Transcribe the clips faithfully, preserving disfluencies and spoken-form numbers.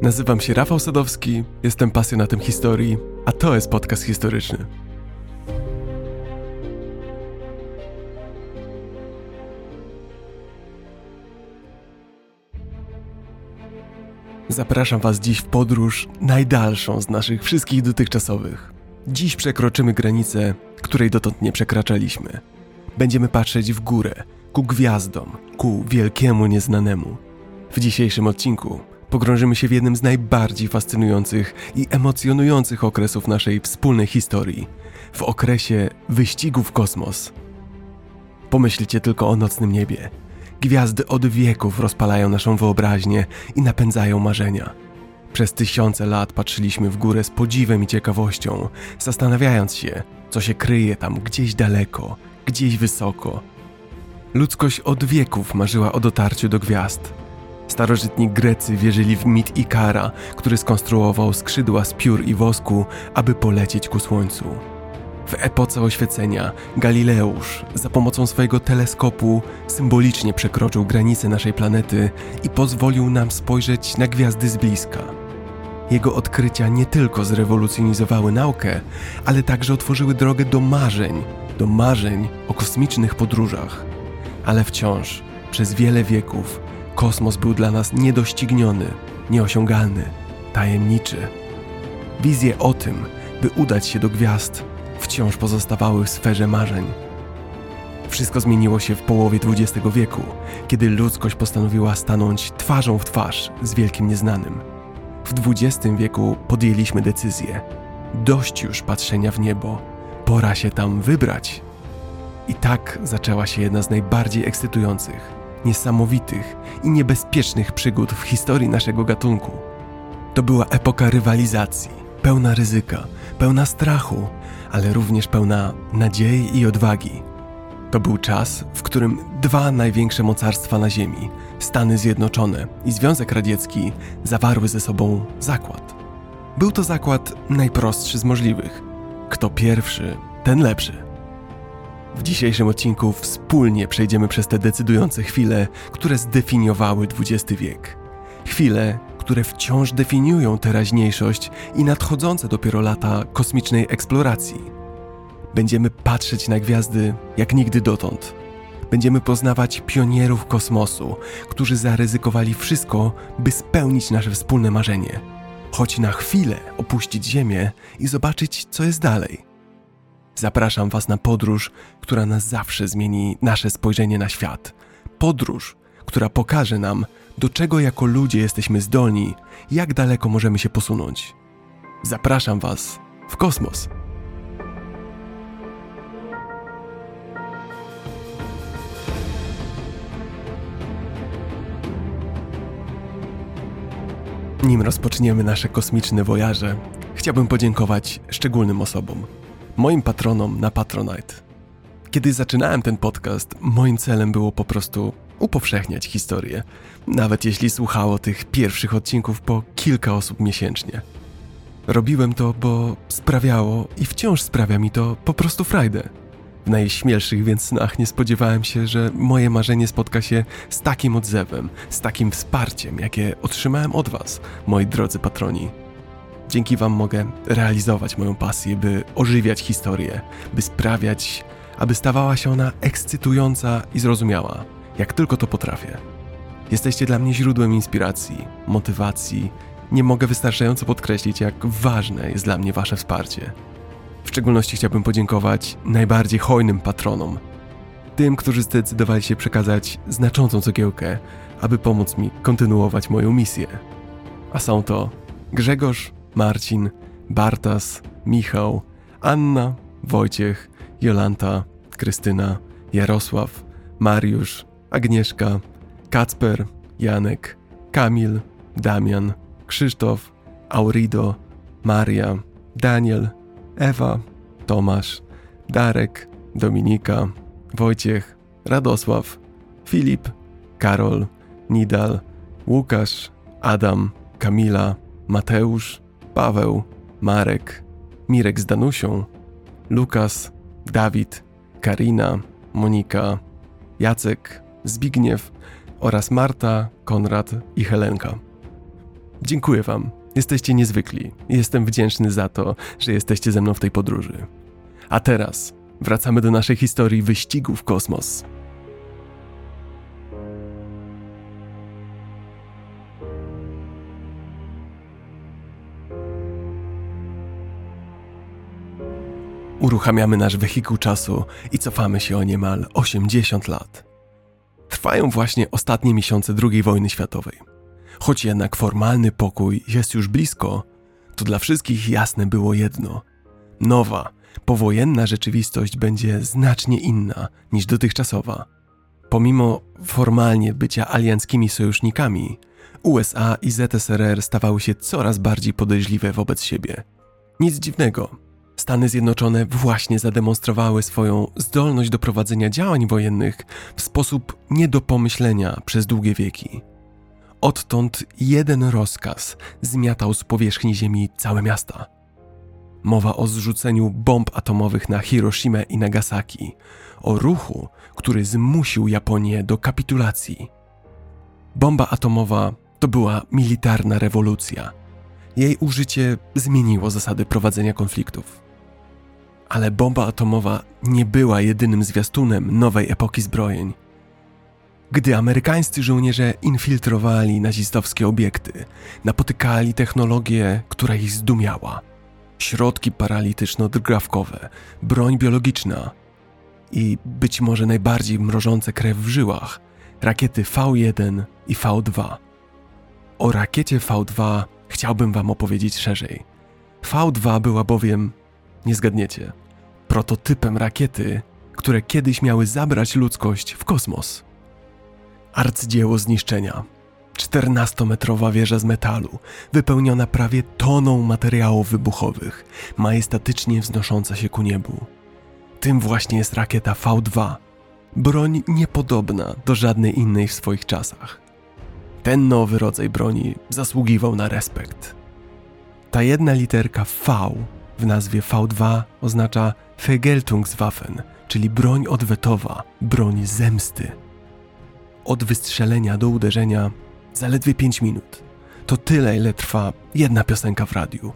Nazywam się Rafał Sadowski, jestem pasjonatem historii, a to jest podcast historyczny. Zapraszam Was dziś w podróż najdalszą z naszych wszystkich dotychczasowych. Dziś przekroczymy granicę, której dotąd nie przekraczaliśmy. Będziemy patrzeć w górę, ku gwiazdom, ku wielkiemu nieznanemu. W dzisiejszym odcinku pogrążymy się w jednym z najbardziej fascynujących i emocjonujących okresów naszej wspólnej historii. W okresie wyścigu w kosmos. Pomyślcie tylko o nocnym niebie. Gwiazdy od wieków rozpalają naszą wyobraźnię i napędzają marzenia. Przez tysiące lat patrzyliśmy w górę z podziwem i ciekawością, zastanawiając się, co się kryje tam gdzieś daleko, gdzieś wysoko. Ludzkość od wieków marzyła o dotarciu do gwiazd. Starożytni Grecy wierzyli w mit Ikara, który skonstruował skrzydła z piór i wosku, aby polecieć ku słońcu. W epoce oświecenia Galileusz za pomocą swojego teleskopu symbolicznie przekroczył granice naszej planety i pozwolił nam spojrzeć na gwiazdy z bliska. Jego odkrycia nie tylko zrewolucjonizowały naukę, ale także otworzyły drogę do marzeń, do marzeń o kosmicznych podróżach. Ale wciąż, przez wiele wieków, kosmos był dla nas niedościgniony, nieosiągalny, tajemniczy. Wizje o tym, by udać się do gwiazd, wciąż pozostawały w sferze marzeń. Wszystko zmieniło się w połowie dwudziestego wieku, kiedy ludzkość postanowiła stanąć twarzą w twarz z wielkim nieznanym. W dwudziestym wieku podjęliśmy decyzję. Dość już patrzenia w niebo, pora się tam wybrać. I tak zaczęła się jedna z najbardziej ekscytujących, niesamowitych i niebezpiecznych przygód w historii naszego gatunku. To była epoka rywalizacji, pełna ryzyka, pełna strachu, ale również pełna nadziei i odwagi. To był czas, w którym dwa największe mocarstwa na Ziemi, Stany Zjednoczone i Związek Radziecki, zawarły ze sobą zakład. Był to zakład najprostszy z możliwych. Kto pierwszy, ten lepszy. W dzisiejszym odcinku wspólnie przejdziemy przez te decydujące chwile, które zdefiniowały dwudziesty wiek. Chwile, które wciąż definiują teraźniejszość i nadchodzące dopiero lata kosmicznej eksploracji. Będziemy patrzeć na gwiazdy jak nigdy dotąd. Będziemy poznawać pionierów kosmosu, którzy zaryzykowali wszystko, by spełnić nasze wspólne marzenie. Choć na chwilę opuścić Ziemię i zobaczyć, co jest dalej. Zapraszam Was na podróż, która na zawsze zmieni nasze spojrzenie na świat. Podróż, która pokaże nam, do czego jako ludzie jesteśmy zdolni, jak daleko możemy się posunąć. Zapraszam Was w kosmos. Nim rozpoczniemy nasze kosmiczne wojaże, chciałbym podziękować szczególnym osobom. Moim patronom na Patronite. Kiedy zaczynałem ten podcast, moim celem było po prostu upowszechniać historię, nawet jeśli słuchało tych pierwszych odcinków po kilka osób miesięcznie. Robiłem to, bo sprawiało i wciąż sprawia mi to po prostu frajdę. W najśmielszych więc snach nie spodziewałem się, że moje marzenie spotka się z takim odzewem, z takim wsparciem, jakie otrzymałem od Was, moi drodzy patroni. Dzięki Wam mogę realizować moją pasję, by ożywiać historię, by sprawiać, aby stawała się ona ekscytująca i zrozumiała, jak tylko to potrafię. Jesteście dla mnie źródłem inspiracji, motywacji. Nie mogę wystarczająco podkreślić, jak ważne jest dla mnie Wasze wsparcie. W szczególności chciałbym podziękować najbardziej hojnym patronom, tym, którzy zdecydowali się przekazać znaczącą cegiełkę, aby pomóc mi kontynuować moją misję. A są to Grzegorz, Marcin, Bartas, Michał, Anna, Wojciech, Jolanta, Krystyna, Jarosław, Mariusz, Agnieszka, Kacper, Janek, Kamil, Damian, Krzysztof, Aurido, Maria, Daniel, Ewa, Tomasz, Darek, Dominika, Wojciech, Radosław, Filip, Karol, Nidal, Łukasz, Adam, Kamila, Mateusz, Paweł, Marek, Mirek z Danusią, Lukas, Dawid, Karina, Monika, Jacek, Zbigniew oraz Marta, Konrad i Helenka. Dziękuję wam. Jesteście niezwykli. Jestem wdzięczny za to, że jesteście ze mną w tej podróży. A teraz wracamy do naszej historii wyścigu w kosmos. Uruchamiamy nasz wehikuł czasu i cofamy się o niemal osiemdziesiąt lat. Trwają właśnie ostatnie miesiące drugiej wojny światowej. Choć jednak formalny pokój jest już blisko, to dla wszystkich jasne było jedno. Nowa, powojenna rzeczywistość będzie znacznie inna niż dotychczasowa. Pomimo formalnie bycia alianckimi sojusznikami, U S A i Z S R R stawały się coraz bardziej podejrzliwe wobec siebie. Nic dziwnego. Stany Zjednoczone właśnie zademonstrowały swoją zdolność do prowadzenia działań wojennych w sposób nie do pomyślenia przez długie wieki. Odtąd jeden rozkaz zmiatał z powierzchni ziemi całe miasta. Mowa o zrzuceniu bomb atomowych na Hiroshimę i Nagasaki, o ruchu, który zmusił Japonię do kapitulacji. Bomba atomowa to była militarna rewolucja. Jej użycie zmieniło zasady prowadzenia konfliktów. Ale bomba atomowa nie była jedynym zwiastunem nowej epoki zbrojeń. Gdy amerykańscy żołnierze infiltrowali nazistowskie obiekty, napotykali technologię, która ich zdumiała. Środki paralityczno-drgawkowe, broń biologiczna i być może najbardziej mrożące krew w żyłach, rakiety V jeden i V dwa. O rakiecie V dwa chciałbym wam opowiedzieć szerzej. V dwa była bowiem, nie zgadniecie, prototypem rakiety, które kiedyś miały zabrać ludzkość w kosmos. Arcydzieło zniszczenia. czternastometrowa wieża z metalu, wypełniona prawie toną materiałów wybuchowych, majestatycznie wznosząca się ku niebu. Tym właśnie jest rakieta V dwa. Broń niepodobna do żadnej innej w swoich czasach. Ten nowy rodzaj broni zasługiwał na respekt. Ta jedna literka V w nazwie V dwa oznacza Vergeltungswaffen, czyli broń odwetowa, broń zemsty. Od wystrzelenia do uderzenia zaledwie pięć minut. To tyle, ile trwa jedna piosenka w radiu.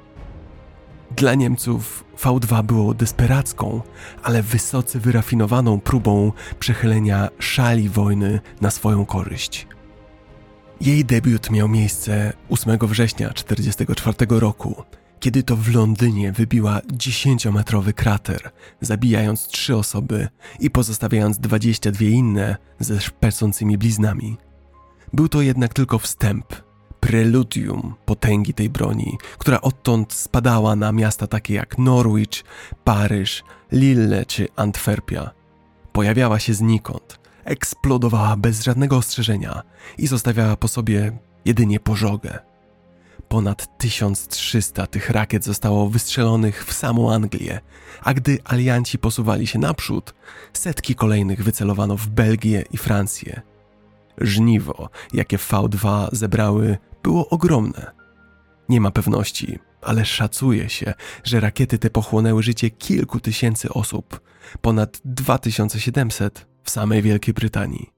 Dla Niemców V dwa było desperacką, ale wysoce wyrafinowaną próbą przechylenia szali wojny na swoją korzyść. Jej debiut miał miejsce ósmego września tysiąc dziewięćset czterdziestego czwartego roku, kiedy to w Londynie wybiła dziesięciometrowy krater, zabijając trzy osoby i pozostawiając dwadzieścia dwie inne ze szpecącymi bliznami. Był to jednak tylko wstęp, preludium potęgi tej broni, która odtąd spadała na miasta takie jak Norwich, Paryż, Lille czy Antwerpia. Pojawiała się znikąd, eksplodowała bez żadnego ostrzeżenia i zostawiała po sobie jedynie pożogę. Ponad tysiąc trzysta tych rakiet zostało wystrzelonych w samą Anglię, a gdy alianci posuwali się naprzód, setki kolejnych wycelowano w Belgię i Francję. Żniwo, jakie V dwa zebrały, było ogromne. Nie ma pewności, ale szacuje się, że rakiety te pochłonęły życie kilku tysięcy osób, ponad dwa tysiące siedemset w samej Wielkiej Brytanii.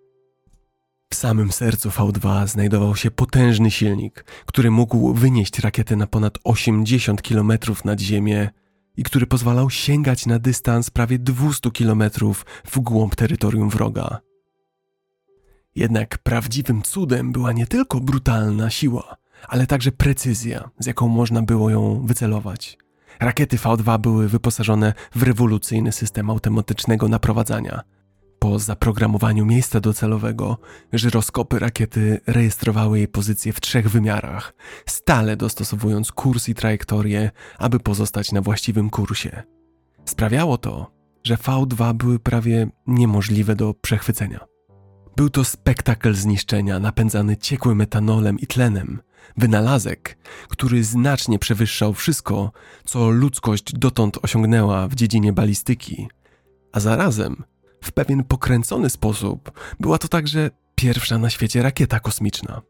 W samym sercu V dwa znajdował się potężny silnik, który mógł wynieść rakietę na ponad osiemdziesiąt kilometrów nad ziemię i który pozwalał sięgać na dystans prawie dwieście kilometrów w głąb terytorium wroga. Jednak prawdziwym cudem była nie tylko brutalna siła, ale także precyzja, z jaką można było ją wycelować. Rakiety V dwa były wyposażone w rewolucyjny system automatycznego naprowadzania. Po zaprogramowaniu miejsca docelowego, żyroskopy rakiety rejestrowały jej pozycję w trzech wymiarach, stale dostosowując kurs i trajektorię, aby pozostać na właściwym kursie. Sprawiało to, że V dwa były prawie niemożliwe do przechwycenia. Był to spektakl zniszczenia napędzany ciekłym etanolem i tlenem, wynalazek, który znacznie przewyższał wszystko, co ludzkość dotąd osiągnęła w dziedzinie balistyki, a zarazem w pewien pokręcony sposób była to także pierwsza na świecie rakieta kosmiczna.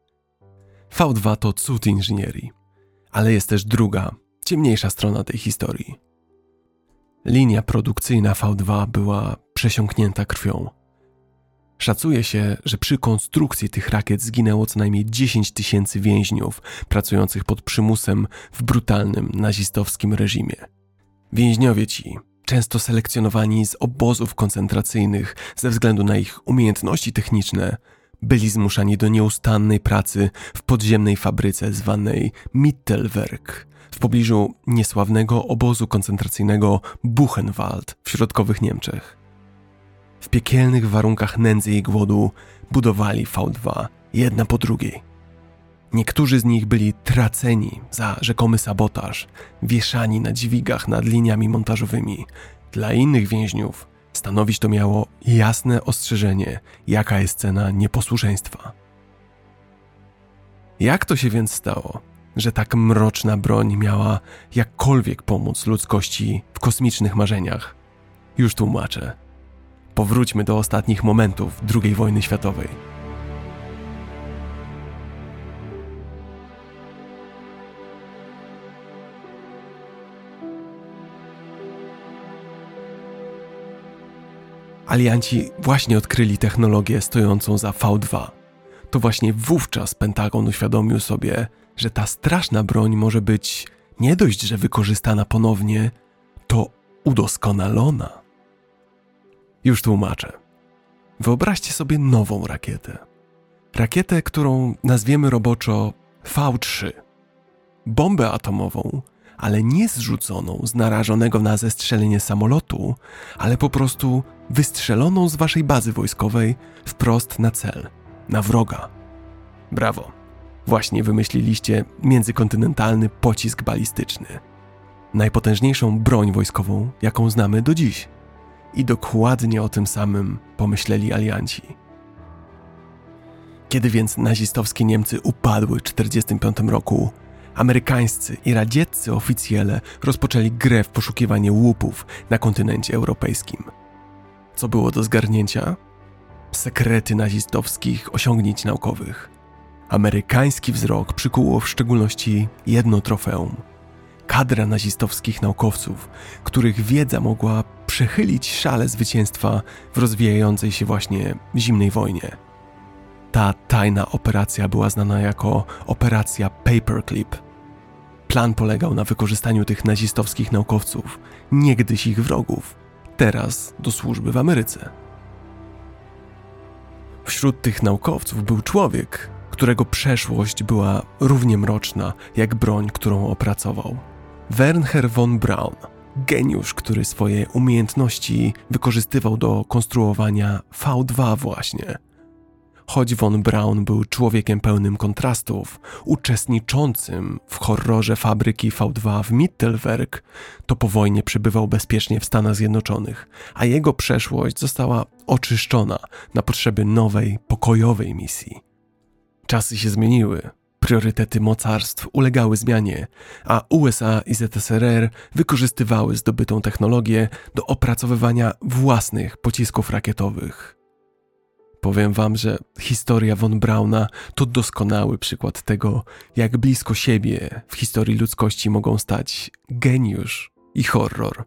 V dwa to cud inżynierii, ale jest też druga, ciemniejsza strona tej historii. Linia produkcyjna V dwa była przesiąknięta krwią. Szacuje się, że przy konstrukcji tych rakiet zginęło co najmniej dziesięć tysięcy więźniów pracujących pod przymusem w brutalnym nazistowskim reżimie. Więźniowie ci, często selekcjonowani z obozów koncentracyjnych ze względu na ich umiejętności techniczne, byli zmuszani do nieustannej pracy w podziemnej fabryce zwanej Mittelwerk w pobliżu niesławnego obozu koncentracyjnego Buchenwald w środkowych Niemczech. W piekielnych warunkach nędzy i głodu budowali V dwa jedna po drugiej. Niektórzy z nich byli traceni za rzekomy sabotaż, wieszani na dźwigach nad liniami montażowymi. Dla innych więźniów stanowić to miało jasne ostrzeżenie, jaka jest cena nieposłuszeństwa. Jak to się więc stało, że tak mroczna broń miała jakkolwiek pomóc ludzkości w kosmicznych marzeniach? Już tłumaczę. Powróćmy do ostatnich momentów drugiej wojny światowej. Alianci właśnie odkryli technologię stojącą za V dwa. To właśnie wówczas Pentagon uświadomił sobie, że ta straszna broń może być nie dość, że wykorzystana ponownie, to udoskonalona. Już tłumaczę. Wyobraźcie sobie nową rakietę. Rakietę, którą nazwiemy roboczo V trzy. Bombę atomową, ale nie zrzuconą z narażonego na zestrzelenie samolotu, ale po prostu wystrzeloną z waszej bazy wojskowej wprost na cel, na wroga. Brawo. Właśnie wymyśliliście międzykontynentalny pocisk balistyczny. Najpotężniejszą broń wojskową, jaką znamy do dziś. I dokładnie o tym samym pomyśleli alianci. Kiedy więc nazistowskie Niemcy upadły w tysiąc dziewięćset czterdziestym piątym roku, amerykańscy i radzieccy oficjele rozpoczęli grę w poszukiwanie łupów na kontynencie europejskim. Co było do zgarnięcia? Sekrety nazistowskich osiągnięć naukowych. Amerykański wzrok przykuło w szczególności jedno trofeum. Kadra nazistowskich naukowców, których wiedza mogła przechylić szale zwycięstwa w rozwijającej się właśnie zimnej wojnie. Ta tajna operacja była znana jako operacja Paperclip. Plan polegał na wykorzystaniu tych nazistowskich naukowców, niegdyś ich wrogów, teraz do służby w Ameryce. Wśród tych naukowców był człowiek, którego przeszłość była równie mroczna jak broń, którą opracował. Wernher von Braun, geniusz, który swoje umiejętności wykorzystywał do konstruowania V dwa właśnie. Choć von Braun był człowiekiem pełnym kontrastów, uczestniczącym w horrorze fabryki V dwa w Mittelwerk, to po wojnie przebywał bezpiecznie w Stanach Zjednoczonych, a jego przeszłość została oczyszczona na potrzeby nowej, pokojowej misji. Czasy się zmieniły, priorytety mocarstw ulegały zmianie, a U S A i Z S R R wykorzystywały zdobytą technologię do opracowywania własnych pocisków rakietowych. Powiem wam, że historia von Brauna to doskonały przykład tego, jak blisko siebie w historii ludzkości mogą stać geniusz i horror.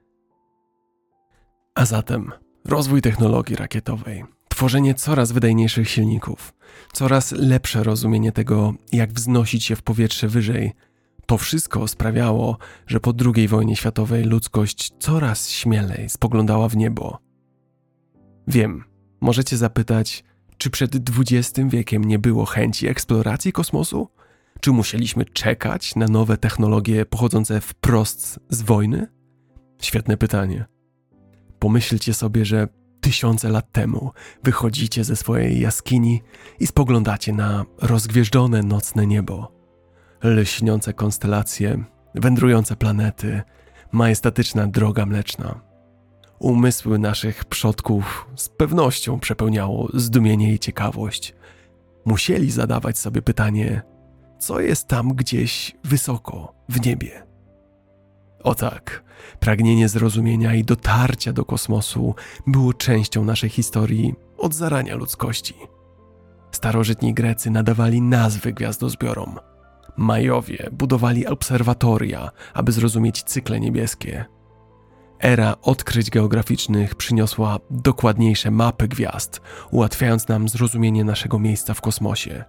A zatem rozwój technologii rakietowej, tworzenie coraz wydajniejszych silników, coraz lepsze rozumienie tego, jak wznosić się w powietrze wyżej, to wszystko sprawiało, że po drugiej wojnie światowej ludzkość coraz śmielej spoglądała w niebo. Wiem, możecie zapytać, czy przed dwudziestym wiekiem nie było chęci eksploracji kosmosu? Czy musieliśmy czekać na nowe technologie pochodzące wprost z wojny? Świetne pytanie. Pomyślcie sobie, że tysiące lat temu wychodzicie ze swojej jaskini i spoglądacie na rozgwieżdżone nocne niebo. Lśniące konstelacje, wędrujące planety, majestatyczna droga mleczna. Umysły naszych przodków z pewnością przepełniało zdumienie i ciekawość. Musieli zadawać sobie pytanie, co jest tam gdzieś wysoko w niebie. O tak, pragnienie zrozumienia i dotarcia do kosmosu było częścią naszej historii od zarania ludzkości. Starożytni Grecy nadawali nazwy gwiazdozbiorom. Majowie budowali obserwatoria, aby zrozumieć cykle niebieskie. Era odkryć geograficznych przyniosła dokładniejsze mapy gwiazd, ułatwiając nam zrozumienie naszego miejsca w kosmosie.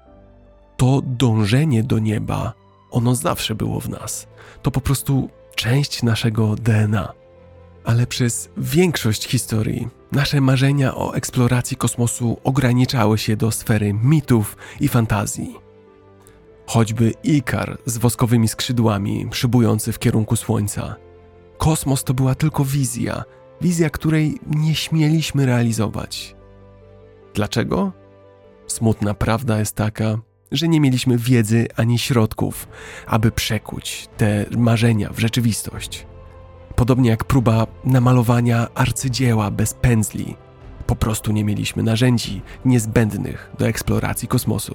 To dążenie do nieba, ono zawsze było w nas. To po prostu część naszego D N A. Ale przez większość historii nasze marzenia o eksploracji kosmosu ograniczały się do sfery mitów i fantazji. Choćby Ikar z woskowymi skrzydłami szybujący w kierunku Słońca. Kosmos to była tylko wizja, wizja, której nie śmieliśmy realizować. Dlaczego? Smutna prawda jest taka, że nie mieliśmy wiedzy ani środków, aby przekuć te marzenia w rzeczywistość. Podobnie jak próba namalowania arcydzieła bez pędzli. Po prostu nie mieliśmy narzędzi niezbędnych do eksploracji kosmosu.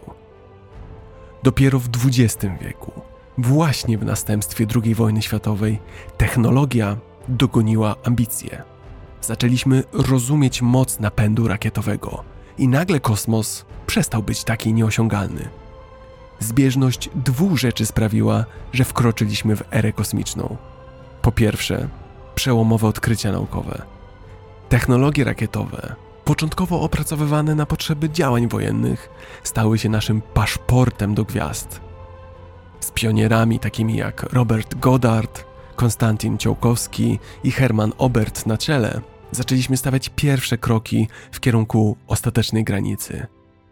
Dopiero w dwudziestym wieku, właśnie w następstwie drugiej wojny światowej, technologia dogoniła ambicje. Zaczęliśmy rozumieć moc napędu rakietowego i nagle kosmos przestał być taki nieosiągalny. Zbieżność dwóch rzeczy sprawiła, że wkroczyliśmy w erę kosmiczną. Po pierwsze, przełomowe odkrycia naukowe. Technologie rakietowe, początkowo opracowywane na potrzeby działań wojennych, stały się naszym paszportem do gwiazd. Z pionierami takimi jak Robert Goddard, Konstantin Ciółkowski i Hermann Oberth na czele, zaczęliśmy stawiać pierwsze kroki w kierunku ostatecznej granicy.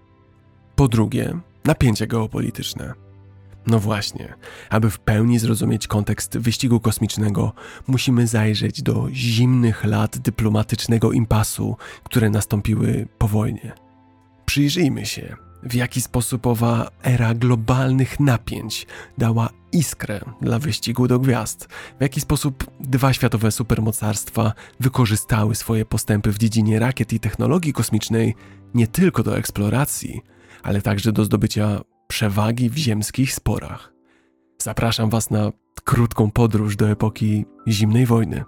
Po drugie, napięcia geopolityczne. No właśnie, aby w pełni zrozumieć kontekst wyścigu kosmicznego, musimy zajrzeć do zimnych lat dyplomatycznego impasu, które nastąpiły po wojnie. Przyjrzyjmy się, w jaki sposób owa era globalnych napięć dała iskrę dla wyścigu do gwiazd, w jaki sposób dwa światowe supermocarstwa wykorzystały swoje postępy w dziedzinie rakiet i technologii kosmicznej nie tylko do eksploracji, ale także do zdobycia przewagi w ziemskich sporach. Zapraszam Was na krótką podróż do epoki zimnej wojny.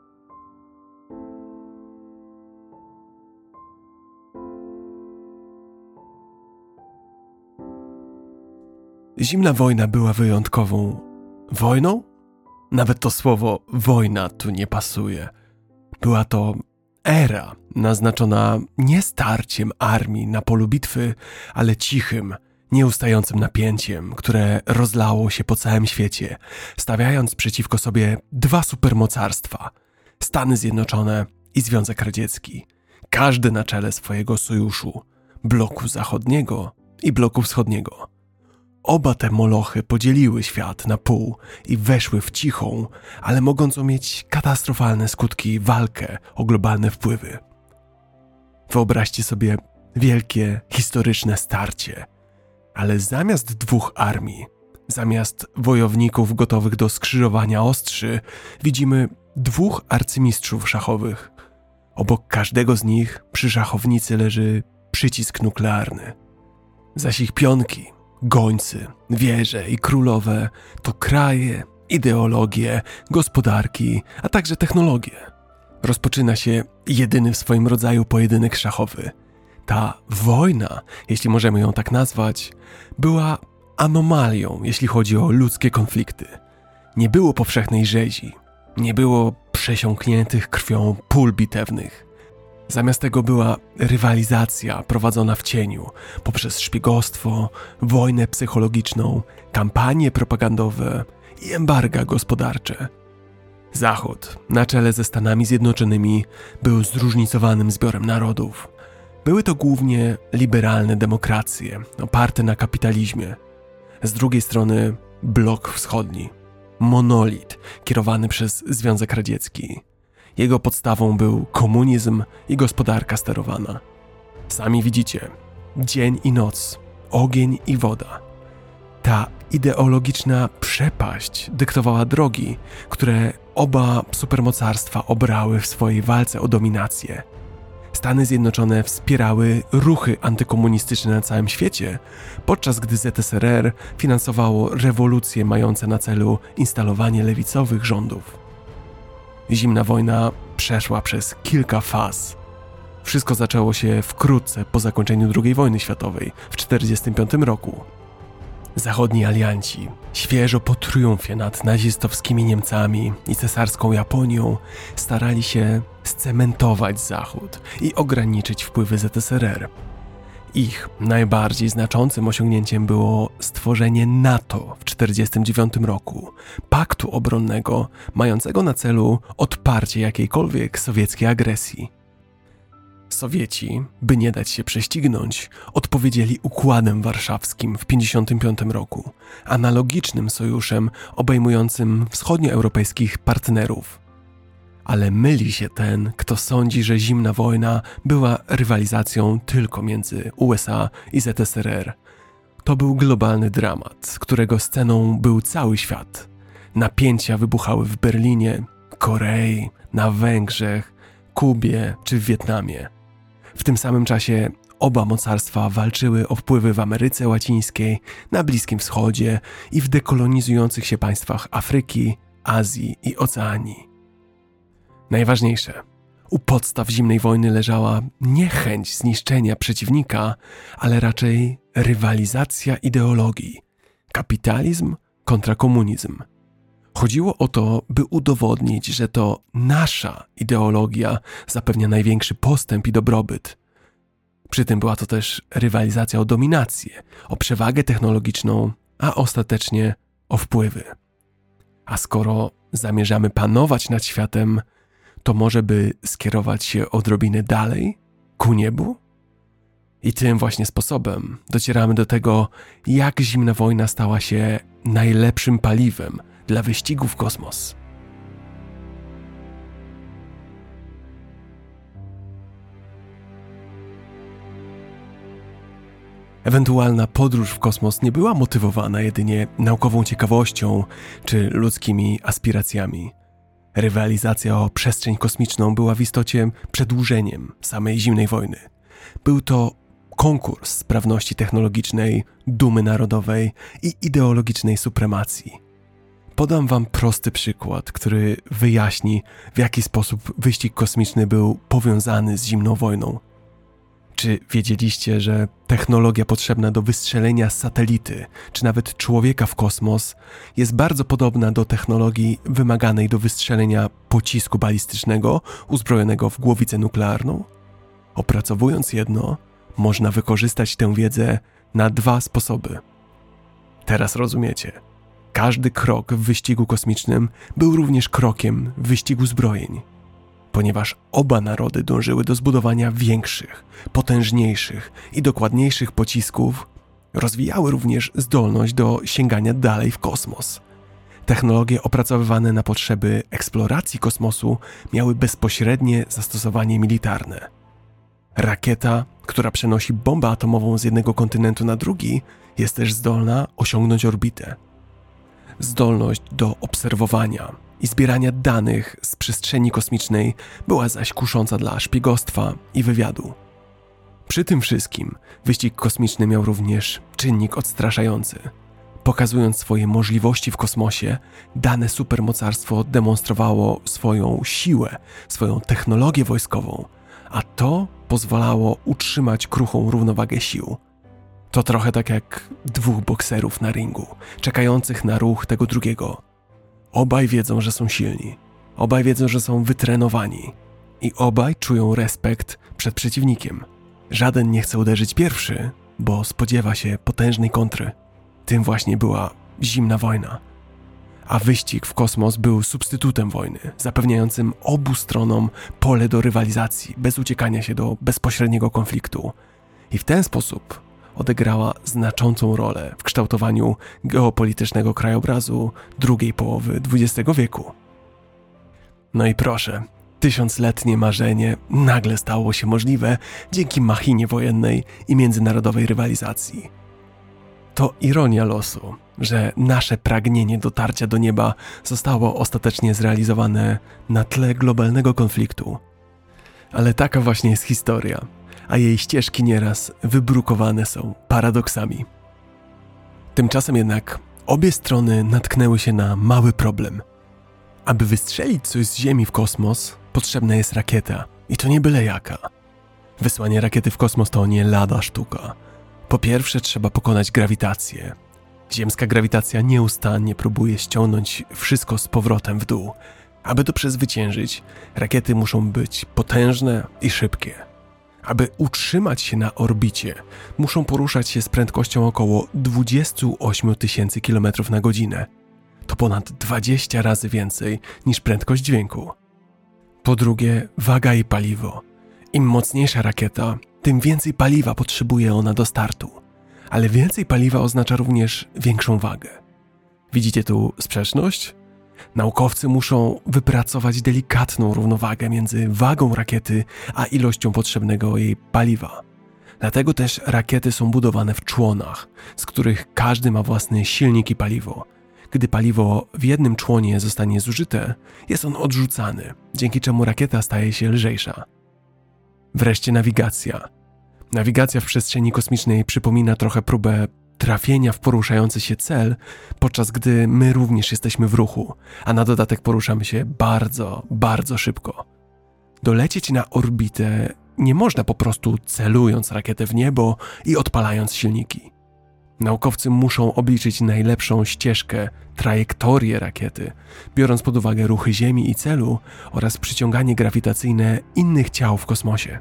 Zimna wojna była wyjątkową wojną? Nawet to słowo wojna tu nie pasuje. Była to era naznaczona nie starciem armii na polu bitwy, ale cichym, nieustającym napięciem, które rozlało się po całym świecie, stawiając przeciwko sobie dwa supermocarstwa – Stany Zjednoczone i Związek Radziecki, każdy na czele swojego sojuszu, bloku zachodniego i bloku wschodniego. Oba te molochy podzieliły świat na pół i weszły w cichą, ale mogącą mieć katastrofalne skutki walkę o globalne wpływy. Wyobraźcie sobie wielkie, historyczne starcie, ale zamiast dwóch armii, zamiast wojowników gotowych do skrzyżowania ostrzy, widzimy dwóch arcymistrzów szachowych. Obok każdego z nich przy szachownicy leży przycisk nuklearny. Zaś ich pionki, gońcy, wieże i królowe to kraje, ideologie, gospodarki, a także technologie. Rozpoczyna się jedyny w swoim rodzaju pojedynek szachowy. Ta wojna, jeśli możemy ją tak nazwać, była anomalią, jeśli chodzi o ludzkie konflikty. Nie było powszechnej rzezi, nie było przesiąkniętych krwią pól bitewnych. Zamiast tego była rywalizacja prowadzona w cieniu poprzez szpiegostwo, wojnę psychologiczną, kampanie propagandowe i embarga gospodarcze. Zachód, na czele ze Stanami Zjednoczonymi, był zróżnicowanym zbiorem narodów. Były to głównie liberalne demokracje, oparte na kapitalizmie. Z drugiej strony blok wschodni, monolit kierowany przez Związek Radziecki. Jego podstawą był komunizm i gospodarka sterowana. Sami widzicie, dzień i noc, ogień i woda. Ta ideologiczna przepaść dyktowała drogi, które oba supermocarstwa obrały w swojej walce o dominację. Stany Zjednoczone wspierały ruchy antykomunistyczne na całym świecie, podczas gdy Z S R R finansowało rewolucje mające na celu instalowanie lewicowych rządów. Zimna wojna przeszła przez kilka faz. Wszystko zaczęło się wkrótce po zakończeniu drugiej wojny światowej w tysiąc dziewięćset czterdziestym piątym roku. Zachodni alianci, świeżo po triumfie nad nazistowskimi Niemcami i cesarską Japonią, starali się scementować Zachód i ograniczyć wpływy Z S R R. Ich najbardziej znaczącym osiągnięciem było stworzenie NATO w tysiąc dziewięćset czterdziestym dziewiątym roku, paktu obronnego mającego na celu odparcie jakiejkolwiek sowieckiej agresji. Sowieci, by nie dać się prześcignąć, odpowiedzieli Układem Warszawskim w tysiąc dziewięćset pięćdziesiątym piątym roku, analogicznym sojuszem obejmującym wschodnioeuropejskich partnerów. Ale myli się ten, kto sądzi, że zimna wojna była rywalizacją tylko między U S A i Z S R R. To był globalny dramat, którego sceną był cały świat. Napięcia wybuchały w Berlinie, Korei, na Węgrzech, Kubie czy w Wietnamie. W tym samym czasie oba mocarstwa walczyły o wpływy w Ameryce Łacińskiej, na Bliskim Wschodzie i w dekolonizujących się państwach Afryki, Azji i Oceanii. Najważniejsze, u podstaw zimnej wojny leżała nie chęć zniszczenia przeciwnika, ale raczej rywalizacja ideologii. Kapitalizm kontra komunizm. Chodziło o to, by udowodnić, że to nasza ideologia zapewnia największy postęp i dobrobyt. Przy tym była to też rywalizacja o dominację, o przewagę technologiczną, a ostatecznie o wpływy. A skoro zamierzamy panować nad światem, to może by skierować się odrobinę dalej, ku niebu? I tym właśnie sposobem docieramy do tego, jak zimna wojna stała się najlepszym paliwem dla wyścigu w kosmos. Ewentualna podróż w kosmos nie była motywowana jedynie naukową ciekawością czy ludzkimi aspiracjami. Rywalizacja o przestrzeń kosmiczną była w istocie przedłużeniem samej zimnej wojny. Był to konkurs sprawności technologicznej, dumy narodowej i ideologicznej supremacji. Podam wam prosty przykład, który wyjaśni, w jaki sposób wyścig kosmiczny był powiązany z zimną wojną. Czy wiedzieliście, że technologia potrzebna do wystrzelenia satelity, czy nawet człowieka w kosmos, jest bardzo podobna do technologii wymaganej do wystrzelenia pocisku balistycznego uzbrojonego w głowicę nuklearną? Opracowując jedno, można wykorzystać tę wiedzę na dwa sposoby. Teraz rozumiecie. Każdy krok w wyścigu kosmicznym był również krokiem w wyścigu zbrojeń. Ponieważ oba narody dążyły do zbudowania większych, potężniejszych i dokładniejszych pocisków, rozwijały również zdolność do sięgania dalej w kosmos. Technologie opracowywane na potrzeby eksploracji kosmosu miały bezpośrednie zastosowanie militarne. Rakieta, która przenosi bombę atomową z jednego kontynentu na drugi, jest też zdolna osiągnąć orbitę. Zdolność do obserwowania i zbierania danych z przestrzeni kosmicznej była zaś kusząca dla szpiegostwa i wywiadu. Przy tym wszystkim wyścig kosmiczny miał również czynnik odstraszający. Pokazując swoje możliwości w kosmosie, dane supermocarstwo demonstrowało swoją siłę, swoją technologię wojskową, a to pozwalało utrzymać kruchą równowagę sił. To trochę tak jak dwóch bokserów na ringu, czekających na ruch tego drugiego. Obaj wiedzą, że są silni, obaj wiedzą, że są wytrenowani i obaj czują respekt przed przeciwnikiem. Żaden nie chce uderzyć pierwszy, bo spodziewa się potężnej kontry. Tym właśnie była zimna wojna. A wyścig w kosmos był substytutem wojny, zapewniającym obu stronom pole do rywalizacji, bez uciekania się do bezpośredniego konfliktu. I w ten sposób odegrała znaczącą rolę w kształtowaniu geopolitycznego krajobrazu drugiej połowy dwudziestego wieku. No i proszę, tysiącletnie marzenie nagle stało się możliwe dzięki machinie wojennej i międzynarodowej rywalizacji. To ironia losu, że nasze pragnienie dotarcia do nieba zostało ostatecznie zrealizowane na tle globalnego konfliktu. Ale taka właśnie jest historia, a jej ścieżki nieraz wybrukowane są paradoksami. Tymczasem jednak obie strony natknęły się na mały problem. Aby wystrzelić coś z Ziemi w kosmos, potrzebna jest rakieta. I to nie byle jaka. Wysłanie rakiety w kosmos to nie lada sztuka. Po pierwsze trzeba pokonać grawitację. Ziemska grawitacja nieustannie próbuje ściągnąć wszystko z powrotem w dół. Aby to przezwyciężyć, rakiety muszą być potężne i szybkie. Aby utrzymać się na orbicie, muszą poruszać się z prędkością około dwadzieścia osiem tysięcy kilometrów na godzinę. To ponad dwadzieścia razy więcej niż prędkość dźwięku. Po drugie, waga i paliwo. Im mocniejsza rakieta, tym więcej paliwa potrzebuje ona do startu. Ale więcej paliwa oznacza również większą wagę. Widzicie tu sprzeczność? Naukowcy muszą wypracować delikatną równowagę między wagą rakiety a ilością potrzebnego jej paliwa. Dlatego też rakiety są budowane w członach, z których każdy ma własny silnik i paliwo. Gdy paliwo w jednym członie zostanie zużyte, jest on odrzucany, dzięki czemu rakieta staje się lżejsza. Wreszcie nawigacja. Nawigacja w przestrzeni kosmicznej przypomina trochę próbę trafienia w poruszający się cel, podczas gdy my również jesteśmy w ruchu, a na dodatek poruszamy się bardzo, bardzo szybko. Dolecieć na orbitę nie można po prostu celując rakietę w niebo i odpalając silniki. Naukowcy muszą obliczyć najlepszą ścieżkę, trajektorię rakiety, biorąc pod uwagę ruchy Ziemi i celu oraz przyciąganie grawitacyjne innych ciał w kosmosie.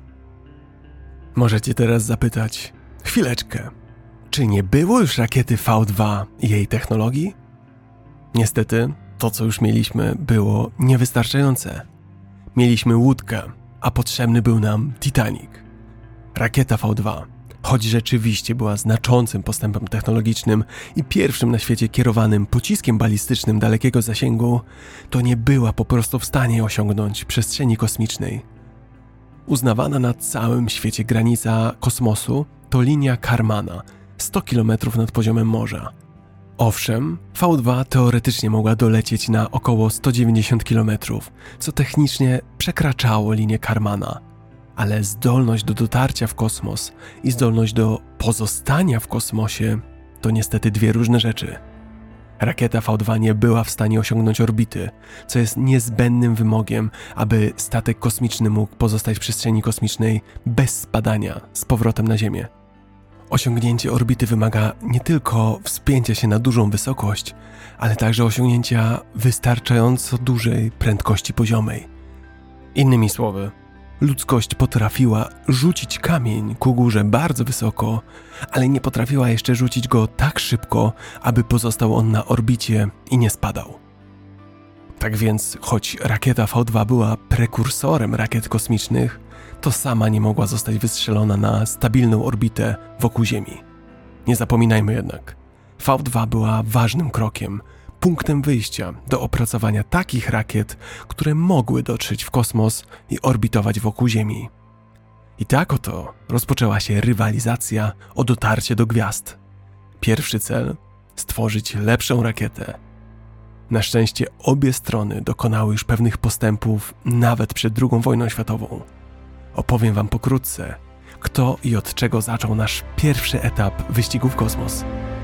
Możecie teraz zapytać, chwileczkę, czy nie było już rakiety V dwa i jej technologii? Niestety, to co już mieliśmy było niewystarczające. Mieliśmy łódkę, a potrzebny był nam Titanic. Rakieta V dwa, choć rzeczywiście była znaczącym postępem technologicznym i pierwszym na świecie kierowanym pociskiem balistycznym dalekiego zasięgu, to nie była po prostu w stanie osiągnąć przestrzeni kosmicznej. Uznawana na całym świecie granica kosmosu to linia Karmana, sto kilometrów nad poziomem morza. Owszem, V dwa teoretycznie mogła dolecieć na około sto dziewięćdziesiąt kilometrów, co technicznie przekraczało linię Karmana, ale zdolność do dotarcia w kosmos i zdolność do pozostania w kosmosie to niestety dwie różne rzeczy. Rakieta V dwa nie była w stanie osiągnąć orbity, co jest niezbędnym wymogiem, aby statek kosmiczny mógł pozostać w przestrzeni kosmicznej bez spadania z powrotem na Ziemię. Osiągnięcie orbity wymaga nie tylko wspięcia się na dużą wysokość, ale także osiągnięcia wystarczająco dużej prędkości poziomej. Innymi słowy, ludzkość potrafiła rzucić kamień ku górze bardzo wysoko, ale nie potrafiła jeszcze rzucić go tak szybko, aby pozostał on na orbicie i nie spadał. Tak więc, choć rakieta V dwa była prekursorem rakiet kosmicznych, to sama nie mogła zostać wystrzelona na stabilną orbitę wokół Ziemi. Nie zapominajmy jednak, V dwa była ważnym krokiem, punktem wyjścia do opracowania takich rakiet, które mogły dotrzeć w kosmos i orbitować wokół Ziemi. I tak oto rozpoczęła się rywalizacja o dotarcie do gwiazd. Pierwszy cel – stworzyć lepszą rakietę. Na szczęście obie strony dokonały już pewnych postępów nawet przed drugą wojną światową. Opowiem wam pokrótce, kto i od czego zaczął nasz pierwszy etap wyścigu w kosmos.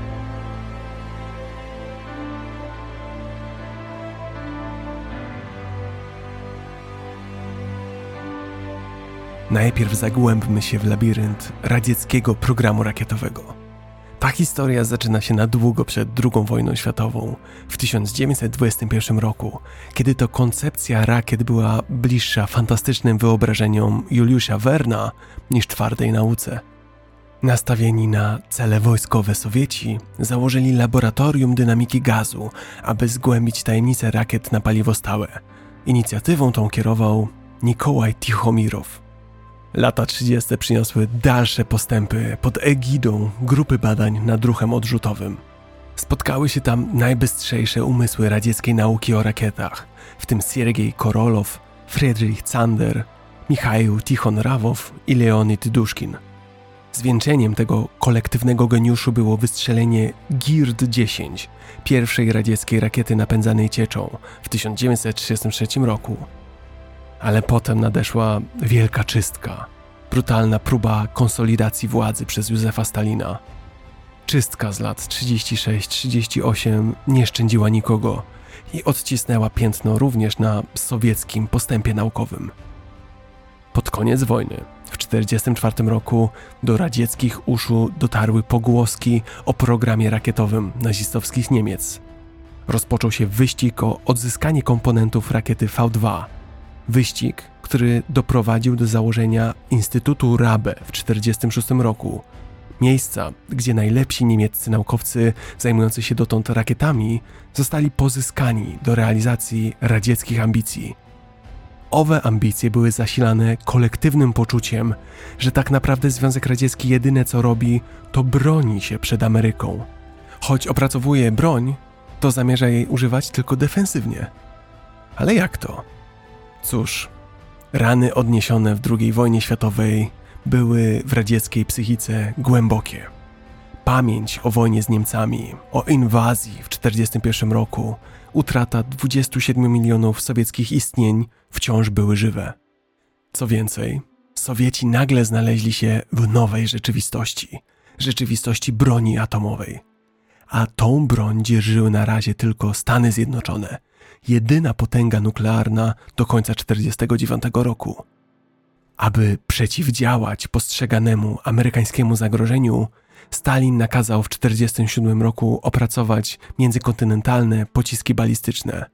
Najpierw zagłębmy się w labirynt radzieckiego programu rakietowego. Ta historia zaczyna się na długo przed drugą wojną światową, w tysiąc dziewięćset dwudziestym pierwszym roku, kiedy to koncepcja rakiet była bliższa fantastycznym wyobrażeniom Juliusza Verna niż twardej nauce. Nastawieni na cele wojskowe Sowieci założyli laboratorium dynamiki gazu, aby zgłębić tajemnice rakiet na paliwo stałe. Inicjatywą tą kierował Nikołaj Tichomirow. Lata trzydzieste przyniosły dalsze postępy pod egidą grupy badań nad ruchem odrzutowym. Spotkały się tam najbystrzejsze umysły radzieckiej nauki o rakietach, w tym Siergiej Korolow, Friedrich Zander, Michał Tichon-Rawow i Leonid Duszkin. Zwieńczeniem tego kolektywnego geniuszu było wystrzelenie Girt dziesięć, pierwszej radzieckiej rakiety napędzanej cieczą w tysiąc dziewięćset trzydziestym trzecim roku. Ale potem nadeszła wielka czystka, brutalna próba konsolidacji władzy przez Józefa Stalina. Czystka z lat trzydzieści sześć trzydzieści osiem nie szczędziła nikogo i odcisnęła piętno również na sowieckim postępie naukowym. Pod koniec wojny, w tysiąc dziewięćset czterdziestym czwartym roku do radzieckich uszu dotarły pogłoski o programie rakietowym nazistowskich Niemiec. Rozpoczął się wyścig o odzyskanie komponentów rakiety V dwa. Wyścig, który doprowadził do założenia Instytutu Rabe w tysiąc dziewięćset czterdziestym szóstym roku. Miejsca, gdzie najlepsi niemieccy naukowcy zajmujący się dotąd rakietami zostali pozyskani do realizacji radzieckich ambicji. Owe ambicje były zasilane kolektywnym poczuciem, że tak naprawdę Związek Radziecki jedyne co robi, to broni się przed Ameryką. Choć opracowuje broń, to zamierza jej używać tylko defensywnie. Ale jak to? Cóż, rany odniesione w drugiej wojnie światowej były w radzieckiej psychice głębokie. Pamięć o wojnie z Niemcami, o inwazji w tysiąc dziewięćset czterdziestym pierwszym roku, utrata dwudziestu siedmiu milionów sowieckich istnień wciąż były żywe. Co więcej, Sowieci nagle znaleźli się w nowej rzeczywistości, rzeczywistości broni atomowej. A tą broń dzierżyły na razie tylko Stany Zjednoczone, jedyna potęga nuklearna do końca tysiąc dziewięćset czterdziestego dziewiątego roku. Aby przeciwdziałać postrzeganemu amerykańskiemu zagrożeniu, Stalin nakazał w tysiąc dziewięćset czterdziestym siódmym roku opracować międzykontynentalne pociski balistyczne.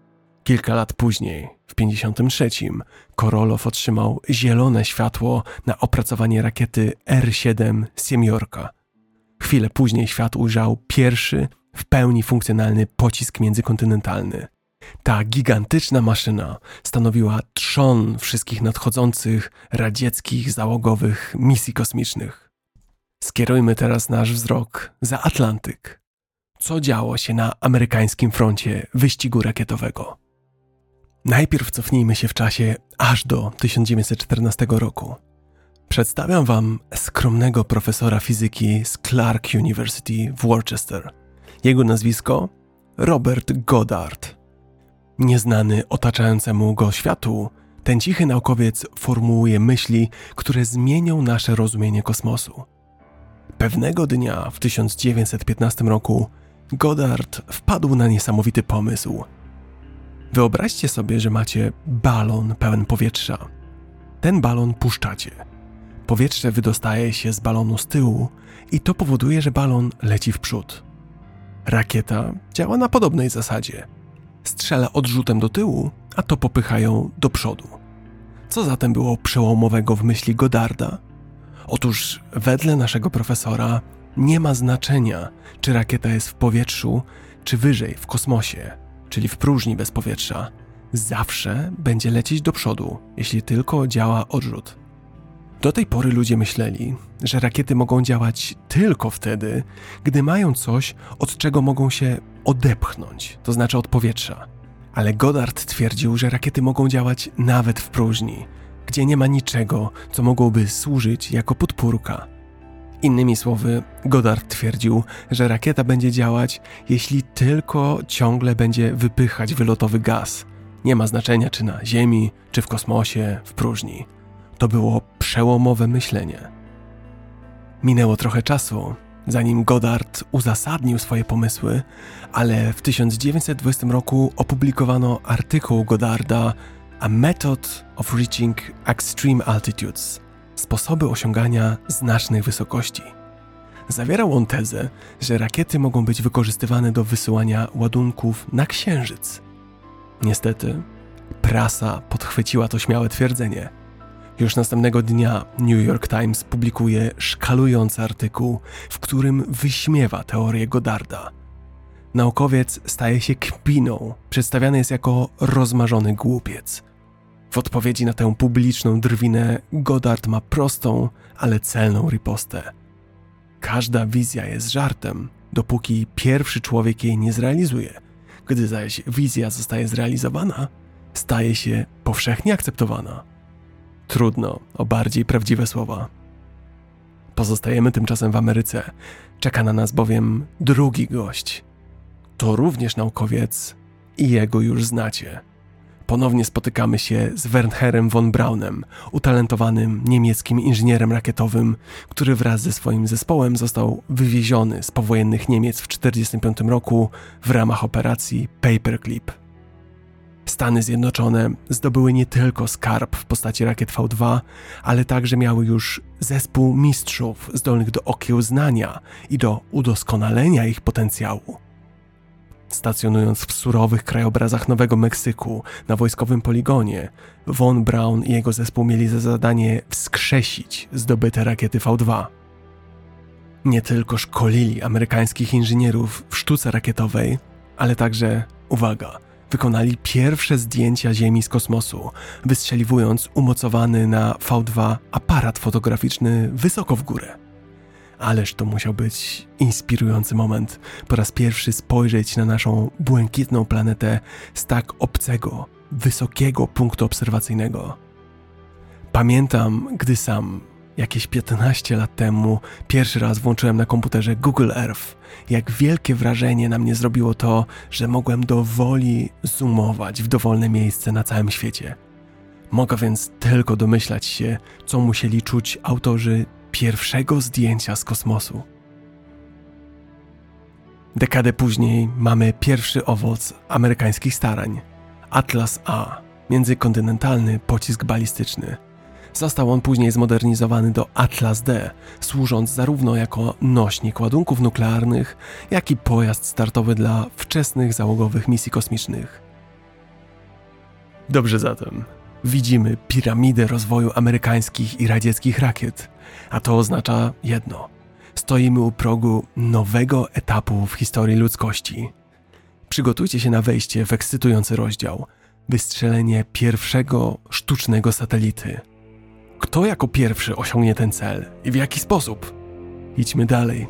Kilka lat później, w tysiąc dziewięćset pięćdziesiątym trzecim, Korolow otrzymał zielone światło na opracowanie rakiety R siedem Siemiorka. Chwilę później świat ujrzał pierwszy, w pełni funkcjonalny pocisk międzykontynentalny. Ta gigantyczna maszyna stanowiła trzon wszystkich nadchodzących radzieckich załogowych misji kosmicznych. Skierujmy teraz nasz wzrok za Atlantyk. Co działo się na amerykańskim froncie wyścigu rakietowego? Najpierw cofnijmy się w czasie aż do tysiąc dziewięćset czternastego roku. Przedstawiam wam skromnego profesora fizyki z Clark University w Worcester. Jego nazwisko? Robert Goddard. Nieznany otaczającemu go światu, ten cichy naukowiec formułuje myśli, które zmienią nasze rozumienie kosmosu. Pewnego dnia w tysiąc dziewięćset piętnastym roku Goddard wpadł na niesamowity pomysł. Wyobraźcie sobie, że macie balon pełen powietrza. Ten balon puszczacie. Powietrze wydostaje się z balonu z tyłu i to powoduje, że balon leci w przód. Rakieta działa na podobnej zasadzie. Strzela odrzutem do tyłu, a to popycha ją do przodu. Co zatem było przełomowego w myśli Goddarda? Otóż wedle naszego profesora nie ma znaczenia, czy rakieta jest w powietrzu, czy wyżej w kosmosie, czyli w próżni bez powietrza. Zawsze będzie lecieć do przodu, jeśli tylko działa odrzut. Do tej pory ludzie myśleli, że rakiety mogą działać tylko wtedy, gdy mają coś, od czego mogą się odepchnąć, to znaczy od powietrza. Ale Goddard twierdził, że rakiety mogą działać nawet w próżni, gdzie nie ma niczego, co mogłoby służyć jako podpórka. Innymi słowy, Goddard twierdził, że rakieta będzie działać, jeśli tylko ciągle będzie wypychać wylotowy gaz. Nie ma znaczenia, czy na Ziemi, czy w kosmosie, w próżni. To było przełomowe myślenie. Minęło trochę czasu, zanim Goddard uzasadnił swoje pomysły, ale w tysiąc dziewięćset dwudziestym roku opublikowano artykuł Goddarda A Method of Reaching Extreme Altitudes – Sposoby osiągania znacznych wysokości. Zawierał on tezę, że rakiety mogą być wykorzystywane do wysyłania ładunków na Księżyc. Niestety, prasa podchwyciła to śmiałe twierdzenie. Już następnego dnia New York Times publikuje szkalujący artykuł, w którym wyśmiewa teorię Goddarda. Naukowiec staje się kpiną, przedstawiany jest jako rozmarzony głupiec. W odpowiedzi na tę publiczną drwinę Goddard ma prostą, ale celną ripostę. Każda wizja jest żartem, dopóki pierwszy człowiek jej nie zrealizuje. Gdy zaś wizja zostaje zrealizowana, staje się powszechnie akceptowana. Trudno o bardziej prawdziwe słowa. Pozostajemy tymczasem w Ameryce. Czeka na nas bowiem drugi gość. To również naukowiec i jego już znacie. Ponownie spotykamy się z Wernherem von Braunem, utalentowanym niemieckim inżynierem rakietowym, który wraz ze swoim zespołem został wywieziony z powojennych Niemiec w tysiąc dziewięćset czterdziestym piątym roku w ramach operacji Paperclip. Stany Zjednoczone zdobyły nie tylko skarb w postaci rakiet V dwa, ale także miały już zespół mistrzów zdolnych do okiełznania i do udoskonalenia ich potencjału. Stacjonując w surowych krajobrazach Nowego Meksyku na wojskowym poligonie, von Braun i jego zespół mieli za zadanie wskrzesić zdobyte rakiety V dwa. Nie tylko szkolili amerykańskich inżynierów w sztuce rakietowej, ale także, uwaga, wykonali pierwsze zdjęcia Ziemi z kosmosu, wystrzeliwując umocowany na V dwa aparat fotograficzny wysoko w górę. Ależ to musiał być inspirujący moment, po raz pierwszy spojrzeć na naszą błękitną planetę z tak obcego, wysokiego punktu obserwacyjnego. Pamiętam, gdy sam, jakieś piętnaście lat temu, pierwszy raz włączyłem na komputerze Google Earth, jak wielkie wrażenie na mnie zrobiło to, że mogłem dowoli zoomować w dowolne miejsce na całym świecie. Mogę więc tylko domyślać się, co musieli czuć autorzy pierwszego zdjęcia z kosmosu. Dekadę później mamy pierwszy owoc amerykańskich starań. Atlas A, międzykontynentalny pocisk balistyczny. Został on później zmodernizowany do Atlas D, służąc zarówno jako nośnik ładunków nuklearnych, jak i pojazd startowy dla wczesnych załogowych misji kosmicznych. Dobrze zatem, widzimy piramidę rozwoju amerykańskich i radzieckich rakiet, a to oznacza jedno. Stoimy u progu nowego etapu w historii ludzkości. Przygotujcie się na wejście w ekscytujący rozdział. Wystrzelenie pierwszego sztucznego satelity. Kto jako pierwszy osiągnie ten cel i w jaki sposób? Idźmy dalej.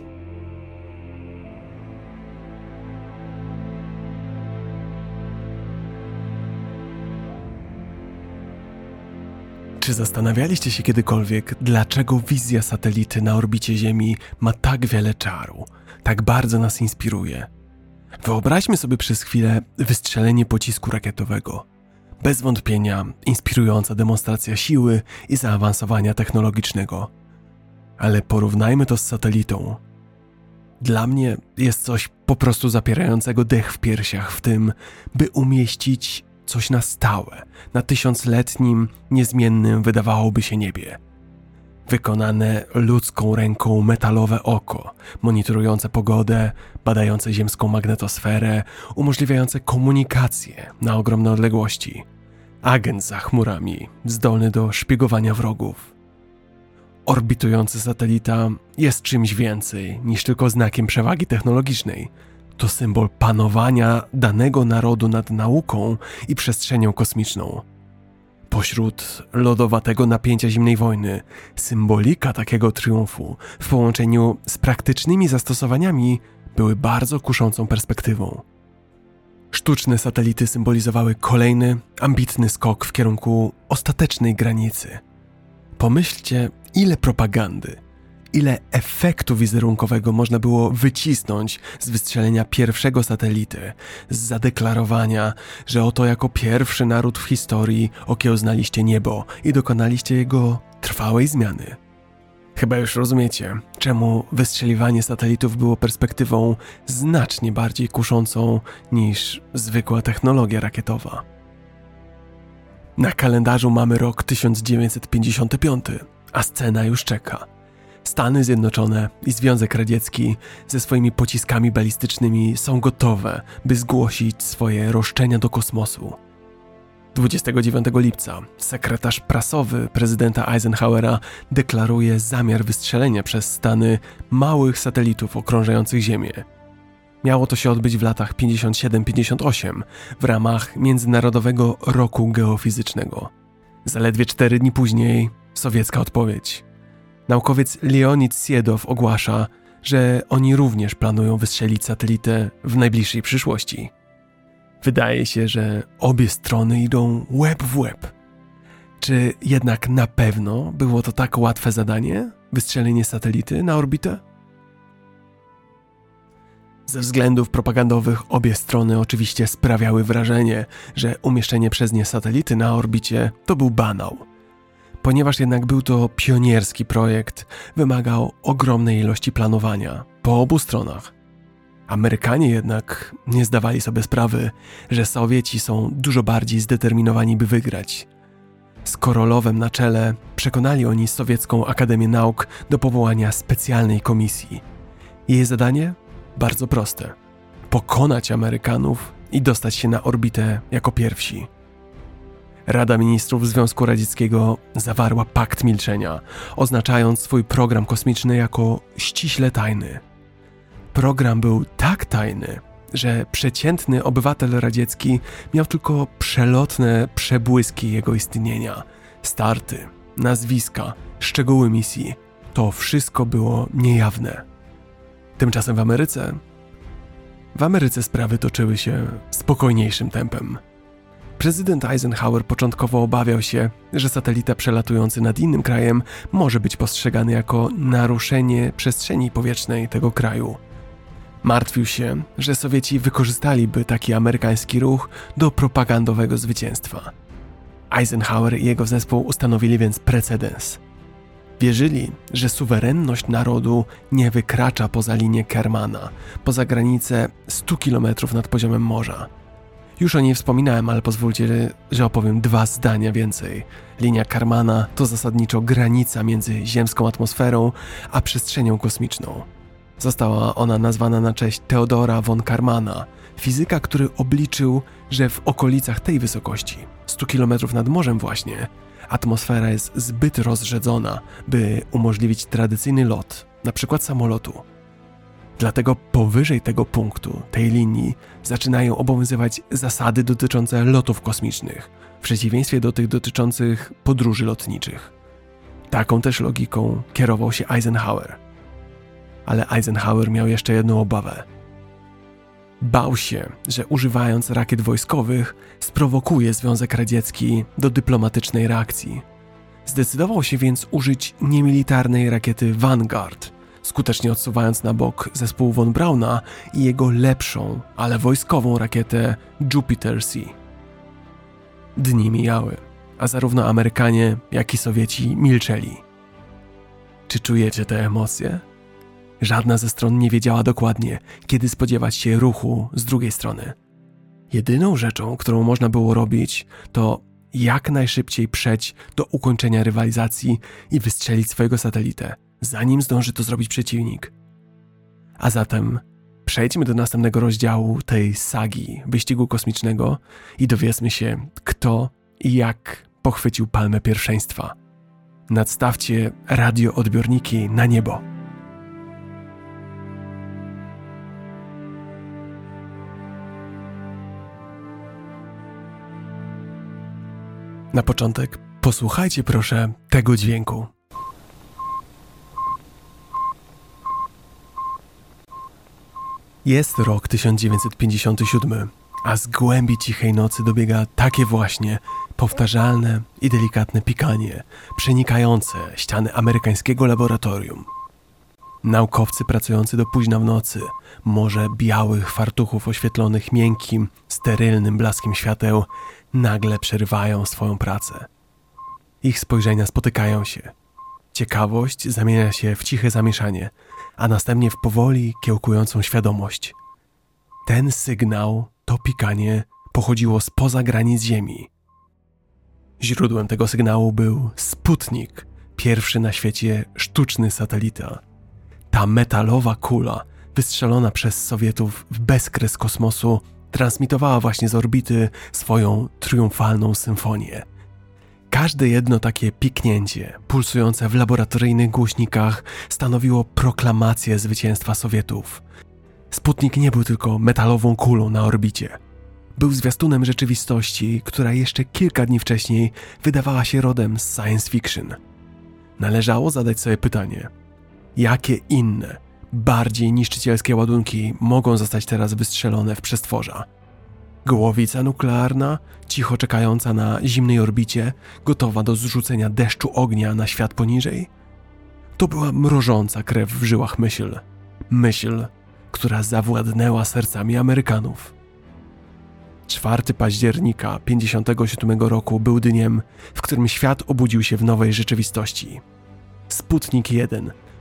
Czy zastanawialiście się kiedykolwiek, dlaczego wizja satelity na orbicie Ziemi ma tak wiele czaru, tak bardzo nas inspiruje? Wyobraźmy sobie przez chwilę wystrzelenie pocisku rakietowego. Bez wątpienia inspirująca demonstracja siły i zaawansowania technologicznego. Ale porównajmy to z satelitą. Dla mnie jest coś po prostu zapierającego dech w piersiach w tym, by umieścić coś na stałe, na tysiącletnim, niezmiennym wydawałoby się niebie. Wykonane ludzką ręką metalowe oko, monitorujące pogodę, badające ziemską magnetosferę, umożliwiające komunikację na ogromne odległości. Agent za chmurami, zdolny do szpiegowania wrogów. Orbitujący satelita jest czymś więcej niż tylko znakiem przewagi technologicznej. To symbol panowania danego narodu nad nauką i przestrzenią kosmiczną. Pośród lodowatego napięcia zimnej wojny, symbolika takiego triumfu w połączeniu z praktycznymi zastosowaniami były bardzo kuszącą perspektywą. Sztuczne satelity symbolizowały kolejny, ambitny skok w kierunku ostatecznej granicy. Pomyślcie, ile propagandy, ile efektu wizerunkowego można było wycisnąć z wystrzelenia pierwszego satelity, z zadeklarowania, że oto jako pierwszy naród w historii okiełznaliście niebo i dokonaliście jego trwałej zmiany. Chyba już rozumiecie, czemu wystrzeliwanie satelitów było perspektywą znacznie bardziej kuszącą niż zwykła technologia rakietowa. Na kalendarzu mamy rok tysiąc dziewięćset pięćdziesiąty piąty, a scena już czeka. Stany Zjednoczone i Związek Radziecki ze swoimi pociskami balistycznymi są gotowe, by zgłosić swoje roszczenia do kosmosu. dwudziestego dziewiątego lipca sekretarz prasowy prezydenta Eisenhowera deklaruje zamiar wystrzelenia przez Stany małych satelitów okrążających Ziemię. Miało to się odbyć w latach pięćdziesiąt siedem pięćdziesiąt osiem w ramach Międzynarodowego Roku Geofizycznego. Zaledwie cztery dni później sowiecka odpowiedź. Naukowiec Leonid Siedow ogłasza, że oni również planują wystrzelić satelitę w najbliższej przyszłości. Wydaje się, że obie strony idą łeb w łeb. Czy jednak na pewno było to tak łatwe zadanie? Wystrzelenie satelity na orbitę? Ze względów propagandowych obie strony oczywiście sprawiały wrażenie, że umieszczenie przez nie satelity na orbicie to był banał. Ponieważ jednak był to pionierski projekt, wymagał ogromnej ilości planowania po obu stronach. Amerykanie jednak nie zdawali sobie sprawy, że Sowieci są dużo bardziej zdeterminowani, by wygrać. Z Korolowem na czele przekonali oni Sowiecką Akademię Nauk do powołania specjalnej komisji. Jej zadanie? Bardzo proste. Pokonać Amerykanów i dostać się na orbitę jako pierwsi. Rada Ministrów Związku Radzieckiego zawarła pakt milczenia, oznaczając swój program kosmiczny jako ściśle tajny. Program był tak tajny, że przeciętny obywatel radziecki miał tylko przelotne przebłyski jego istnienia. Starty, nazwiska, szczegóły misji. To wszystko było niejawne. Tymczasem w Ameryce... W Ameryce sprawy toczyły się spokojniejszym tempem. Prezydent Eisenhower początkowo obawiał się, że satelita przelatujący nad innym krajem może być postrzegany jako naruszenie przestrzeni powietrznej tego kraju. Martwił się, że Sowieci wykorzystaliby taki amerykański ruch do propagandowego zwycięstwa. Eisenhower i jego zespół ustanowili więc precedens. Wierzyli, że suwerenność narodu nie wykracza poza linię Kärmana, poza granicę stu kilometrów nad poziomem morza. Już o niej wspominałem, ale pozwólcie, że opowiem dwa zdania więcej. Linia Kärmana to zasadniczo granica między ziemską atmosferą a przestrzenią kosmiczną. Została ona nazwana na cześć Theodora von Kármana, fizyka, który obliczył, że w okolicach tej wysokości, stu kilometrów nad morzem właśnie, atmosfera jest zbyt rozrzedzona, by umożliwić tradycyjny lot, na przykład samolotu. Dlatego powyżej tego punktu, tej linii, zaczynają obowiązywać zasady dotyczące lotów kosmicznych, w przeciwieństwie do tych dotyczących podróży lotniczych. Taką też logiką kierował się Eisenhower. Ale Eisenhower miał jeszcze jedną obawę. Bał się, że używając rakiet wojskowych sprowokuje Związek Radziecki do dyplomatycznej reakcji. Zdecydował się więc użyć niemilitarnej rakiety Vanguard, skutecznie odsuwając na bok zespół von Brauna i jego lepszą, ale wojskową rakietę Jupiter-C. Dni mijały, a zarówno Amerykanie, jak i Sowieci milczeli. Czy czujecie te emocje? Żadna ze stron nie wiedziała dokładnie, kiedy spodziewać się ruchu z drugiej strony. Jedyną rzeczą, którą można było robić, to jak najszybciej przejść do ukończenia rywalizacji i wystrzelić swojego satelitę, zanim zdąży to zrobić przeciwnik. A zatem przejdźmy do następnego rozdziału tej sagi wyścigu kosmicznego i dowiedzmy się, kto i jak pochwycił palmę pierwszeństwa. Nadstawcie radioodbiorniki na niebo. Na początek posłuchajcie proszę tego dźwięku. Jest rok tysiąc dziewięćset pięćdziesiąty siódmy, a z głębi cichej nocy dobiega takie właśnie powtarzalne i delikatne pikanie, przenikające ściany amerykańskiego laboratorium. Naukowcy pracujący do późna w nocy, morze białych fartuchów oświetlonych miękkim, sterylnym blaskiem świateł, nagle przerywają swoją pracę. Ich spojrzenia spotykają się. Ciekawość zamienia się w ciche zamieszanie, a następnie w powoli kiełkującą świadomość. Ten sygnał, to pikanie, pochodziło spoza granic Ziemi. Źródłem tego sygnału był Sputnik, pierwszy na świecie sztuczny satelita. Ta metalowa kula, wystrzelona przez Sowietów w bezkres kosmosu, transmitowała właśnie z orbity swoją triumfalną symfonię. Każde jedno takie piknięcie, pulsujące w laboratoryjnych głośnikach, stanowiło proklamację zwycięstwa Sowietów. Sputnik nie był tylko metalową kulą na orbicie. Był zwiastunem rzeczywistości, która jeszcze kilka dni wcześniej wydawała się rodem z science fiction. Należało zadać sobie pytanie, jakie inne, bardziej niszczycielskie ładunki mogą zostać teraz wystrzelone w przestworza? Głowica nuklearna, cicho czekająca na zimnej orbicie, gotowa do zrzucenia deszczu ognia na świat poniżej? To była mrożąca krew w żyłach myśl. Myśl, która zawładnęła sercami Amerykanów. czwartego października tysiąc dziewięćset pięćdziesiątego siódmego roku był dniem, w którym świat obudził się w nowej rzeczywistości. Sputnik jeden,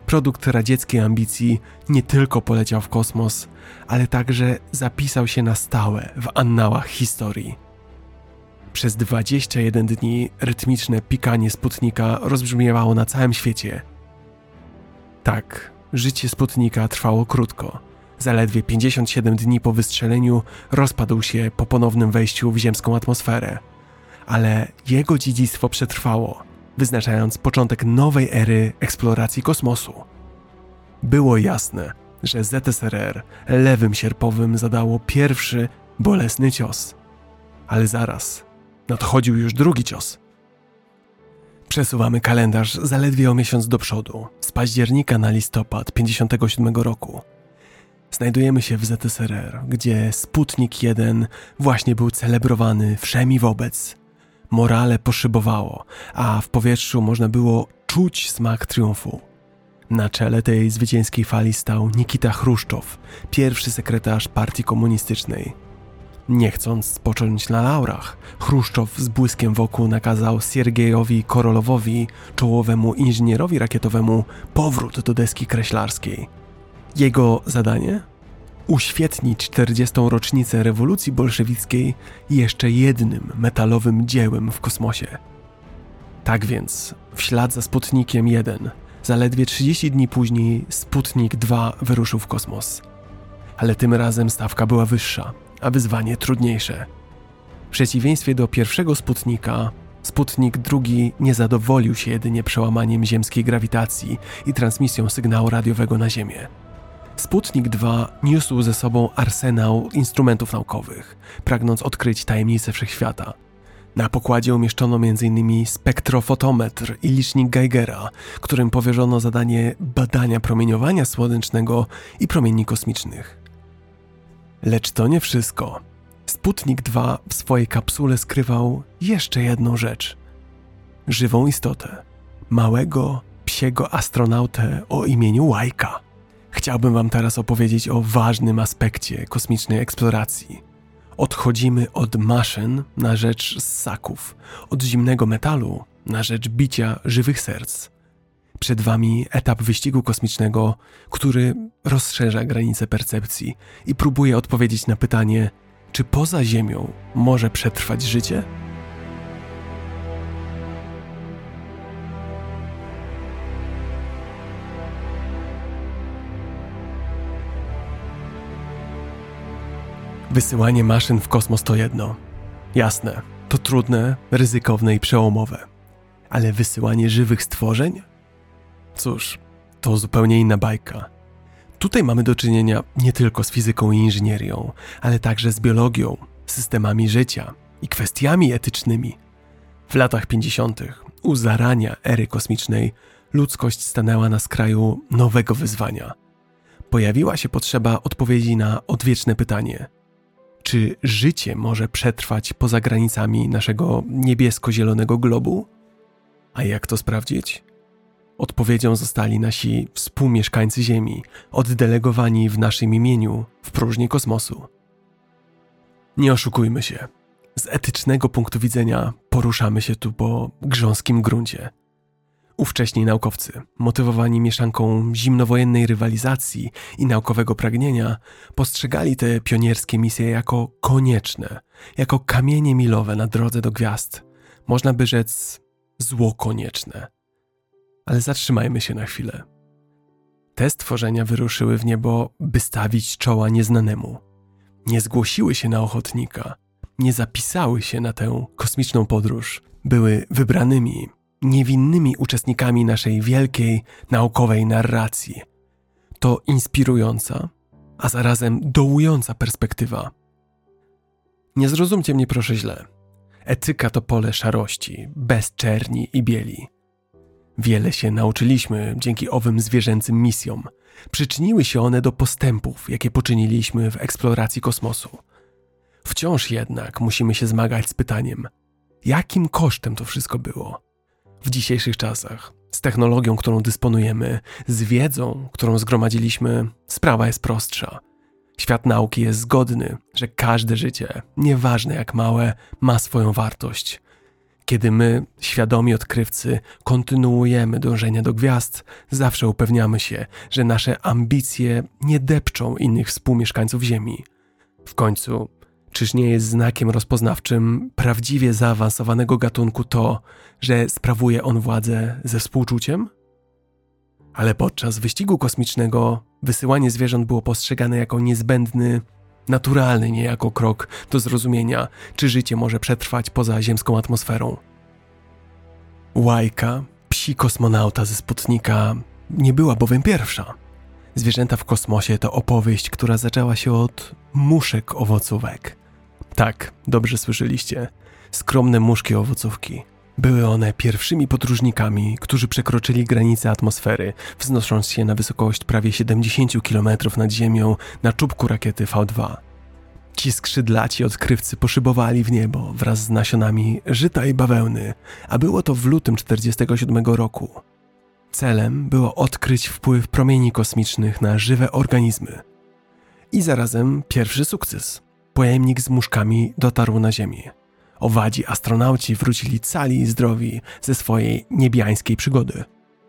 produkt radzieckiej ambicji, nie tylko poleciał w kosmos, ale także zapisał się na stałe w annałach historii. Przez dwadzieścia jeden dni rytmiczne pikanie Sputnika rozbrzmiewało na całym świecie. Tak, życie Sputnika trwało krótko. Zaledwie pięćdziesiąt siedem dni po wystrzeleniu rozpadł się po ponownym wejściu w ziemską atmosferę. Ale jego dziedzictwo przetrwało, wyznaczając początek nowej ery eksploracji kosmosu. Było jasne, że Z S R R lewym sierpowym zadało pierwszy, bolesny cios. Ale zaraz, nadchodził już drugi cios. Przesuwamy kalendarz zaledwie o miesiąc do przodu, z października na listopad pięćdziesiątego siódmego roku. Znajdujemy się w Z S R R, gdzie Sputnik jeden właśnie był celebrowany wszemi wobec. Morale poszybowało, a w powietrzu można było czuć smak triumfu. Na czele tej zwycięskiej fali stał Nikita Chruszczow, pierwszy sekretarz partii komunistycznej. Nie chcąc spocząć na laurach, Chruszczow z błyskiem wokół nakazał Siergiejowi Korolowowi, czołowemu inżynierowi rakietowemu, powrót do deski kreślarskiej. Jego zadanie? Uświetnić czterdziestą rocznicę rewolucji bolszewickiej jeszcze jednym metalowym dziełem w kosmosie. Tak więc, w ślad za Sputnikiem jeden, zaledwie trzydzieści dni później Sputnik dwa wyruszył w kosmos. Ale tym razem stawka była wyższa, a wyzwanie trudniejsze. W przeciwieństwie do pierwszego Sputnika, Sputnik drugi nie zadowolił się jedynie przełamaniem ziemskiej grawitacji i transmisją sygnału radiowego na Ziemię. Sputnik dwa niósł ze sobą arsenał instrumentów naukowych, pragnąc odkryć tajemnice wszechświata. Na pokładzie umieszczono między innymi spektrofotometr i licznik Geigera, którym powierzono zadanie badania promieniowania słonecznego i promieni kosmicznych. Lecz to nie wszystko. Sputnik dwa w swojej kapsule skrywał jeszcze jedną rzecz. Żywą istotę. Małego, psiego astronautę o imieniu Łajka. Chciałbym wam teraz opowiedzieć o ważnym aspekcie kosmicznej eksploracji. Odchodzimy od maszyn na rzecz ssaków, od zimnego metalu na rzecz bicia żywych serc. Przed wami etap wyścigu kosmicznego, który rozszerza granice percepcji i próbuje odpowiedzieć na pytanie, czy poza Ziemią może przetrwać życie? Wysyłanie maszyn w kosmos to jedno. Jasne, to trudne, ryzykowne i przełomowe. Ale wysyłanie żywych stworzeń? Cóż, to zupełnie inna bajka. Tutaj mamy do czynienia nie tylko z fizyką i inżynierią, ale także z biologią, systemami życia i kwestiami etycznymi. W latach pięćdziesiątych, u zarania ery kosmicznej, ludzkość stanęła na skraju nowego wyzwania. Pojawiła się potrzeba odpowiedzi na odwieczne pytanie: czy życie może przetrwać poza granicami naszego niebiesko-zielonego globu? A jak to sprawdzić? Odpowiedzią zostali nasi współmieszkańcy Ziemi, oddelegowani w naszym imieniu w próżnię kosmosu. Nie oszukujmy się. Z etycznego punktu widzenia poruszamy się tu po grząskim gruncie. Ówcześni naukowcy, motywowani mieszanką zimnowojennej rywalizacji i naukowego pragnienia, postrzegali te pionierskie misje jako konieczne, jako kamienie milowe na drodze do gwiazd. Można by rzec zło konieczne. Ale zatrzymajmy się na chwilę. Te stworzenia wyruszyły w niebo, by stawić czoła nieznanemu. Nie zgłosiły się na ochotnika, nie zapisały się na tę kosmiczną podróż. Były wybranymi, niewinnymi uczestnikami naszej wielkiej, naukowej narracji. To inspirująca, a zarazem dołująca perspektywa. Nie zrozumcie mnie proszę źle. Etyka to pole szarości, bez czerni i bieli. Wiele się nauczyliśmy dzięki owym zwierzęcym misjom. Przyczyniły się one do postępów, jakie poczyniliśmy w eksploracji kosmosu. Wciąż jednak musimy się zmagać z pytaniem, jakim kosztem to wszystko było? W dzisiejszych czasach, z technologią, którą dysponujemy, z wiedzą, którą zgromadziliśmy, sprawa jest prostsza. Świat nauki jest zgodny, że każde życie, nieważne jak małe, ma swoją wartość. Kiedy my, świadomi odkrywcy, kontynuujemy dążenie do gwiazd, zawsze upewniamy się, że nasze ambicje nie depczą innych współmieszkańców Ziemi. W końcu, czyż nie jest znakiem rozpoznawczym prawdziwie zaawansowanego gatunku to, że sprawuje on władzę ze współczuciem? Ale podczas wyścigu kosmicznego wysyłanie zwierząt było postrzegane jako niezbędny, naturalny niejako krok do zrozumienia, czy życie może przetrwać poza ziemską atmosferą. Łajka, psi kosmonauta ze Sputnika, nie była bowiem pierwsza. Zwierzęta w kosmosie to opowieść, która zaczęła się od muszek owocówek. Tak, dobrze słyszeliście. Skromne muszki owocówki. Były one pierwszymi podróżnikami, którzy przekroczyli granice atmosfery, wznosząc się na wysokość prawie siedemdziesiąt kilometrów nad ziemią na czubku rakiety V dwa. Ci skrzydlaci odkrywcy poszybowali w niebo wraz z nasionami żyta i bawełny, a było to w lutym czterdziestego siódmego roku. Celem było odkryć wpływ promieni kosmicznych na żywe organizmy. I zarazem pierwszy sukces. Pojemnik z muszkami dotarł na Ziemię. Owadzi astronauci wrócili cali i zdrowi ze swojej niebiańskiej przygody.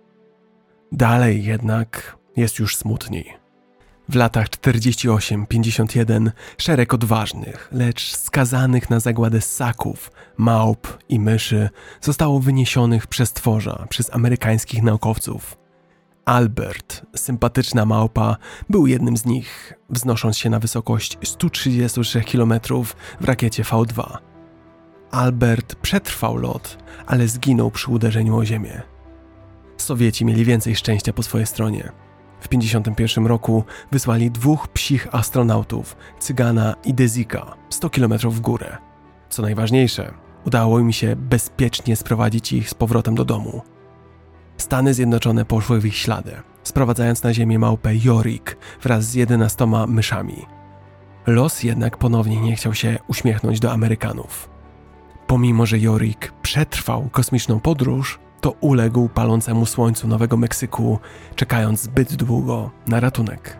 Dalej jednak jest już smutniej. W latach czterdziestym ósmym pięćdziesiąt jeden szereg odważnych, lecz skazanych na zagładę ssaków, małp i myszy zostało wyniesionych przez tworza przez amerykańskich naukowców. Albert, sympatyczna małpa, był jednym z nich, wznosząc się na wysokość sto trzydzieści trzy kilometrów w rakiecie V dwa. Albert przetrwał lot, ale zginął przy uderzeniu o ziemię. Sowieci mieli więcej szczęścia po swojej stronie. W pięćdziesiątym pierwszym roku wysłali dwóch psich astronautów, Cygana i Dezika, sto kilometrów w górę. Co najważniejsze, udało im się bezpiecznie sprowadzić ich z powrotem do domu. Stany Zjednoczone poszły w ich ślady, sprowadzając na ziemię małpę Jorik wraz z jedenastoma myszami. Los jednak ponownie nie chciał się uśmiechnąć do Amerykanów. Pomimo że Jorik przetrwał kosmiczną podróż, to uległ palącemu słońcu Nowego Meksyku, czekając zbyt długo na ratunek.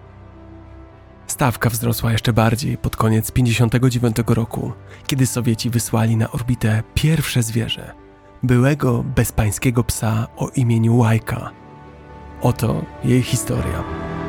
Stawka wzrosła jeszcze bardziej pod koniec pięćdziesiątego dziewiątego roku, kiedy Sowieci wysłali na orbitę pierwsze zwierzę, byłego bezpańskiego psa o imieniu Łajka. Oto jej historia.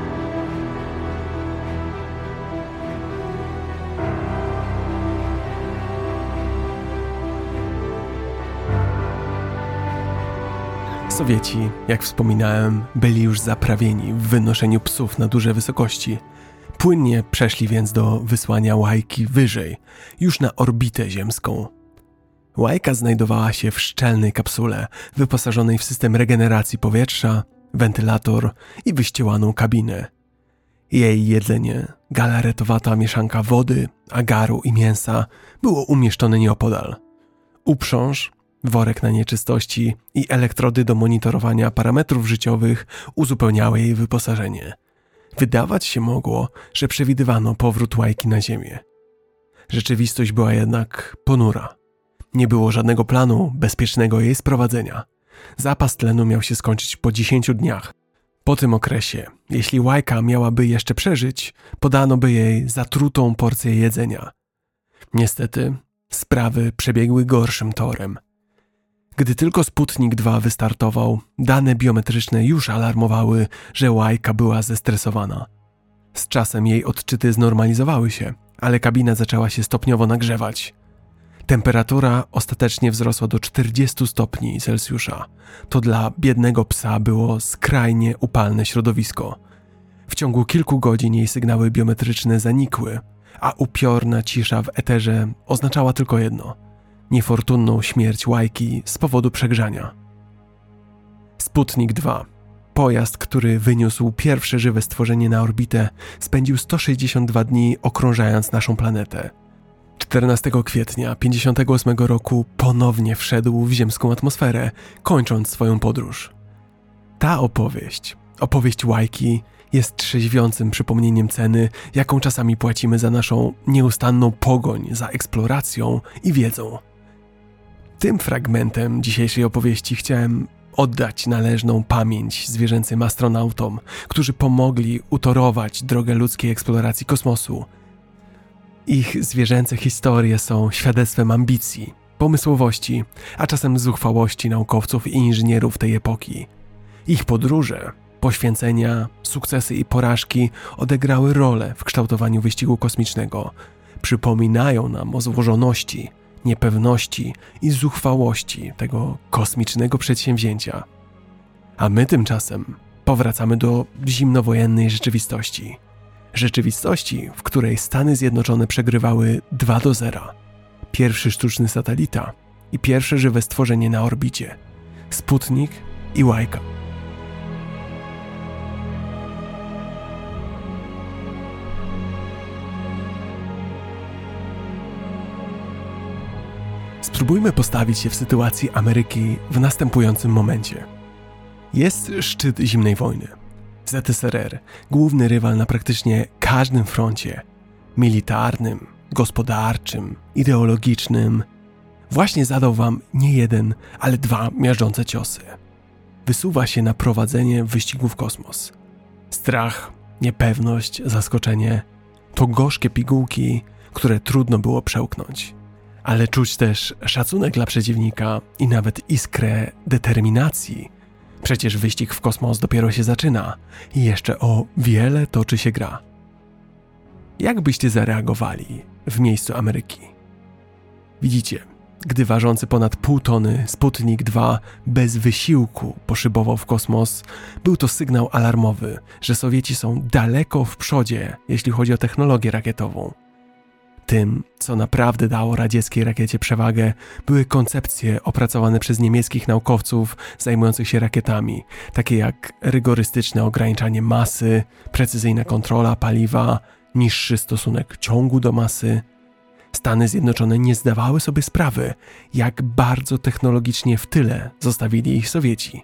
Sowieci, jak wspominałem, byli już zaprawieni w wynoszeniu psów na duże wysokości. Płynnie przeszli więc do wysłania Łajki wyżej, już na orbitę ziemską. Łajka znajdowała się w szczelnej kapsule, wyposażonej w system regeneracji powietrza, wentylator i wyścielaną kabinę. Jej jedzenie, galaretowata mieszanka wody, agaru i mięsa, było umieszczone nieopodal. Uprząż, worek na nieczystości i elektrody do monitorowania parametrów życiowych uzupełniały jej wyposażenie. Wydawać się mogło, że przewidywano powrót Łajki na Ziemię. Rzeczywistość była jednak ponura. Nie było żadnego planu bezpiecznego jej sprowadzenia. Zapas tlenu miał się skończyć po dziesięciu dniach. Po tym okresie, jeśli Łajka miałaby jeszcze przeżyć, podano by jej zatrutą porcję jedzenia. Niestety, sprawy przebiegły gorszym torem. Gdy tylko Sputnik dwa wystartował, dane biometryczne już alarmowały, że Łajka była zestresowana. Z czasem jej odczyty znormalizowały się, ale kabina zaczęła się stopniowo nagrzewać. Temperatura ostatecznie wzrosła do czterdziestu stopni Celsjusza. To dla biednego psa było skrajnie upalne środowisko. W ciągu kilku godzin jej sygnały biometryczne zanikły, a upiorna cisza w eterze oznaczała tylko jedno – niefortunną śmierć Łajki z powodu przegrzania. Sputnik dwa, pojazd, który wyniósł pierwsze żywe stworzenie na orbitę, spędził sto sześćdziesiąt dwa dni okrążając naszą planetę. czternastego kwietnia pięćdziesiątego ósmego roku ponownie wszedł w ziemską atmosferę, kończąc swoją podróż. Ta opowieść, opowieść Łajki, jest trzeźwiącym przypomnieniem ceny, jaką czasami płacimy za naszą nieustanną pogoń za eksploracją i wiedzą. Tym fragmentem dzisiejszej opowieści chciałem oddać należną pamięć zwierzęcym astronautom, którzy pomogli utorować drogę ludzkiej eksploracji kosmosu. Ich zwierzęce historie są świadectwem ambicji, pomysłowości, a czasem zuchwałości naukowców i inżynierów tej epoki. Ich podróże, poświęcenia, sukcesy i porażki odegrały rolę w kształtowaniu wyścigu kosmicznego. Przypominają nam o złożoności, niepewności i zuchwałości tego kosmicznego przedsięwzięcia. A my tymczasem powracamy do zimnowojennej rzeczywistości. Rzeczywistości, w której Stany Zjednoczone przegrywały dwa do zera. Pierwszy sztuczny satelita i pierwsze żywe stworzenie na orbicie. Sputnik i Łajka. Spróbujmy postawić się w sytuacji Ameryki w następującym momencie. Jest szczyt zimnej wojny. Z S R R, główny rywal na praktycznie każdym froncie, militarnym, gospodarczym, ideologicznym, właśnie zadał wam nie jeden, ale dwa miażdżące ciosy. Wysuwa się na prowadzenie wyścigu w kosmos. Strach, niepewność, zaskoczenie to gorzkie pigułki, które trudno było przełknąć. Ale czuć też szacunek dla przeciwnika i nawet iskrę determinacji. Przecież wyścig w kosmos dopiero się zaczyna i jeszcze o wiele toczy się gra. Jak byście zareagowali w miejscu Ameryki? Widzicie, gdy ważący ponad pół tony Sputnik dwa bez wysiłku poszybował w kosmos, był to sygnał alarmowy, że Sowieci są daleko w przodzie, jeśli chodzi o technologię rakietową. Tym, co naprawdę dało radzieckiej rakiecie przewagę, były koncepcje opracowane przez niemieckich naukowców zajmujących się rakietami, takie jak rygorystyczne ograniczanie masy, precyzyjna kontrola paliwa, niższy stosunek ciągu do masy. Stany Zjednoczone nie zdawały sobie sprawy, jak bardzo technologicznie w tyle zostawili ich Sowieci.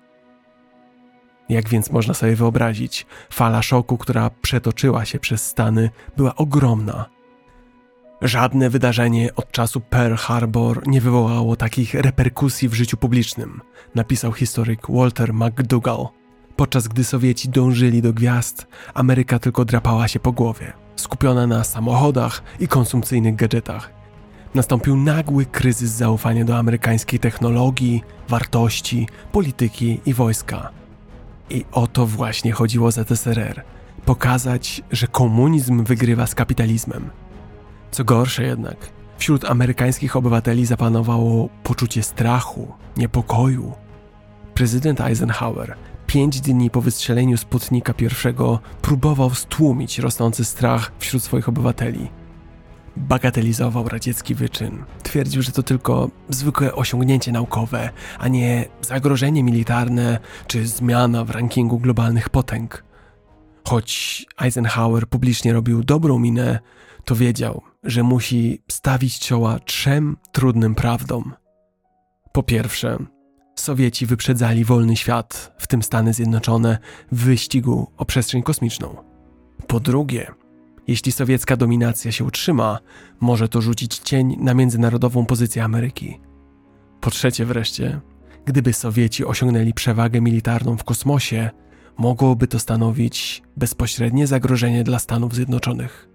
Jak więc można sobie wyobrazić, fala szoku, która przetoczyła się przez Stany, była ogromna. Żadne wydarzenie od czasu Pearl Harbor nie wywołało takich reperkusji w życiu publicznym, napisał historyk Walter McDougall. Podczas gdy Sowieci dążyli do gwiazd, Ameryka tylko drapała się po głowie, skupiona na samochodach i konsumpcyjnych gadżetach. Nastąpił nagły kryzys zaufania do amerykańskiej technologii, wartości, polityki i wojska. I o to właśnie chodziło z S R R. Pokazać, że komunizm wygrywa z kapitalizmem. Co gorsze jednak, wśród amerykańskich obywateli zapanowało poczucie strachu, niepokoju. Prezydent Eisenhower pięć dni po wystrzeleniu Sputnika pierwszego próbował stłumić rosnący strach wśród swoich obywateli. Bagatelizował radziecki wyczyn. Twierdził, że to tylko zwykłe osiągnięcie naukowe, a nie zagrożenie militarne czy zmiana w rankingu globalnych potęg. Choć Eisenhower publicznie robił dobrą minę, to wiedział, że musi stawić czoła trzem trudnym prawdom. Po pierwsze, Sowieci wyprzedzali wolny świat, w tym Stany Zjednoczone, w wyścigu o przestrzeń kosmiczną. Po drugie, jeśli sowiecka dominacja się utrzyma, może to rzucić cień na międzynarodową pozycję Ameryki. Po trzecie wreszcie, gdyby Sowieci osiągnęli przewagę militarną w kosmosie, mogłoby to stanowić bezpośrednie zagrożenie dla Stanów Zjednoczonych.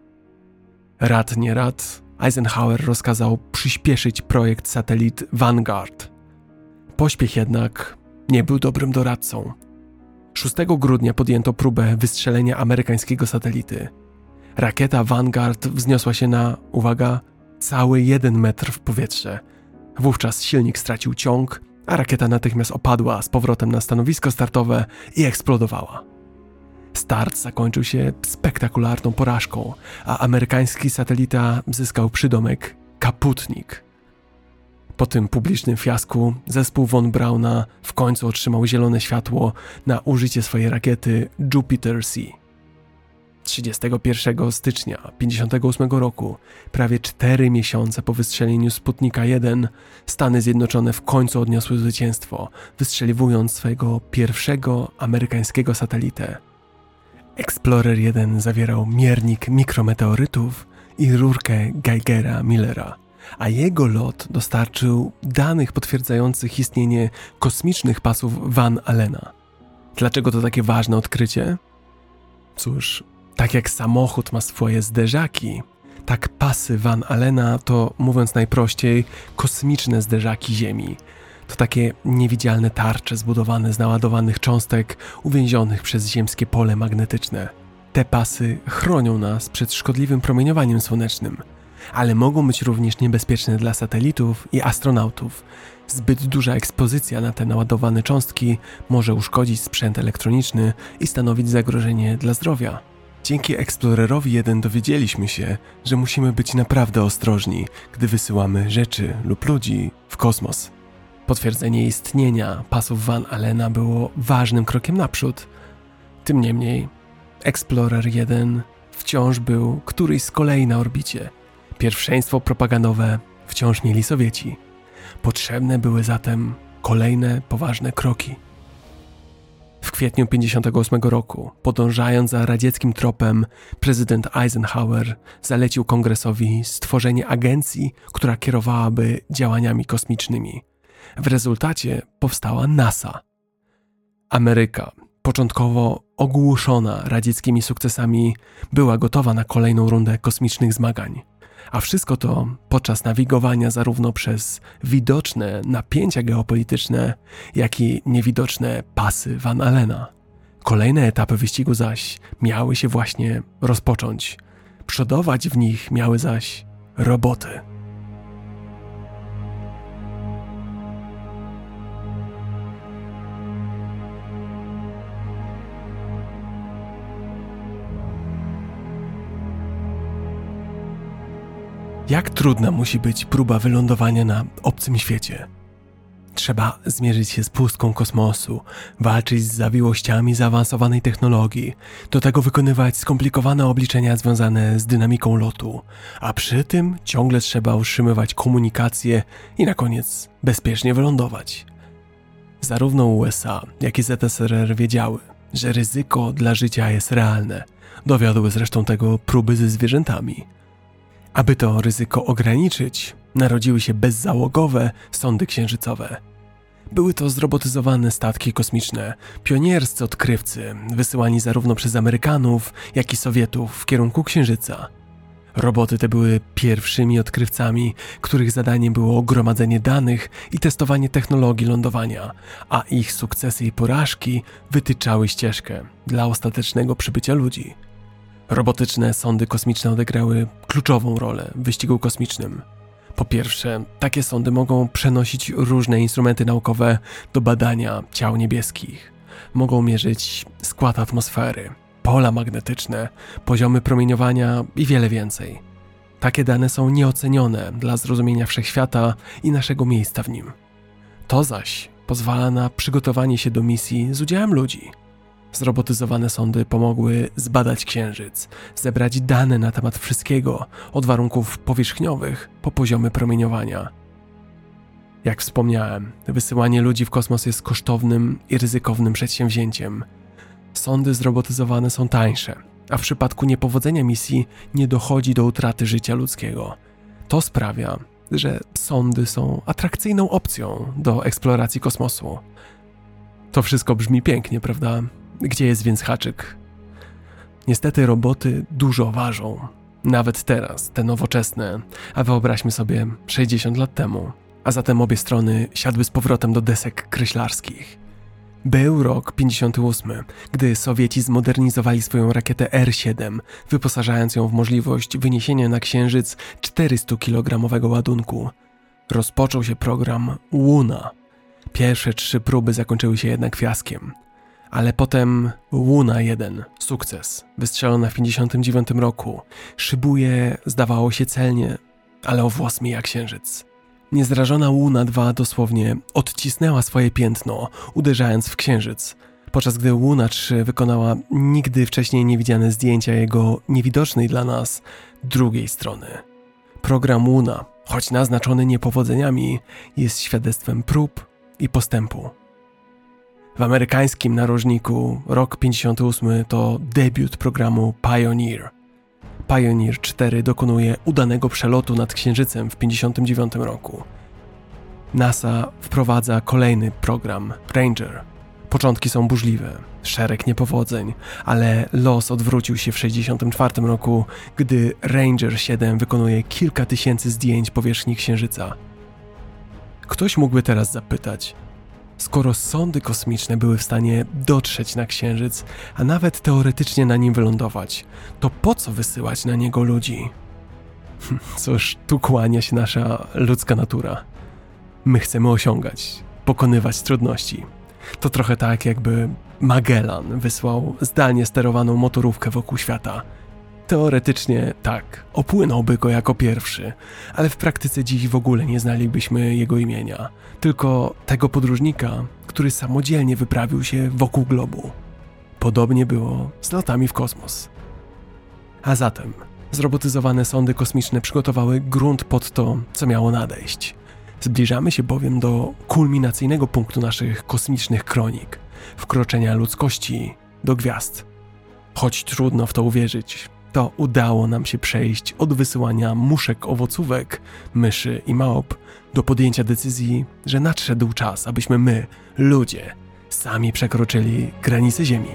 Rad nie rad, Eisenhower rozkazał przyspieszyć projekt satelit Vanguard. Pośpiech jednak nie był dobrym doradcą. szóstego grudnia podjęto próbę wystrzelenia amerykańskiego satelity. Rakieta Vanguard wzniosła się na, uwaga, cały jeden metr w powietrze. Wówczas silnik stracił ciąg, a rakieta natychmiast opadła z powrotem na stanowisko startowe i eksplodowała. Start zakończył się spektakularną porażką, a amerykański satelita zyskał przydomek Kaputnik. Po tym publicznym fiasku zespół von Brauna w końcu otrzymał zielone światło na użycie swojej rakiety Jupiter-C. trzydziestego pierwszego stycznia tysiąc dziewięćset pięćdziesiątego ósmego roku, prawie cztery miesiące po wystrzeleniu Sputnika jeden, Stany Zjednoczone w końcu odniosły zwycięstwo, wystrzeliwując swojego pierwszego amerykańskiego satelitę. Explorer jeden zawierał miernik mikrometeorytów i rurkę Geigera-Millera, a jego lot dostarczył danych potwierdzających istnienie kosmicznych pasów Van Allena. Dlaczego to takie ważne odkrycie? Cóż, tak jak samochód ma swoje zderzaki, Tak, pasy Van Allena to, mówiąc najprościej, kosmiczne zderzaki Ziemi. To takie niewidzialne tarcze zbudowane z naładowanych cząstek uwięzionych przez ziemskie pole magnetyczne. Te pasy chronią nas przed szkodliwym promieniowaniem słonecznym, ale mogą być również niebezpieczne dla satelitów i astronautów. Zbyt duża ekspozycja na te naładowane cząstki może uszkodzić sprzęt elektroniczny i stanowić zagrożenie dla zdrowia. Dzięki Explorerowi jeden dowiedzieliśmy się, że musimy być naprawdę ostrożni, gdy wysyłamy rzeczy lub ludzi w kosmos. Potwierdzenie istnienia pasów Van Allena było ważnym krokiem naprzód. Tym niemniej Explorer jeden wciąż był któryś z kolei na orbicie. Pierwszeństwo propagandowe wciąż mieli Sowieci. Potrzebne były zatem kolejne poważne kroki. W kwietniu pięćdziesiątego ósmego roku, podążając za radzieckim tropem, prezydent Eisenhower zalecił Kongresowi stworzenie agencji, która kierowałaby działaniami kosmicznymi. W rezultacie powstała NASA. Ameryka, początkowo ogłuszona radzieckimi sukcesami, była gotowa na kolejną rundę kosmicznych zmagań. A wszystko to podczas nawigowania zarówno przez widoczne napięcia geopolityczne, jak i niewidoczne pasy Van Allena. Kolejne etapy wyścigu zaś miały się właśnie rozpocząć. Przodować w nich miały zaś roboty. Jak trudna musi być próba wylądowania na obcym świecie? Trzeba zmierzyć się z pustką kosmosu, walczyć z zawiłościami zaawansowanej technologii, do tego wykonywać skomplikowane obliczenia związane z dynamiką lotu, a przy tym ciągle trzeba utrzymywać komunikację i na koniec bezpiecznie wylądować. Zarówno U S A, jak i Z S R R wiedziały, że ryzyko dla życia jest realne. Dowiodły zresztą tego próby ze zwierzętami. Aby to ryzyko ograniczyć, narodziły się bezzałogowe sondy księżycowe. Były to zrobotyzowane statki kosmiczne, pionierscy odkrywcy, wysyłani zarówno przez Amerykanów, jak i Sowietów w kierunku Księżyca. Roboty te były pierwszymi odkrywcami, których zadaniem było gromadzenie danych i testowanie technologii lądowania, a ich sukcesy i porażki wytyczały ścieżkę dla ostatecznego przybycia ludzi. Robotyczne sondy kosmiczne odegrały kluczową rolę w wyścigu kosmicznym. Po pierwsze, takie sondy mogą przenosić różne instrumenty naukowe do badania ciał niebieskich. Mogą mierzyć skład atmosfery, pola magnetyczne, poziomy promieniowania i wiele więcej. Takie dane są nieocenione dla zrozumienia wszechświata i naszego miejsca w nim. To zaś pozwala na przygotowanie się do misji z udziałem ludzi. Zrobotyzowane sondy pomogły zbadać Księżyc, zebrać dane na temat wszystkiego, od warunków powierzchniowych po poziomy promieniowania. Jak wspomniałem, wysyłanie ludzi w kosmos jest kosztownym i ryzykownym przedsięwzięciem. Sondy zrobotyzowane są tańsze, a w przypadku niepowodzenia misji nie dochodzi do utraty życia ludzkiego. To sprawia, że sondy są atrakcyjną opcją do eksploracji kosmosu. To wszystko brzmi pięknie, prawda? Gdzie jest więc haczyk? Niestety roboty dużo ważą. Nawet teraz, te nowoczesne, a wyobraźmy sobie sześćdziesiąt lat temu. A zatem obie strony siadły z powrotem do desek kreślarskich. Był rok pięćdziesiąty ósmy, gdy Sowieci zmodernizowali swoją rakietę R siedem, wyposażając ją w możliwość wyniesienia na Księżyc czterystokilogramowego ładunku. Rozpoczął się program Łuna. Pierwsze trzy próby zakończyły się jednak fiaskiem. Ale potem Łuna jeden, sukces, wystrzelona w pięćdziesiątym dziewiątym roku, szybuje, zdawało się celnie, ale o włos mija Księżyc. Niezrażona Łuna dwa dosłownie odcisnęła swoje piętno, uderzając w Księżyc, podczas gdy Łuna trzy wykonała nigdy wcześniej niewidziane zdjęcia jego niewidocznej dla nas drugiej strony. Program Łuna, choć naznaczony niepowodzeniami, jest świadectwem prób i postępu. W amerykańskim narożniku rok pięćdziesiąty ósmy to debiut programu Pioneer. Pioneer cztery dokonuje udanego przelotu nad Księżycem w pięćdziesiątym dziewiątym roku. NASA wprowadza kolejny program Ranger. Początki są burzliwe, szereg niepowodzeń, ale los odwrócił się w sześćdziesiątym czwartym roku, gdy Ranger siedem wykonuje kilka tysięcy zdjęć powierzchni Księżyca. Ktoś mógłby teraz zapytać, skoro sondy kosmiczne były w stanie dotrzeć na Księżyc, a nawet teoretycznie na nim wylądować, to po co wysyłać na niego ludzi? Cóż, tu kłania się nasza ludzka natura. My chcemy osiągać, pokonywać trudności. To trochę tak, jakby Magellan wysłał zdalnie sterowaną motorówkę wokół świata. Teoretycznie tak, opłynąłby go jako pierwszy, ale w praktyce dziś w ogóle nie znalibyśmy jego imienia, tylko tego podróżnika, który samodzielnie wyprawił się wokół globu. Podobnie było z lotami w kosmos. A zatem zrobotyzowane sondy kosmiczne przygotowały grunt pod to, co miało nadejść. Zbliżamy się bowiem do kulminacyjnego punktu naszych kosmicznych kronik, wkroczenia ludzkości do gwiazd. Choć trudno w to uwierzyć, to udało nam się przejść od wysyłania muszek owocówek, myszy i małp do podjęcia decyzji, że nadszedł czas, abyśmy my, ludzie, sami przekroczyli granice Ziemi.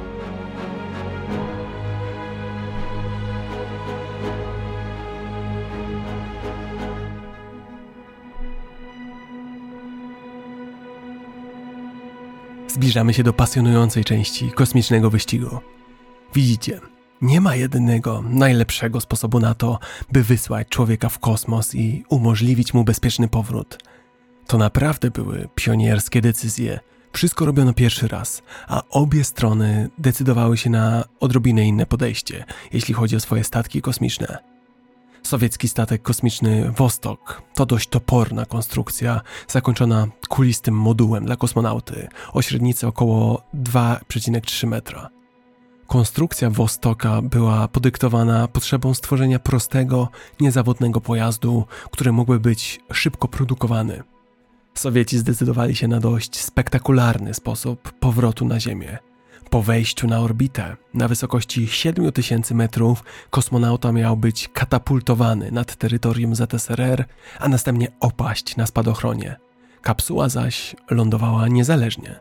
Zbliżamy się do pasjonującej części kosmicznego wyścigu. Widzicie, nie ma jedynego, najlepszego sposobu na to, by wysłać człowieka w kosmos i umożliwić mu bezpieczny powrót. To naprawdę były pionierskie decyzje. Wszystko robiono pierwszy raz, a obie strony decydowały się na odrobinę inne podejście, jeśli chodzi o swoje statki kosmiczne. Sowiecki statek kosmiczny Wostok to dość toporna konstrukcja, zakończona kulistym modułem dla kosmonauty o średnicy około dwa przecinek trzy metra. Konstrukcja Wostoka była podyktowana potrzebą stworzenia prostego, niezawodnego pojazdu, który mógłby być szybko produkowany. Sowieci zdecydowali się na dość spektakularny sposób powrotu na Ziemię. Po wejściu na orbitę na wysokości siedmiu tysięcy metrów kosmonauta miał być katapultowany nad terytorium Z S R R, a następnie opaść na spadochronie. Kapsuła zaś lądowała niezależnie.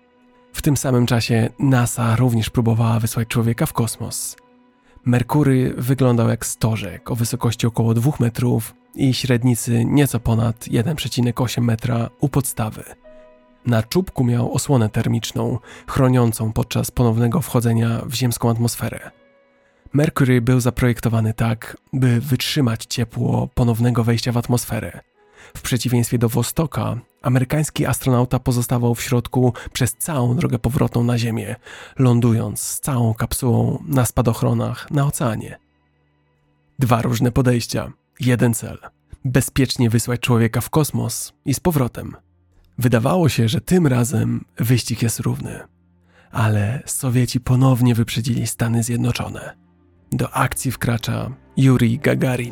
W tym samym czasie NASA również próbowała wysłać człowieka w kosmos. Merkury wyglądał jak stożek o wysokości około dwóch metrów i średnicy nieco ponad jeden przecinek osiem metra u podstawy. Na czubku miał osłonę termiczną, chroniącą podczas ponownego wchodzenia w ziemską atmosferę. Mercury był zaprojektowany tak, by wytrzymać ciepło ponownego wejścia w atmosferę. W przeciwieństwie do Wostoka, amerykański astronauta pozostawał w środku przez całą drogę powrotną na Ziemię, lądując z całą kapsułą na spadochronach na oceanie. Dwa różne podejścia, jeden cel – bezpiecznie wysłać człowieka w kosmos i z powrotem. Wydawało się, że tym razem wyścig jest równy, ale Sowieci ponownie wyprzedzili Stany Zjednoczone. Do akcji wkracza Jurij Gagarin.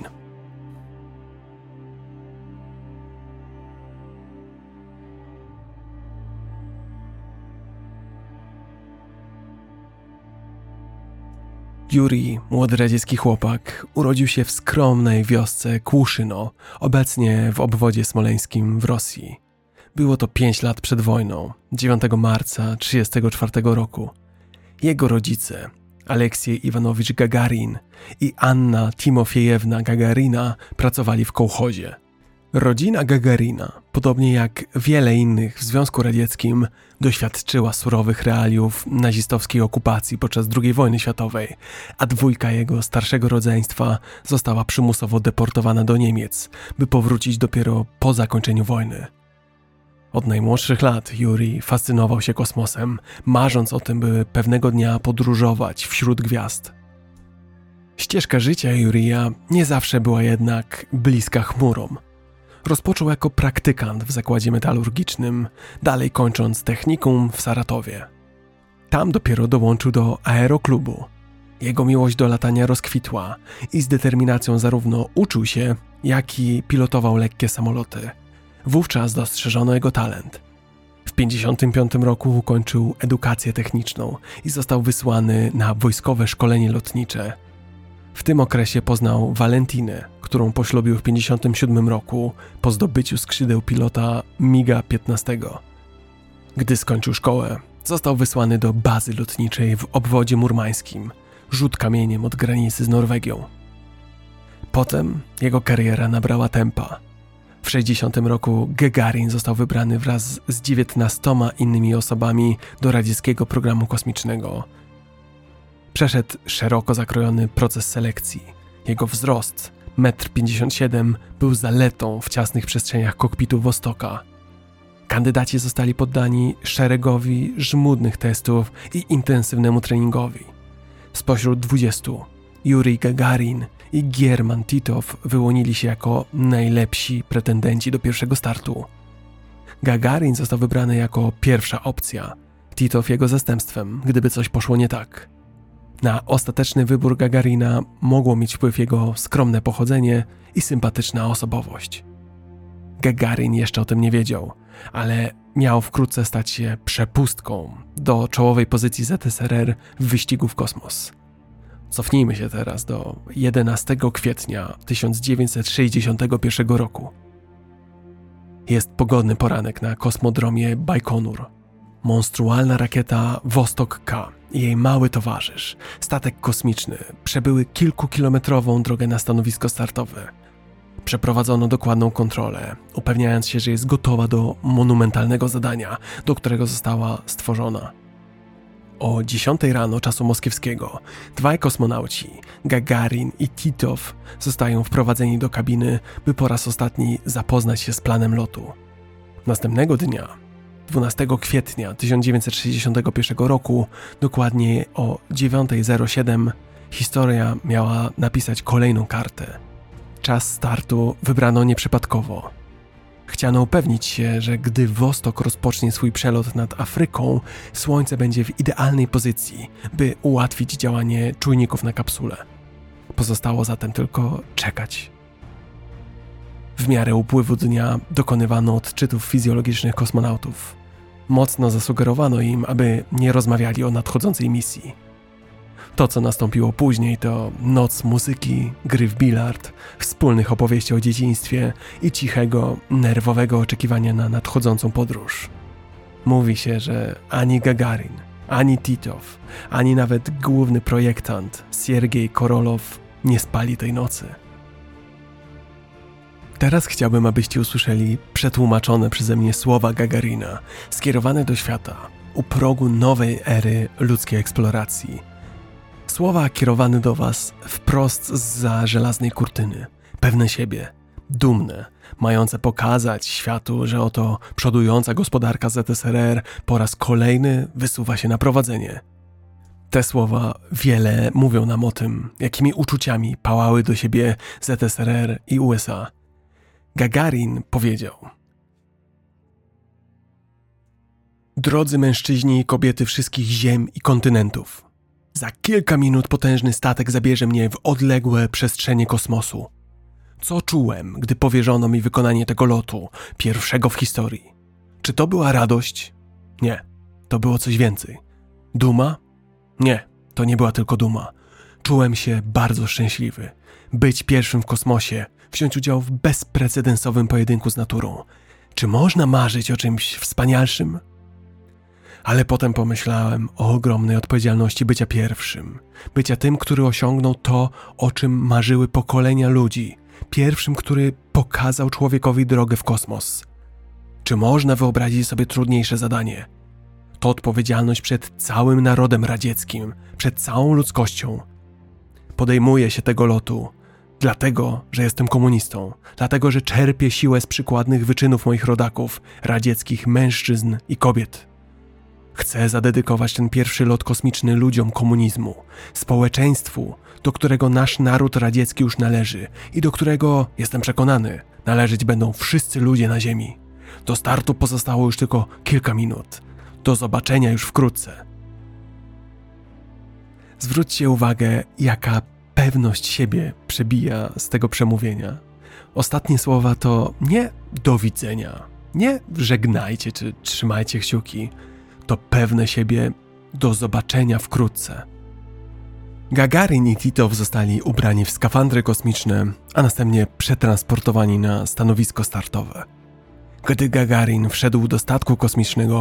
Jurij, młody radziecki chłopak, urodził się w skromnej wiosce Kłuszyno, obecnie w obwodzie smoleńskim w Rosji. Było to pięć lat przed wojną, dziewiątego marca tysiąc dziewięćset trzydziestego czwartego roku. Jego rodzice, Aleksiej Iwanowicz Gagarin i Anna Timofiejewna Gagarina, pracowali w kołchozie. Rodzina Gagarina, podobnie jak wiele innych w Związku Radzieckim, doświadczyła surowych realiów nazistowskiej okupacji podczas drugiej wojny światowej, a dwójka jego starszego rodzeństwa została przymusowo deportowana do Niemiec, by powrócić dopiero po zakończeniu wojny. Od najmłodszych lat Jurij fascynował się kosmosem, marząc o tym, by pewnego dnia podróżować wśród gwiazd. Ścieżka życia Jurija nie zawsze była jednak bliska chmurom. Rozpoczął jako praktykant w zakładzie metalurgicznym, dalej kończąc technikum w Saratowie. Tam dopiero dołączył do aeroklubu. Jego miłość do latania rozkwitła i z determinacją zarówno uczył się, jak i pilotował lekkie samoloty. Wówczas dostrzeżono jego talent. W pięćdziesiątym piątym roku ukończył edukację techniczną i został wysłany na wojskowe szkolenie lotnicze. W tym okresie poznał Walentinę, którą poślubił w pięćdziesiątym siódmym roku po zdobyciu skrzydeł pilota miga piętnaście. Gdy skończył szkołę, został wysłany do bazy lotniczej w obwodzie murmańskim, rzut kamieniem od granicy z Norwegią. Potem jego kariera nabrała tempa. W sześćdziesiątym roku Gagarin został wybrany wraz z dziewiętnastoma innymi osobami do radzieckiego programu kosmicznego. Przeszedł szeroko zakrojony proces selekcji. Jego wzrost, metr pięćdziesiąt siedem, był zaletą w ciasnych przestrzeniach kokpitu Wostoka. Kandydaci zostali poddani szeregowi żmudnych testów i intensywnemu treningowi. Spośród dwudziestu Jurij Gagarin i Gierman Titow wyłonili się jako najlepsi pretendenci do pierwszego startu. Gagarin został wybrany jako pierwsza opcja, Titow jego zastępstwem, gdyby coś poszło nie tak. Na ostateczny wybór Gagarina mogło mieć wpływ jego skromne pochodzenie i sympatyczna osobowość. Gagarin jeszcze o tym nie wiedział, ale miał wkrótce stać się przepustką do czołowej pozycji Z S R R w wyścigu w kosmos. Cofnijmy się teraz do jedenastego kwietnia tysiąc dziewięćset sześćdziesiątego pierwszego roku. Jest pogodny poranek na kosmodromie Bajkonur. Monstrualna rakieta Vostok K i jej mały towarzysz, statek kosmiczny, przebyły kilkukilometrową drogę na stanowisko startowe. Przeprowadzono dokładną kontrolę, upewniając się, że jest gotowa do monumentalnego zadania, do którego została stworzona. O dziesiątej rano czasu moskiewskiego dwaj kosmonauci, Gagarin i Titow, zostają wprowadzeni do kabiny, by po raz ostatni zapoznać się z planem lotu. Następnego dnia, dwunastego kwietnia tysiąc dziewięćset sześćdziesiątego pierwszego roku, dokładnie o dziewiąta zero siedem, historia miała napisać kolejną kartę. Czas startu wybrano nieprzypadkowo. Chciano upewnić się, że gdy Vostok rozpocznie swój przelot nad Afryką, Słońce będzie w idealnej pozycji, by ułatwić działanie czujników na kapsule. Pozostało zatem tylko czekać. W miarę upływu dnia dokonywano odczytów fizjologicznych kosmonautów. Mocno zasugerowano im, aby nie rozmawiali o nadchodzącej misji. To, co nastąpiło później, to noc muzyki, gry w bilard, wspólnych opowieści o dzieciństwie i cichego, nerwowego oczekiwania na nadchodzącą podróż. Mówi się, że ani Gagarin, ani Titow, ani nawet główny projektant Siergiej Korolow nie spali tej nocy. Teraz chciałbym, abyście usłyszeli przetłumaczone przeze mnie słowa Gagarina, skierowane do świata, u progu nowej ery ludzkiej eksploracji. Słowa kierowane do was wprost zza żelaznej kurtyny, pewne siebie, dumne, mające pokazać światu, że oto przodująca gospodarka Z S R R po raz kolejny wysuwa się na prowadzenie. Te słowa wiele mówią nam o tym, jakimi uczuciami pałały do siebie Z S R R i U S A. Gagarin powiedział: Drodzy mężczyźni i kobiety wszystkich ziem i kontynentów, za kilka minut potężny statek zabierze mnie w odległe przestrzenie kosmosu. Co czułem, gdy powierzono mi wykonanie tego lotu, pierwszego w historii? Czy to była radość? Nie, to było coś więcej. Duma? Nie, to nie była tylko duma. Czułem się bardzo szczęśliwy. Być pierwszym w kosmosie, wziąć udział w bezprecedensowym pojedynku z naturą. Czy można marzyć o czymś wspanialszym? Ale potem pomyślałem o ogromnej odpowiedzialności bycia pierwszym. Bycia tym, który osiągnął to, o czym marzyły pokolenia ludzi. Pierwszym, który pokazał człowiekowi drogę w kosmos. Czy można wyobrazić sobie trudniejsze zadanie? To odpowiedzialność przed całym narodem radzieckim, przed całą ludzkością. Podejmuję się tego lotu, dlatego, że jestem komunistą, dlatego, że czerpię siłę z przykładnych wyczynów moich rodaków, radzieckich mężczyzn i kobiet. Chcę zadedykować ten pierwszy lot kosmiczny ludziom komunizmu, społeczeństwu, do którego nasz naród radziecki już należy i do którego, jestem przekonany, należeć będą wszyscy ludzie na ziemi. Do startu pozostało już tylko kilka minut. Do zobaczenia już wkrótce. Zwróćcie uwagę, jaka pewność siebie przebija z tego przemówienia. Ostatnie słowa to nie do widzenia, nie żegnajcie czy trzymajcie kciuki. To pewne siebie do zobaczenia wkrótce. Gagarin i Titow zostali ubrani w skafandry kosmiczne, a następnie przetransportowani na stanowisko startowe. Gdy Gagarin wszedł do statku kosmicznego,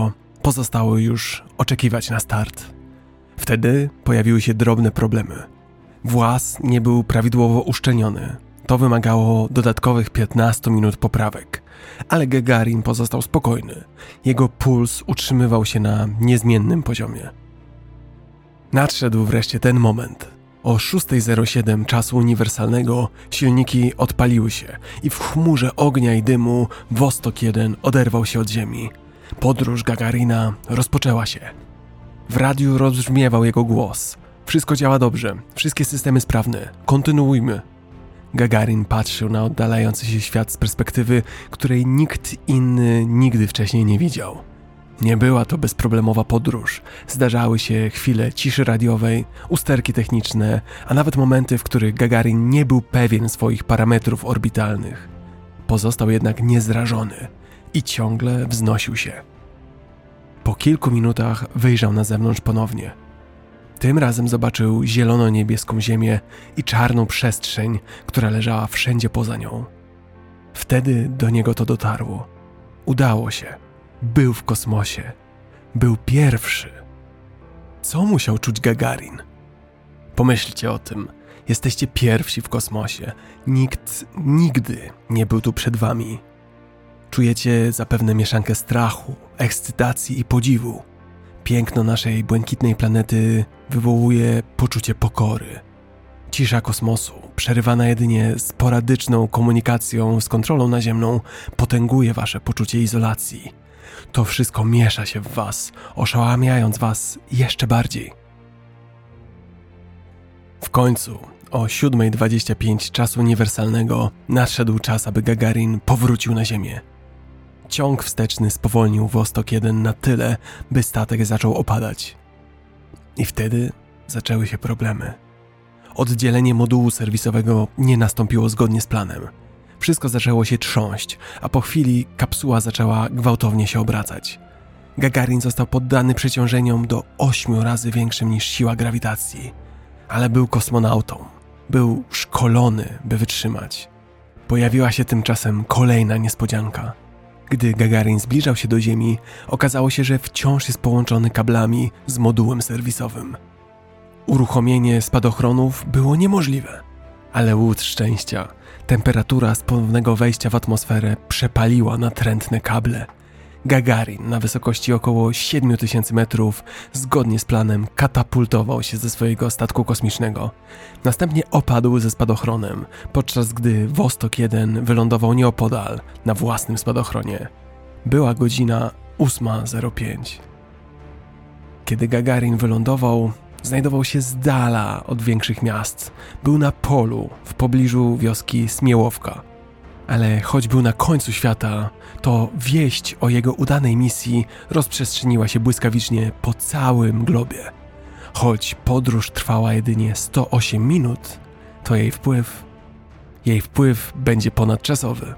pozostało już oczekiwać na start. Wtedy pojawiły się drobne problemy. Właz nie był prawidłowo uszczelniony. To wymagało dodatkowych piętnastu minut poprawek, ale Gagarin pozostał spokojny. Jego puls utrzymywał się na niezmiennym poziomie. Nadszedł wreszcie ten moment. O szósta zero siedem czasu uniwersalnego silniki odpaliły się i w chmurze ognia i dymu Wostok jeden oderwał się od ziemi. Podróż Gagarina rozpoczęła się. W radiu rozbrzmiewał jego głos. Wszystko działa dobrze, wszystkie systemy sprawne, kontynuujmy. Gagarin patrzył na oddalający się świat z perspektywy, której nikt inny nigdy wcześniej nie widział. Nie była to bezproblemowa podróż. Zdarzały się chwile ciszy radiowej, usterki techniczne, a nawet momenty, w których Gagarin nie był pewien swoich parametrów orbitalnych. Pozostał jednak niezrażony i ciągle wznosił się. Po kilku minutach wyjrzał na zewnątrz ponownie. Tym razem zobaczył zielono-niebieską ziemię i czarną przestrzeń, która leżała wszędzie poza nią. Wtedy do niego to dotarło. Udało się. Był w kosmosie. Był pierwszy. Co musiał czuć Gagarin? Pomyślcie o tym. Jesteście pierwsi w kosmosie. Nikt nigdy nie był tu przed wami. Czujecie zapewne mieszankę strachu, ekscytacji i podziwu. Piękno naszej błękitnej planety wywołuje poczucie pokory. Cisza kosmosu, przerywana jedynie sporadyczną komunikacją z kontrolą naziemną, potęguje wasze poczucie izolacji. To wszystko miesza się w was, oszałamiając was jeszcze bardziej. W końcu, o siódma dwadzieścia pięć czasu uniwersalnego, nadszedł czas, aby Gagarin powrócił na Ziemię. Ciąg wsteczny spowolnił Wostok jeden na tyle, by statek zaczął opadać. I wtedy zaczęły się problemy. Oddzielenie modułu serwisowego nie nastąpiło zgodnie z planem. Wszystko zaczęło się trząść, a po chwili kapsuła zaczęła gwałtownie się obracać. Gagarin został poddany przeciążeniom do ośmiu razy większym niż siła grawitacji. Ale był kosmonautą. Był szkolony, by wytrzymać. Pojawiła się tymczasem kolejna niespodzianka. Gdy Gagarin zbliżał się do Ziemi, okazało się, że wciąż jest połączony kablami z modułem serwisowym. Uruchomienie spadochronów było niemożliwe, ale łód szczęścia, temperatura z ponownego wejścia w atmosferę przepaliła natrętne kable. Gagarin na wysokości około siedmiu tysięcy metrów zgodnie z planem katapultował się ze swojego statku kosmicznego. Następnie opadł ze spadochronem, podczas gdy Wostok jeden wylądował nieopodal na własnym spadochronie. Była godzina ósma zero pięć. Kiedy Gagarin wylądował, znajdował się z dala od większych miast. Był na polu w pobliżu wioski Smiełowka. Ale choć był na końcu świata, to wieść o jego udanej misji rozprzestrzeniła się błyskawicznie po całym globie. Choć podróż trwała jedynie sto osiem minut, to jej wpływ, jej wpływ będzie ponadczasowy.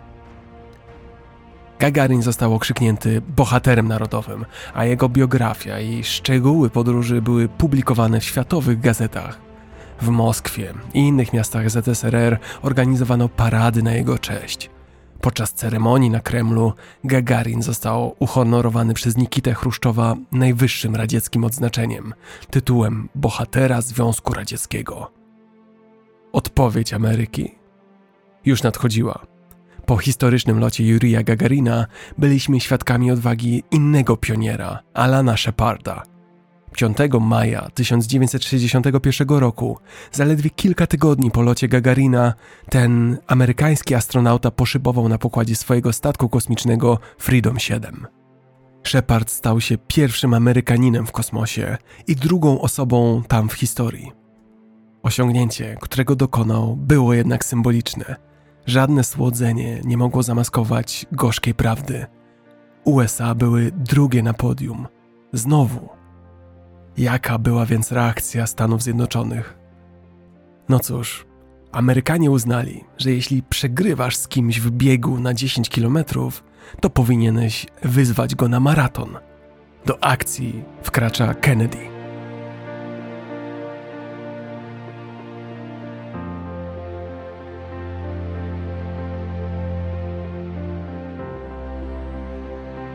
Gagarin został okrzyknięty bohaterem narodowym, a jego biografia i szczegóły podróży były publikowane w światowych gazetach. W Moskwie i innych miastach Z S R R organizowano parady na jego cześć. Podczas ceremonii na Kremlu Gagarin został uhonorowany przez Nikitę Chruszczowa najwyższym radzieckim odznaczeniem, tytułem Bohatera Związku Radzieckiego. Odpowiedź Ameryki już nadchodziła. Po historycznym locie Jurija Gagarina byliśmy świadkami odwagi innego pioniera, Alana Sheparda. piątego maja tysiąc dziewięćset sześćdziesiątego pierwszego roku, zaledwie kilka tygodni po locie Gagarina, ten amerykański astronauta poszybował na pokładzie swojego statku kosmicznego Freedom siedem. Shepard stał się pierwszym Amerykaninem w kosmosie i drugą osobą tam w historii. Osiągnięcie, którego dokonał, było jednak symboliczne. Żadne słodzenie nie mogło zamaskować gorzkiej prawdy. U S A były drugie na podium. Znowu. Jaka była więc reakcja Stanów Zjednoczonych? No cóż, Amerykanie uznali, że jeśli przegrywasz z kimś w biegu na dziesięć kilometrów, to powinieneś wyzwać go na maraton. Do akcji wkracza Kennedy.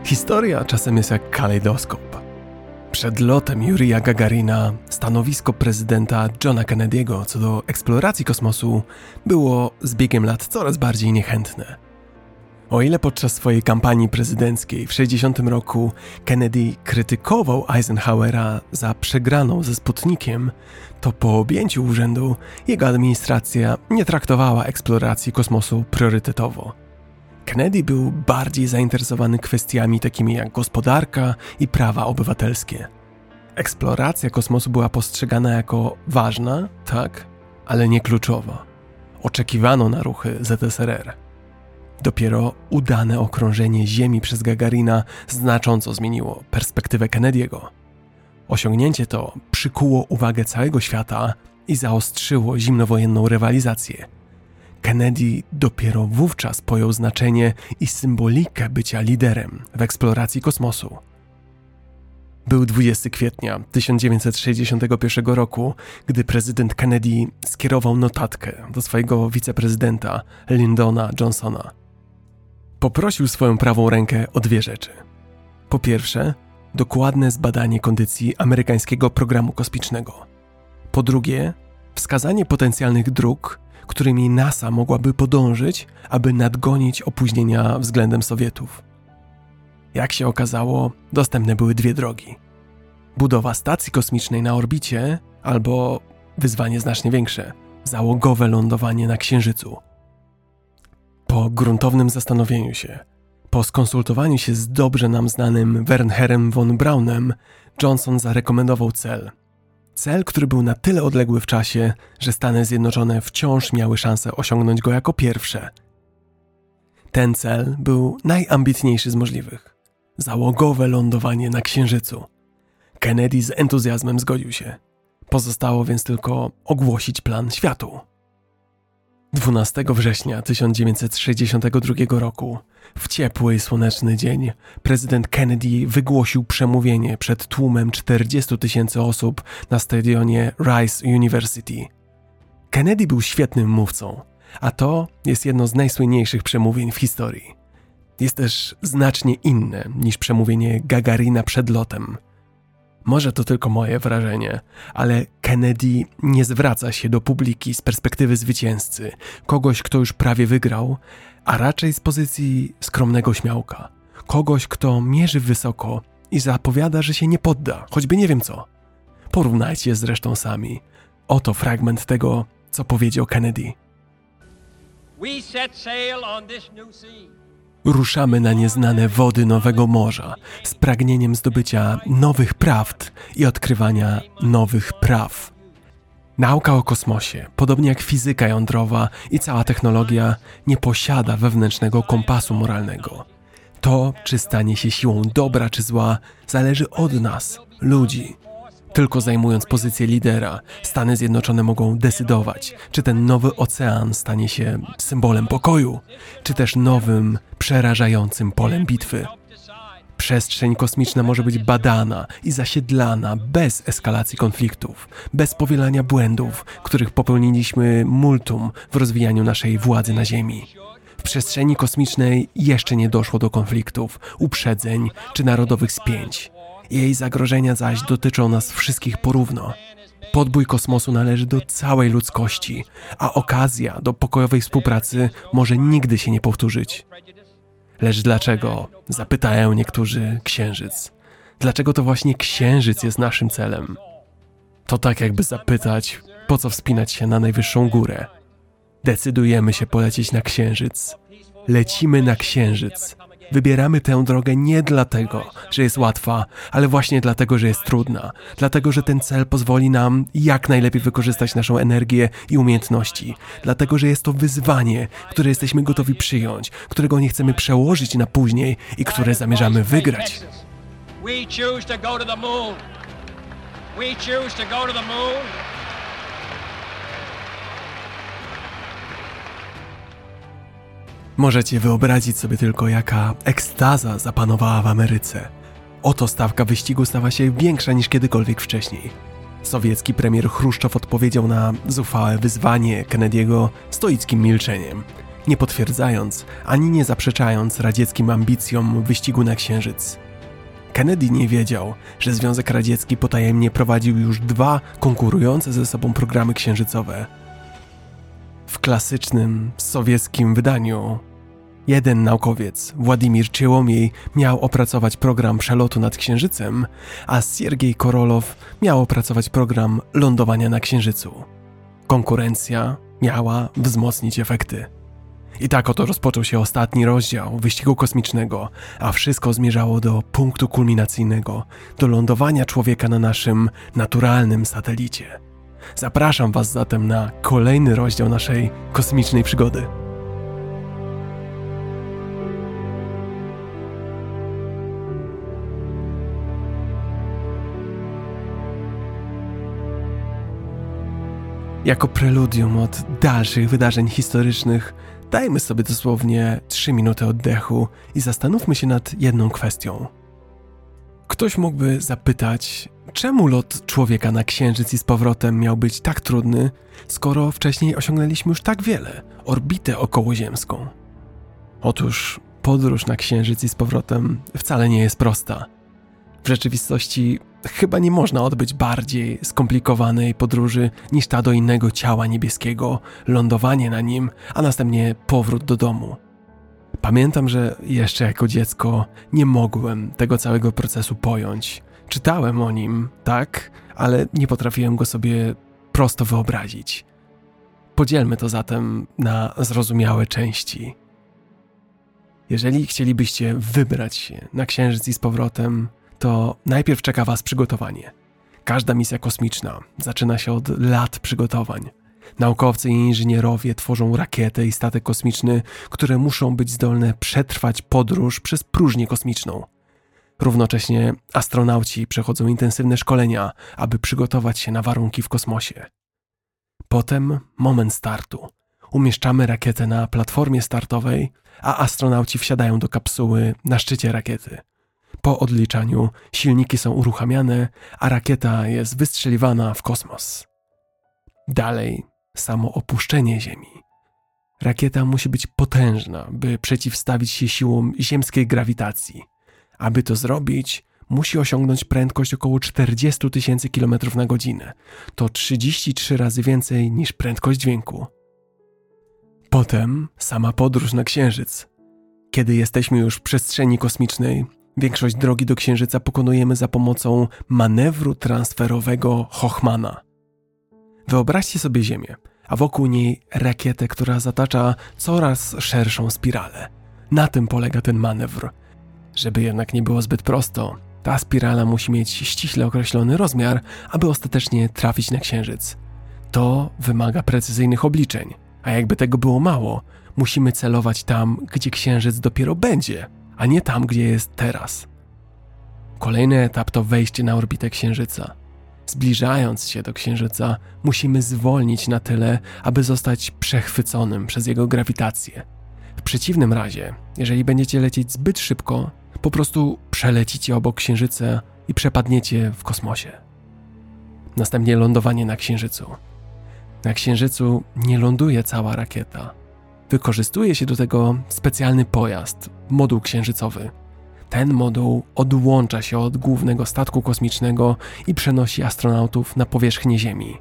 Historia czasem jest jak kalejdoskop. Przed lotem Jurija Gagarina stanowisko prezydenta Johna Kennedy'ego co do eksploracji kosmosu było z biegiem lat coraz bardziej niechętne. O ile podczas swojej kampanii prezydenckiej w sześćdziesiątym roku Kennedy krytykował Eisenhowera za przegraną ze Sputnikiem, to po objęciu urzędu jego administracja nie traktowała eksploracji kosmosu priorytetowo. Kennedy był bardziej zainteresowany kwestiami takimi jak gospodarka i prawa obywatelskie. Eksploracja kosmosu była postrzegana jako ważna, tak, ale nie kluczowa. Oczekiwano na ruchy Z S R R. Dopiero udane okrążenie Ziemi przez Gagarina znacząco zmieniło perspektywę Kennedy'ego. Osiągnięcie to przykuło uwagę całego świata i zaostrzyło zimnowojenną rywalizację. Kennedy dopiero wówczas pojął znaczenie i symbolikę bycia liderem w eksploracji kosmosu. Był dwudziestego kwietnia tysiąc dziewięćset sześćdziesiątego pierwszego roku, gdy prezydent Kennedy skierował notatkę do swojego wiceprezydenta Lyndona Johnsona. Poprosił swoją prawą rękę o dwie rzeczy. Po pierwsze, dokładne zbadanie kondycji amerykańskiego programu kosmicznego. Po drugie, wskazanie potencjalnych dróg, którymi NASA mogłaby podążyć, aby nadgonić opóźnienia względem Sowietów. Jak się okazało, dostępne były dwie drogi. Budowa stacji kosmicznej na orbicie albo, wyzwanie znacznie większe, załogowe lądowanie na Księżycu. Po gruntownym zastanowieniu się, po skonsultowaniu się z dobrze nam znanym Wernherem von Braunem, Johnson zarekomendował cel. Cel, który był na tyle odległy w czasie, że Stany Zjednoczone wciąż miały szansę osiągnąć go jako pierwsze. Ten cel był najambitniejszy z możliwych. Załogowe lądowanie na Księżycu. Kennedy z entuzjazmem zgodził się. Pozostało więc tylko ogłosić plan światu. dwunastego września tysiąc dziewięćset sześćdziesiątego drugiego roku, w ciepły i słoneczny dzień, prezydent Kennedy wygłosił przemówienie przed tłumem czterdziestu tysięcy osób na stadionie Rice University. Kennedy był świetnym mówcą, a to jest jedno z najsłynniejszych przemówień w historii. Jest też znacznie inne niż przemówienie Gagarina przed lotem. Może to tylko moje wrażenie, ale Kennedy nie zwraca się do publiki z perspektywy zwycięzcy, kogoś, kto już prawie wygrał, a raczej z pozycji skromnego śmiałka, kogoś, kto mierzy wysoko i zapowiada, że się nie podda, choćby nie wiem co. Porównajcie zresztą sami. Oto fragment tego, co powiedział Kennedy. We set sail on this new sea. Ruszamy na nieznane wody nowego morza z pragnieniem zdobycia nowych prawd i odkrywania nowych praw. Nauka o kosmosie, podobnie jak fizyka jądrowa i cała technologia, nie posiada wewnętrznego kompasu moralnego. To, czy stanie się siłą dobra czy zła, zależy od nas, ludzi. Tylko zajmując pozycję lidera, Stany Zjednoczone mogą decydować, czy ten nowy ocean stanie się symbolem pokoju, czy też nowym, przerażającym polem bitwy. Przestrzeń kosmiczna może być badana i zasiedlana bez eskalacji konfliktów, bez powielania błędów, których popełniliśmy multum w rozwijaniu naszej władzy na Ziemi. W przestrzeni kosmicznej jeszcze nie doszło do konfliktów, uprzedzeń czy narodowych spięć. Jej zagrożenia zaś dotyczą nas wszystkich porówno. Podbój kosmosu należy do całej ludzkości, a okazja do pokojowej współpracy może nigdy się nie powtórzyć. Lecz dlaczego, zapytają niektórzy, Księżyc? Dlaczego to właśnie Księżyc jest naszym celem? To tak jakby zapytać, po co wspinać się na najwyższą górę. Decydujemy się polecieć na Księżyc. Lecimy na Księżyc. Wybieramy tę drogę nie dlatego, że jest łatwa, ale właśnie dlatego, że jest trudna. Dlatego, że ten cel pozwoli nam jak najlepiej wykorzystać naszą energię i umiejętności. Dlatego, że jest to wyzwanie, które jesteśmy gotowi przyjąć, którego nie chcemy przełożyć na później i które zamierzamy wygrać. We choose to go to the moon. We choose to go to the moon. Możecie wyobrazić sobie tylko, jaka ekstaza zapanowała w Ameryce. Oto stawka wyścigu stała się większa niż kiedykolwiek wcześniej. Sowiecki premier Chruszczow odpowiedział na zuchwałe wyzwanie Kennedy'ego stoickim milczeniem. nie potwierdzając ani nie zaprzeczając radzieckim ambicjom wyścigu na Księżyc. Kennedy nie wiedział, że Związek Radziecki potajemnie prowadził już dwa konkurujące ze sobą programy księżycowe. W klasycznym, sowieckim wydaniu jeden naukowiec, Władimir Ciełomiej, miał opracować program przelotu nad Księżycem, a Siergiej Korolow miał opracować program lądowania na Księżycu. Konkurencja miała wzmocnić efekty. I tak oto rozpoczął się ostatni rozdział wyścigu kosmicznego, a wszystko zmierzało do punktu kulminacyjnego, do lądowania człowieka na naszym naturalnym satelicie. Zapraszam Was zatem na kolejny rozdział naszej kosmicznej przygody. Jako preludium od dalszych wydarzeń historycznych dajmy sobie dosłownie trzy minuty oddechu i zastanówmy się nad jedną kwestią. Ktoś mógłby zapytać, czemu lot człowieka na Księżyc i z powrotem miał być tak trudny, skoro wcześniej osiągnęliśmy już tak wiele, orbitę okołoziemską. Otóż podróż na Księżyc i z powrotem wcale nie jest prosta. W rzeczywistości chyba nie można odbyć bardziej skomplikowanej podróży niż ta do innego ciała niebieskiego, lądowanie na nim, a następnie powrót do domu. Pamiętam, że jeszcze jako dziecko nie mogłem tego całego procesu pojąć. Czytałem o nim, tak, ale nie potrafiłem go sobie prosto wyobrazić. Podzielmy to zatem na zrozumiałe części. Jeżeli chcielibyście wybrać się na Księżyc i z powrotem, to najpierw czeka Was przygotowanie. Każda misja kosmiczna zaczyna się od lat przygotowań. Naukowcy i inżynierowie tworzą rakietę i statek kosmiczny, które muszą być zdolne przetrwać podróż przez próżnię kosmiczną. Równocześnie astronauci przechodzą intensywne szkolenia, aby przygotować się na warunki w kosmosie. Potem moment startu. Umieszczamy rakietę na platformie startowej, a astronauci wsiadają do kapsuły na szczycie rakiety. Po odliczaniu silniki są uruchamiane, a rakieta jest wystrzeliwana w kosmos. Dalej samo opuszczenie Ziemi. Rakieta musi być potężna, by przeciwstawić się siłom ziemskiej grawitacji. Aby to zrobić, musi osiągnąć prędkość około czterdzieści tysięcy kilometrów na godzinę. To trzydzieści trzy razy więcej niż prędkość dźwięku. Potem sama podróż na Księżyc. Kiedy jesteśmy już w przestrzeni kosmicznej, większość drogi do Księżyca pokonujemy za pomocą manewru transferowego Hochmana. Wyobraźcie sobie Ziemię, a wokół niej rakietę, która zatacza coraz szerszą spiralę. Na tym polega ten manewr. Żeby jednak nie było zbyt prosto, ta spirala musi mieć ściśle określony rozmiar, aby ostatecznie trafić na Księżyc. To wymaga precyzyjnych obliczeń, a jakby tego było mało, musimy celować tam, gdzie Księżyc dopiero będzie, a nie tam, gdzie jest teraz. Kolejny etap to wejście na orbitę Księżyca. Zbliżając się do Księżyca, musimy zwolnić na tyle, aby zostać przechwyconym przez jego grawitację. W przeciwnym razie, jeżeli będziecie lecieć zbyt szybko, po prostu przelecicie obok Księżyca i przepadniecie w kosmosie. Następnie lądowanie na Księżycu. Na Księżycu nie ląduje cała rakieta. Wykorzystuje się do tego specjalny pojazd, moduł księżycowy. Ten moduł odłącza się od głównego statku kosmicznego i przenosi astronautów na powierzchnię Ziemi.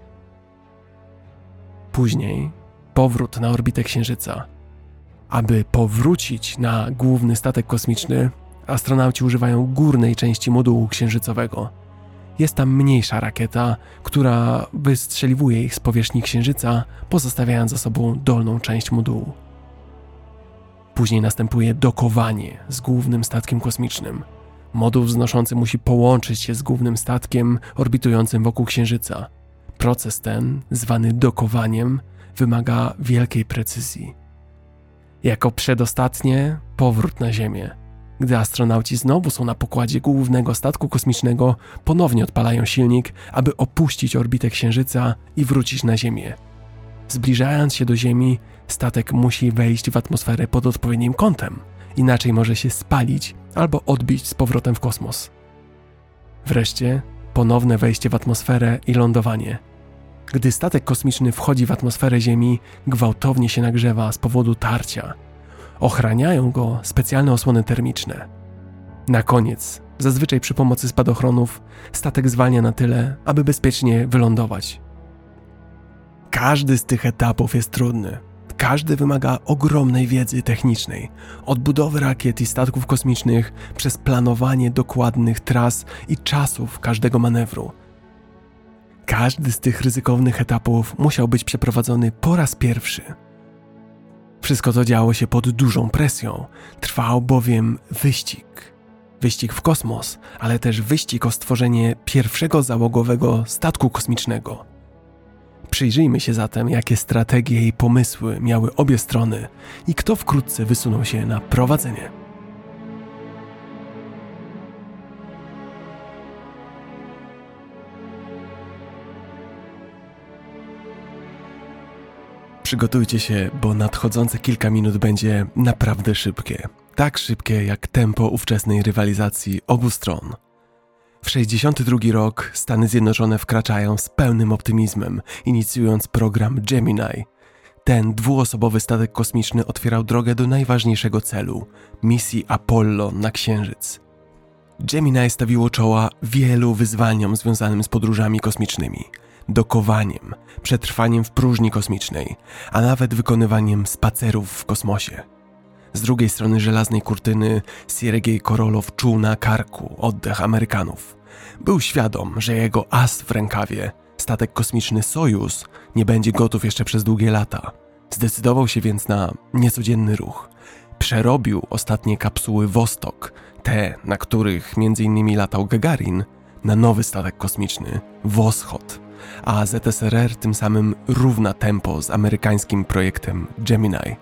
Później powrót na orbitę Księżyca. Aby powrócić na główny statek kosmiczny, astronauci używają górnej części modułu księżycowego. Jest tam mniejsza rakieta, która wystrzeliwuje ich z powierzchni Księżyca, pozostawiając za sobą dolną część modułu. Później następuje dokowanie z głównym statkiem kosmicznym. Moduł wznoszący musi połączyć się z głównym statkiem orbitującym wokół Księżyca. Proces ten, zwany dokowaniem, wymaga wielkiej precyzji. Jako przedostatnie, powrót na Ziemię. Gdy astronauci znowu są na pokładzie głównego statku kosmicznego, ponownie odpalają silnik, aby opuścić orbitę Księżyca i wrócić na Ziemię. Zbliżając się do Ziemi, statek musi wejść w atmosferę pod odpowiednim kątem, inaczej może się spalić albo odbić z powrotem w kosmos. Wreszcie ponowne wejście w atmosferę i lądowanie. Gdy statek kosmiczny wchodzi w atmosferę Ziemi, gwałtownie się nagrzewa z powodu tarcia. Ochraniają go specjalne osłony termiczne. Na koniec, zazwyczaj przy pomocy spadochronów, statek zwalnia na tyle, aby bezpiecznie wylądować. Każdy z tych etapów jest trudny. Każdy wymaga ogromnej wiedzy technicznej, od budowy rakiet i statków kosmicznych przez planowanie dokładnych tras i czasów każdego manewru. Każdy z tych ryzykownych etapów musiał być przeprowadzony po raz pierwszy. Wszystko to działo się pod dużą presją, trwał bowiem wyścig. Wyścig w kosmos, ale też wyścig o stworzenie pierwszego załogowego statku kosmicznego. Przyjrzyjmy się zatem, jakie strategie i pomysły miały obie strony i kto wkrótce wysunął się na prowadzenie. Przygotujcie się, bo nadchodzące kilka minut będzie naprawdę szybkie. Tak szybkie jak tempo ówczesnej rywalizacji obu stron. W sześćdziesiąty drugi rok Stany Zjednoczone wkraczają z pełnym optymizmem, inicjując program Gemini. Ten dwuosobowy statek kosmiczny otwierał drogę do najważniejszego celu – misji Apollo na Księżyc. Gemini stawiło czoła wielu wyzwaniom związanym z podróżami kosmicznymi, dokowaniem, przetrwaniem w próżni kosmicznej, a nawet wykonywaniem spacerów w kosmosie. Z drugiej strony żelaznej kurtyny Siergiej Korolow czuł na karku oddech Amerykanów. Był świadom, że jego as w rękawie, statek kosmiczny Sojus, nie będzie gotów jeszcze przez długie lata. Zdecydował się więc na niecodzienny ruch. Przerobił ostatnie kapsuły Wostok, te, na których między innymi latał Gagarin, na nowy statek kosmiczny Woschod, a Z S R R tym samym równa tempo z amerykańskim projektem Gemini.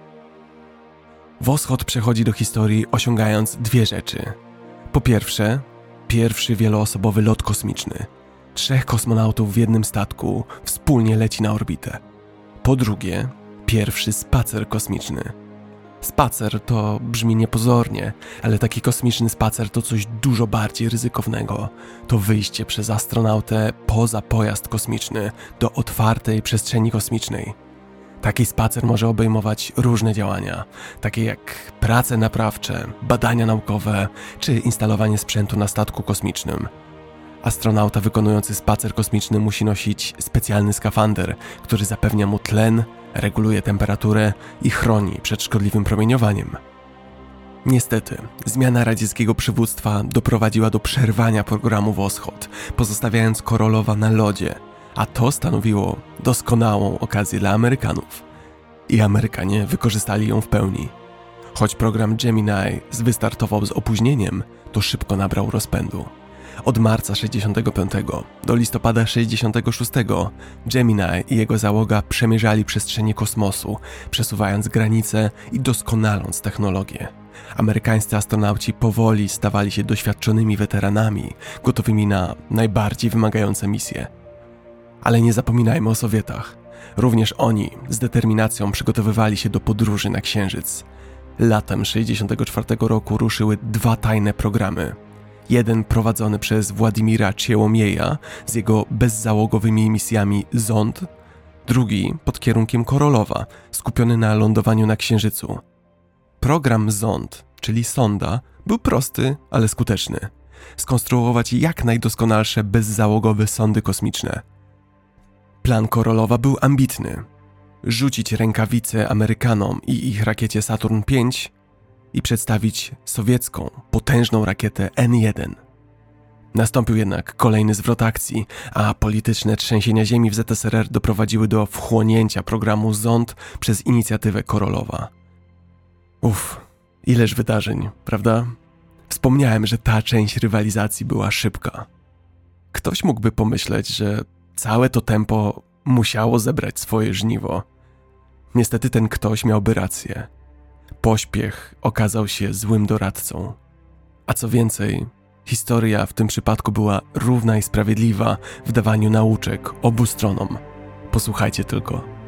Woschod przechodzi do historii osiągając dwie rzeczy. Po pierwsze, pierwszy wieloosobowy lot kosmiczny. Trzech kosmonautów w jednym statku wspólnie leci na orbitę. Po drugie, pierwszy spacer kosmiczny. Spacer to brzmi niepozornie, ale taki kosmiczny spacer to coś dużo bardziej ryzykownego. To wyjście przez astronautę poza pojazd kosmiczny do otwartej przestrzeni kosmicznej. Taki spacer może obejmować różne działania, takie jak prace naprawcze, badania naukowe czy instalowanie sprzętu na statku kosmicznym. Astronauta wykonujący spacer kosmiczny musi nosić specjalny skafander, który zapewnia mu tlen, reguluje temperaturę i chroni przed szkodliwym promieniowaniem. Niestety, zmiana radzieckiego przywództwa doprowadziła do przerwania programu Woschod, pozostawiając Korolowa na lodzie, a to stanowiło doskonałą okazję dla Amerykanów. I Amerykanie wykorzystali ją w pełni. Choć program Gemini wystartował z opóźnieniem, to szybko nabrał rozpędu. Od marca sześćdziesiątego piątego do listopada sześćdziesiątego szóstego Gemini i jego załoga przemierzali przestrzenie kosmosu, przesuwając granice i doskonaląc technologię. Amerykańscy astronauci powoli stawali się doświadczonymi weteranami, gotowymi na najbardziej wymagające misje. Ale nie zapominajmy o Sowietach. Również oni z determinacją przygotowywali się do podróży na Księżyc. Latem sześćdziesiątego czwartego roku ruszyły dwa tajne programy. Jeden prowadzony przez Władimira Ciełomieja z jego bezzałogowymi misjami Zond, drugi pod kierunkiem Korolowa, skupiony na lądowaniu na Księżycu. Program Zond, czyli sonda, był prosty, ale skuteczny. Skonstruować jak najdoskonalsze bezzałogowe sondy kosmiczne. Plan Korolowa był ambitny. Rzucić rękawice Amerykanom i ich rakiecie Saturn pięć i przedstawić sowiecką, potężną rakietę N jeden. Nastąpił jednak kolejny zwrot akcji, a polityczne trzęsienia ziemi w Z S R R doprowadziły do wchłonięcia programu Zond przez inicjatywę Korolowa. Uff, ileż wydarzeń, prawda? Wspomniałem, że ta część rywalizacji była szybka. Ktoś mógłby pomyśleć, że całe to tempo musiało zebrać swoje żniwo. Niestety ten ktoś miałby rację. Pośpiech okazał się złym doradcą. A co więcej, historia w tym przypadku była równa i sprawiedliwa w dawaniu nauczek obu stronom. Posłuchajcie tylko.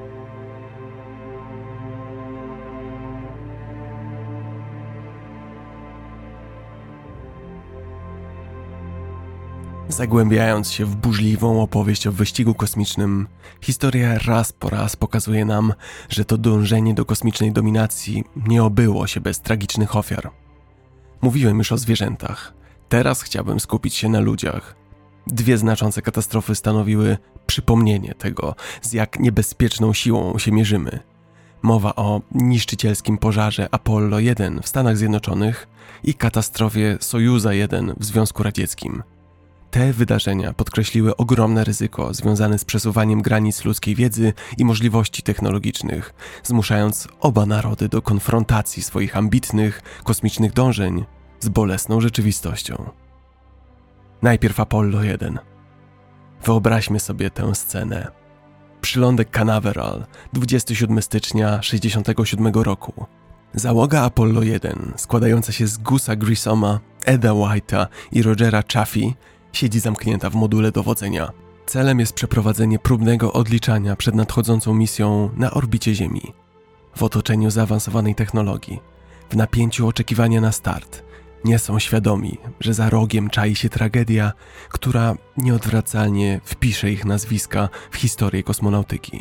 Zagłębiając się w burzliwą opowieść o wyścigu kosmicznym, historia raz po raz pokazuje nam, że to dążenie do kosmicznej dominacji nie obyło się bez tragicznych ofiar. Mówiłem już o zwierzętach, teraz chciałbym skupić się na ludziach. Dwie znaczące katastrofy stanowiły przypomnienie tego, z jak niebezpieczną siłą się mierzymy. Mowa o niszczycielskim pożarze Apollo jeden w Stanach Zjednoczonych i katastrofie Sojuza jeden w Związku Radzieckim. Te wydarzenia podkreśliły ogromne ryzyko związane z przesuwaniem granic ludzkiej wiedzy i możliwości technologicznych, zmuszając oba narody do konfrontacji swoich ambitnych, kosmicznych dążeń z bolesną rzeczywistością. Najpierw Apollo jeden. Wyobraźmy sobie tę scenę. Przylądek Canaveral, dwudziestego siódmego stycznia sześćdziesiątego siódmego roku. Załoga Apollo jeden, składająca się z Gusa Grissoma, Eda White'a i Rogera Chaffee, siedzi zamknięta w module dowodzenia. Celem jest przeprowadzenie próbnego odliczania przed nadchodzącą misją na orbicie Ziemi. W otoczeniu zaawansowanej technologii, w napięciu oczekiwania na start, nie są świadomi, że za rogiem czai się tragedia, która nieodwracalnie wpisze ich nazwiska w historię kosmonautyki.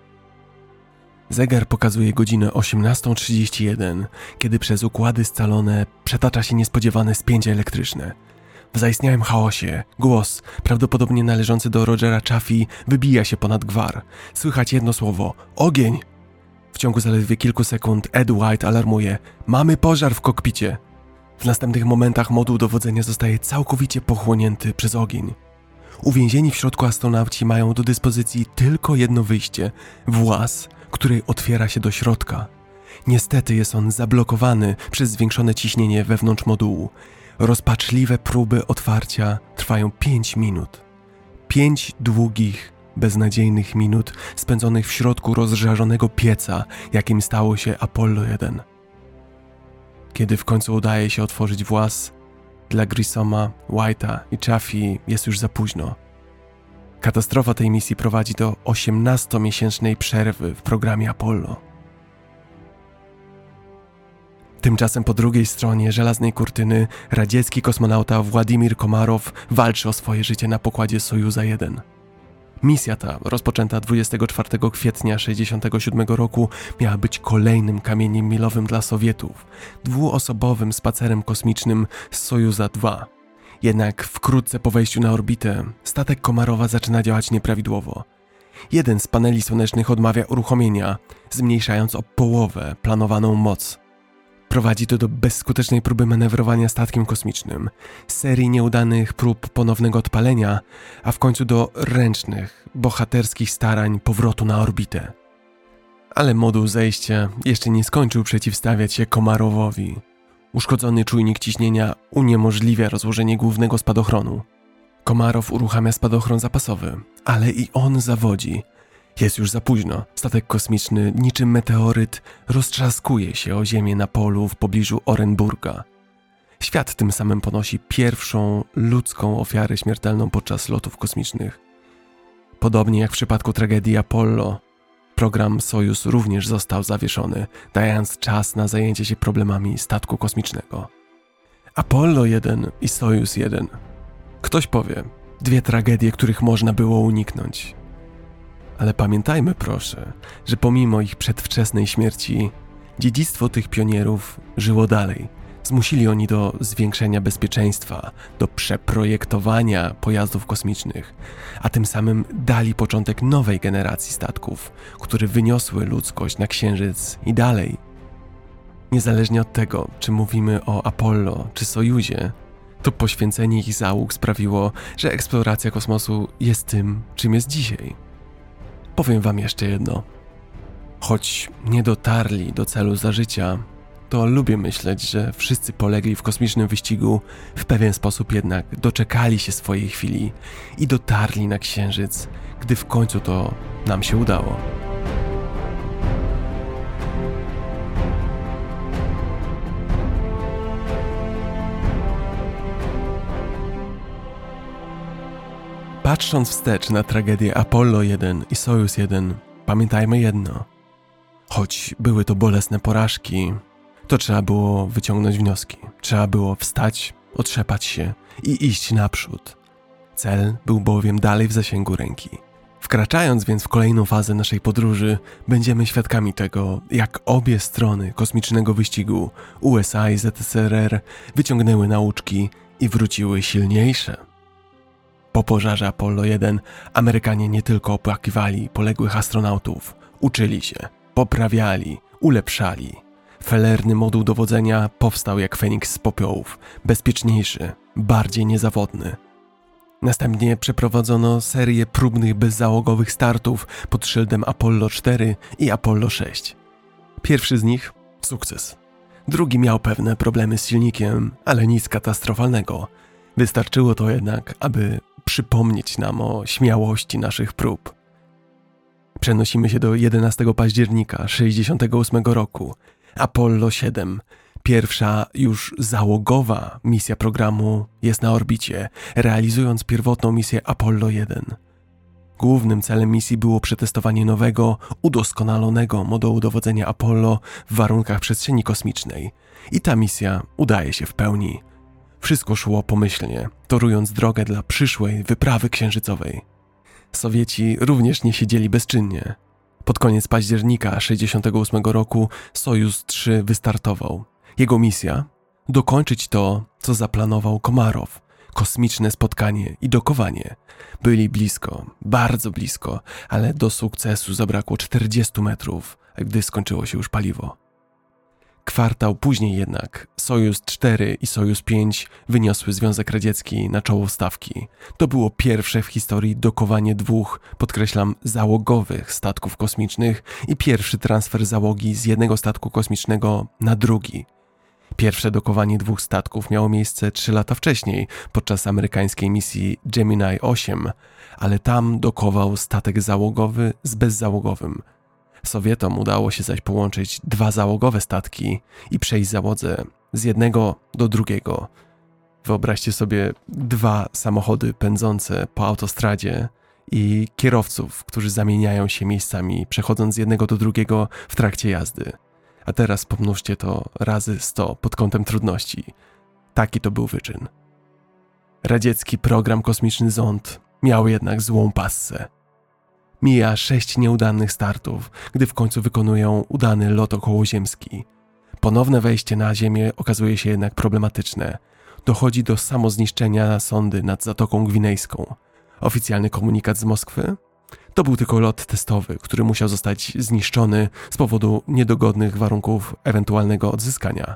Zegar pokazuje godzinę osiemnastą trzydzieści jeden, kiedy przez układy scalone przetacza się niespodziewane spięcie elektryczne. W zaistniałym chaosie głos, prawdopodobnie należący do Rogera Chaffee, wybija się ponad gwar. Słychać jedno słowo – ogień! W ciągu zaledwie kilku sekund Ed White alarmuje – mamy pożar w kokpicie! W następnych momentach moduł dowodzenia zostaje całkowicie pochłonięty przez ogień. Uwięzieni w środku astronauci mają do dyspozycji tylko jedno wyjście – właz, który otwiera się do środka. Niestety jest on zablokowany przez zwiększone ciśnienie wewnątrz modułu. Rozpaczliwe próby otwarcia trwają pięć minut. Pięć długich, beznadziejnych minut spędzonych w środku rozżarzonego pieca, jakim stało się Apollo jeden. Kiedy w końcu udaje się otworzyć właz, dla Grissoma, White'a i Chaffee jest już za późno. Katastrofa tej misji prowadzi do osiemnastomiesięcznej przerwy w programie Apollo. Tymczasem po drugiej stronie żelaznej kurtyny radziecki kosmonauta Władimir Komarow walczy o swoje życie na pokładzie Sojuza jeden. Misja ta, rozpoczęta dwudziestego czwartego kwietnia sześćdziesiątego siódmego roku, miała być kolejnym kamieniem milowym dla Sowietów, dwuosobowym spacerem kosmicznym z Sojuza dwa. Jednak wkrótce po wejściu na orbitę statek Komarowa zaczyna działać nieprawidłowo. Jeden z paneli słonecznych odmawia uruchomienia, zmniejszając o połowę planowaną moc. Prowadzi to do bezskutecznej próby manewrowania statkiem kosmicznym, serii nieudanych prób ponownego odpalenia, a w końcu do ręcznych, bohaterskich starań powrotu na orbitę. Ale moduł zejścia jeszcze nie skończył przeciwstawiać się Komarowowi. Uszkodzony czujnik ciśnienia uniemożliwia rozłożenie głównego spadochronu. Komarow uruchamia spadochron zapasowy, ale i on zawodzi. Jest już za późno. Statek kosmiczny, niczym meteoryt, roztrzaskuje się o ziemię na polu w pobliżu Orenburga. Świat tym samym ponosi pierwszą ludzką ofiarę śmiertelną podczas lotów kosmicznych. Podobnie jak w przypadku tragedii Apollo, program Sojuz również został zawieszony, dając czas na zajęcie się problemami statku kosmicznego. Apollo jeden i Sojuz jeden. Ktoś powie, dwie tragedie, których można było uniknąć. Ale pamiętajmy proszę, że pomimo ich przedwczesnej śmierci, dziedzictwo tych pionierów żyło dalej. Zmusili oni do zwiększenia bezpieczeństwa, do przeprojektowania pojazdów kosmicznych, a tym samym dali początek nowej generacji statków, które wyniosły ludzkość na Księżyc i dalej. Niezależnie od tego, czy mówimy o Apollo czy Sojuzie, to poświęcenie ich załóg sprawiło, że eksploracja kosmosu jest tym, czym jest dzisiaj. Powiem wam jeszcze jedno. Choć nie dotarli do celu za życia, to lubię myśleć, że wszyscy polegli w kosmicznym wyścigu w pewien sposób jednak doczekali się swojej chwili i dotarli na Księżyc, gdy w końcu to nam się udało. Patrząc wstecz na tragedię Apollo jeden i Sojuz jeden, pamiętajmy jedno. Choć były to bolesne porażki, to trzeba było wyciągnąć wnioski. Trzeba było wstać, otrzepać się i iść naprzód. Cel był bowiem dalej w zasięgu ręki. Wkraczając więc w kolejną fazę naszej podróży, będziemy świadkami tego, jak obie strony kosmicznego wyścigu, U S A i Z S R R, wyciągnęły nauczki i wróciły silniejsze. Po pożarze Apollo jeden Amerykanie nie tylko opłakiwali poległych astronautów, uczyli się, poprawiali, ulepszali. Felerny moduł dowodzenia powstał jak Feniks z popiołów, bezpieczniejszy, bardziej niezawodny. Następnie przeprowadzono serię próbnych bezzałogowych startów pod szyldem Apollo cztery i Apollo sześć. Pierwszy z nich – sukces. Drugi miał pewne problemy z silnikiem, ale nic katastrofalnego. Wystarczyło to jednak, aby przypomnieć nam o śmiałości naszych prób. Przenosimy się do jedenastego października tysiąc dziewięćset sześćdziesiątego ósmego roku. Apollo siedem, pierwsza już załogowa misja programu, jest na orbicie, realizując pierwotną misję Apollo jeden. Głównym celem misji było przetestowanie nowego, udoskonalonego modułu dowodzenia Apollo w warunkach przestrzeni kosmicznej. I ta misja udaje się w pełni. Wszystko szło pomyślnie, torując drogę dla przyszłej wyprawy księżycowej. Sowieci również nie siedzieli bezczynnie. Pod koniec października tysiąc dziewięćset sześćdziesiątego ósmego roku Sojuz trzy wystartował. Jego misja? Dokończyć to, co zaplanował Komarow. Kosmiczne spotkanie i dokowanie. Byli blisko, bardzo blisko, ale do sukcesu zabrakło czterdziestu metrów, gdy skończyło się już paliwo. Kwartał później jednak Sojuz cztery i Sojuz pięć wyniosły Związek Radziecki na czoło stawki. To było pierwsze w historii dokowanie dwóch, podkreślam, załogowych statków kosmicznych i pierwszy transfer załogi z jednego statku kosmicznego na drugi. Pierwsze dokowanie dwóch statków miało miejsce trzy lata wcześniej, podczas amerykańskiej misji Gemini osiem, ale tam dokował statek załogowy z bezzałogowym. Sowietom udało się zaś połączyć dwa załogowe statki i przejść załodze z jednego do drugiego. Wyobraźcie sobie dwa samochody pędzące po autostradzie i kierowców, którzy zamieniają się miejscami, przechodząc z jednego do drugiego w trakcie jazdy. A teraz pomnóżcie to razy sto pod kątem trudności. Taki to był wyczyn. Radziecki program kosmiczny Zond miał jednak złą passę. Mija sześć nieudanych startów, gdy w końcu wykonują udany lot okołoziemski. Ponowne wejście na Ziemię okazuje się jednak problematyczne. Dochodzi do samozniszczenia sondy nad Zatoką Gwinejską. Oficjalny komunikat z Moskwy? To był tylko lot testowy, który musiał zostać zniszczony z powodu niedogodnych warunków ewentualnego odzyskania.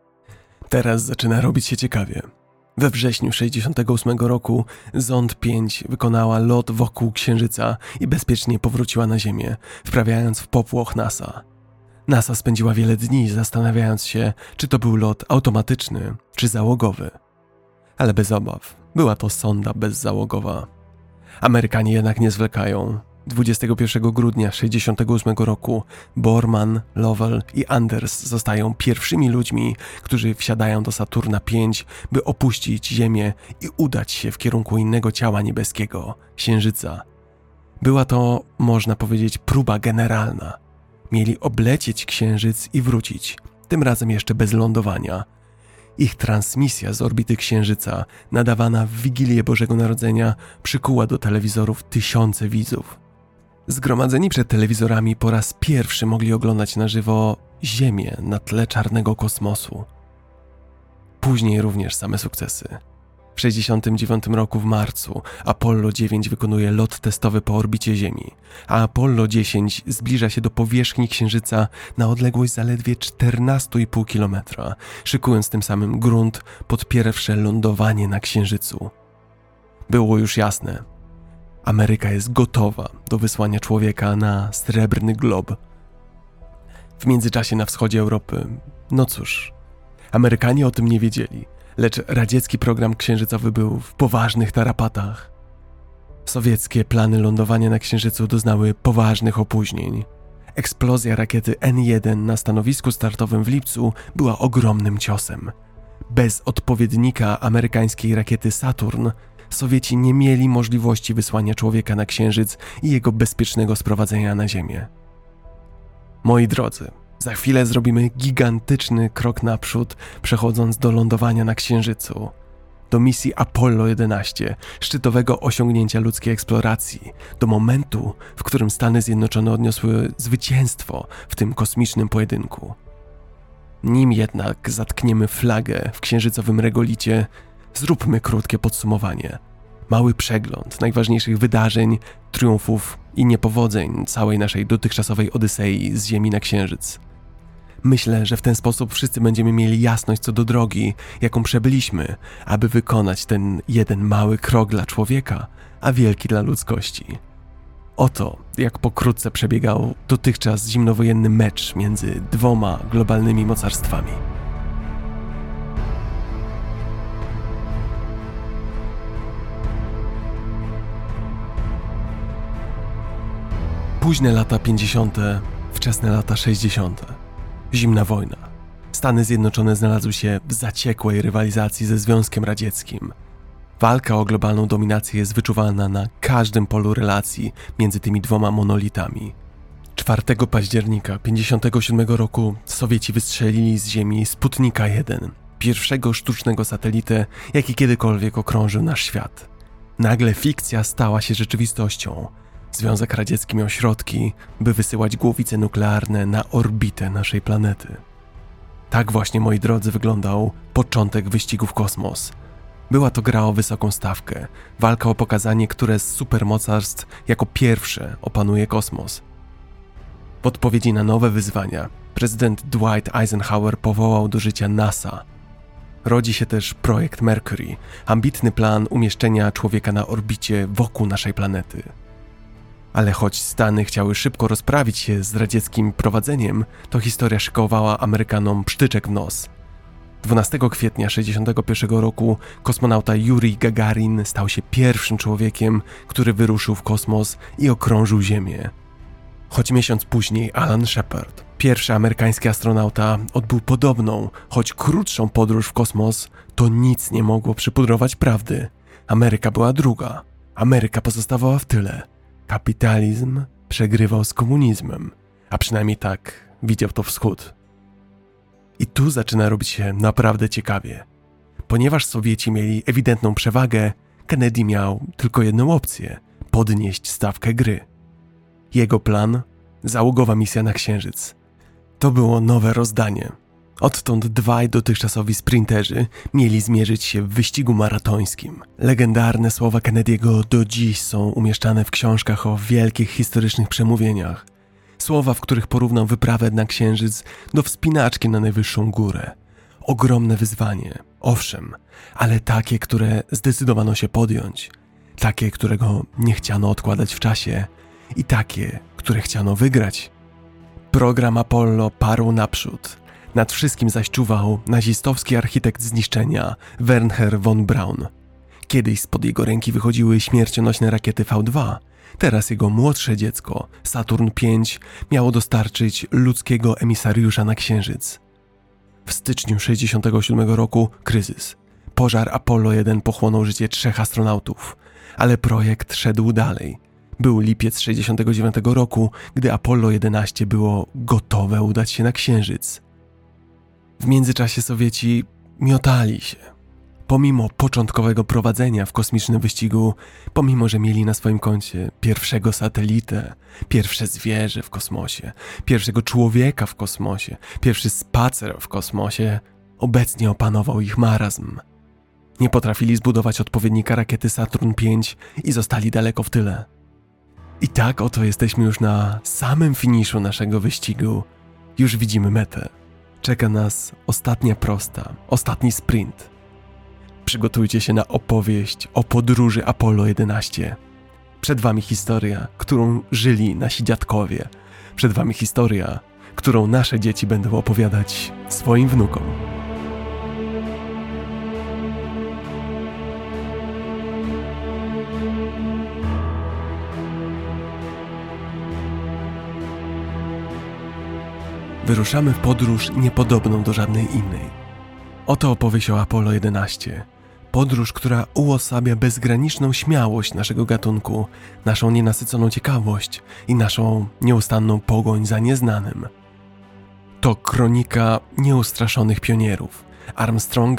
Teraz zaczyna robić się ciekawie. We wrześniu tysiąc dziewięćset sześćdziesiątego ósmego roku Zond pięć wykonała lot wokół Księżyca i bezpiecznie powróciła na Ziemię, wprawiając w popłoch NASA. NASA spędziła wiele dni zastanawiając się, czy to był lot automatyczny, czy załogowy. Ale bez obaw, była to sonda bezzałogowa. Amerykanie jednak nie zwlekają. dwudziestego pierwszego grudnia tysiąc dziewięćset sześćdziesiątego ósmego roku Borman, Lovell i Anders zostają pierwszymi ludźmi, którzy wsiadają do Saturna pięć, by opuścić Ziemię i udać się w kierunku innego ciała niebieskiego, Księżyca. Była to, można powiedzieć, próba generalna. Mieli oblecieć Księżyc i wrócić, tym razem jeszcze bez lądowania. Ich transmisja z orbity Księżyca, nadawana w Wigilię Bożego Narodzenia, przykuła do telewizorów tysiące widzów. Zgromadzeni przed telewizorami po raz pierwszy mogli oglądać na żywo Ziemię na tle czarnego kosmosu. Później również same sukcesy. W tysiąc dziewięćset sześćdziesiątym dziewiątym roku w marcu Apollo dziewięć wykonuje lot testowy po orbicie Ziemi, a Apollo dziesięć zbliża się do powierzchni Księżyca na odległość zaledwie czternaście i pół kilometra, szykując tym samym grunt pod pierwsze lądowanie na Księżycu. Było już jasne. Ameryka jest gotowa do wysłania człowieka na srebrny glob. W międzyczasie na wschodzie Europy, no cóż, Amerykanie o tym nie wiedzieli, lecz radziecki program księżycowy był w poważnych tarapatach. Sowieckie plany lądowania na Księżycu doznały poważnych opóźnień. Eksplozja rakiety N jeden na stanowisku startowym w lipcu była ogromnym ciosem. Bez odpowiednika amerykańskiej rakiety Saturn Sowieci nie mieli możliwości wysłania człowieka na Księżyc i jego bezpiecznego sprowadzenia na Ziemię. Moi drodzy, za chwilę zrobimy gigantyczny krok naprzód, przechodząc do lądowania na Księżycu. do misji Apollo jedenaście, szczytowego osiągnięcia ludzkiej eksploracji, do momentu, w którym Stany Zjednoczone odniosły zwycięstwo w tym kosmicznym pojedynku. Nim jednak zatkniemy flagę w księżycowym regolicie, zróbmy krótkie podsumowanie. Mały przegląd najważniejszych wydarzeń, triumfów i niepowodzeń całej naszej dotychczasowej odysei z Ziemi na Księżyc. Myślę, że w ten sposób wszyscy będziemy mieli jasność co do drogi, jaką przebyliśmy, aby wykonać ten jeden mały krok dla człowieka, a wielki dla ludzkości. Oto, jak pokrótce przebiegał dotychczas zimnowojenny mecz między dwoma globalnymi mocarstwami. Późne lata pięćdziesiąte, wczesne lata sześćdziesiąte. Zimna wojna. Stany Zjednoczone znalazły się w zaciekłej rywalizacji ze Związkiem Radzieckim. Walka o globalną dominację jest wyczuwalna na każdym polu relacji między tymi dwoma monolitami. czwartego października pięćdziesiątego siódmego roku Sowieci wystrzelili z Ziemi Sputnika jeden, pierwszego sztucznego satelitę, jaki kiedykolwiek okrążył nasz świat. Nagle fikcja stała się rzeczywistością. Związek Radziecki miał środki, by wysyłać głowice nuklearne na orbitę naszej planety. Tak właśnie, moi drodzy, wyglądał początek wyścigu w kosmos. Była to gra o wysoką stawkę, walka o pokazanie, które z supermocarstw jako pierwsze opanuje kosmos. W odpowiedzi na nowe wyzwania prezydent Dwight Eisenhower powołał do życia NASA. Rodzi się też projekt Mercury, ambitny plan umieszczenia człowieka na orbicie wokół naszej planety. Ale choć Stany chciały szybko rozprawić się z radzieckim prowadzeniem, to historia szykowała Amerykanom psztyczek w nos. dwunastego kwietnia sześćdziesiątego pierwszego roku kosmonauta Jurij Gagarin stał się pierwszym człowiekiem, który wyruszył w kosmos i okrążył Ziemię. Choć miesiąc później Alan Shepard, pierwszy amerykański astronauta, odbył podobną, choć krótszą podróż w kosmos, to nic nie mogło przypudrować prawdy. Ameryka była druga. Ameryka pozostawała w tyle. Kapitalizm przegrywał z komunizmem, a przynajmniej tak widział to Wschód. I tu zaczyna robić się naprawdę ciekawie. Ponieważ Sowieci mieli ewidentną przewagę, Kennedy miał tylko jedną opcję – podnieść stawkę gry. Jego plan – załogowa misja na Księżyc. To było nowe rozdanie. Odtąd dwaj dotychczasowi sprinterzy mieli zmierzyć się w wyścigu maratońskim. Legendarne słowa Kennedy'ego do dziś są umieszczane w książkach o wielkich historycznych przemówieniach. Słowa, w których porównał wyprawę na Księżyc do wspinaczki na najwyższą górę. Ogromne wyzwanie, owszem, ale takie, które zdecydowano się podjąć. Takie, którego nie chciano odkładać w czasie i takie, które chciano wygrać. Program Apollo parł naprzód. Nad wszystkim zaś czuwał nazistowski architekt zniszczenia Wernher von Braun. Kiedyś spod jego ręki wychodziły śmiercionośne rakiety V dwa. Teraz jego młodsze dziecko, Saturn pięć, miało dostarczyć ludzkiego emisariusza na Księżyc. W styczniu sześćdziesiątego siódmego roku kryzys. Pożar Apollo jeden pochłonął życie trzech astronautów, ale projekt szedł dalej. Był lipiec sześćdziesiątego dziewiątego roku, gdy Apollo jedenaście było gotowe udać się na Księżyc. W międzyczasie Sowieci miotali się. Pomimo początkowego prowadzenia w kosmicznym wyścigu, pomimo że mieli na swoim koncie pierwszego satelitę, pierwsze zwierzę w kosmosie, pierwszego człowieka w kosmosie, pierwszy spacer w kosmosie, obecnie opanował ich marazm. Nie potrafili zbudować odpowiednika rakiety Saturn pięć i zostali daleko w tyle. I tak oto jesteśmy już na samym finiszu naszego wyścigu. Już widzimy metę. Czeka nas ostatnia prosta, ostatni sprint. Przygotujcie się na opowieść o podróży Apollo jedenaście. Przed wami historia, którą żyli nasi dziadkowie. Przed wami historia, którą nasze dzieci będą opowiadać swoim wnukom. Wyruszamy w podróż niepodobną do żadnej innej. Oto opowieść o Apollo jedenaście. Podróż, która uosabia bezgraniczną śmiałość naszego gatunku, naszą nienasyconą ciekawość i naszą nieustanną pogoń za nieznanym. To kronika nieustraszonych pionierów, Armstronga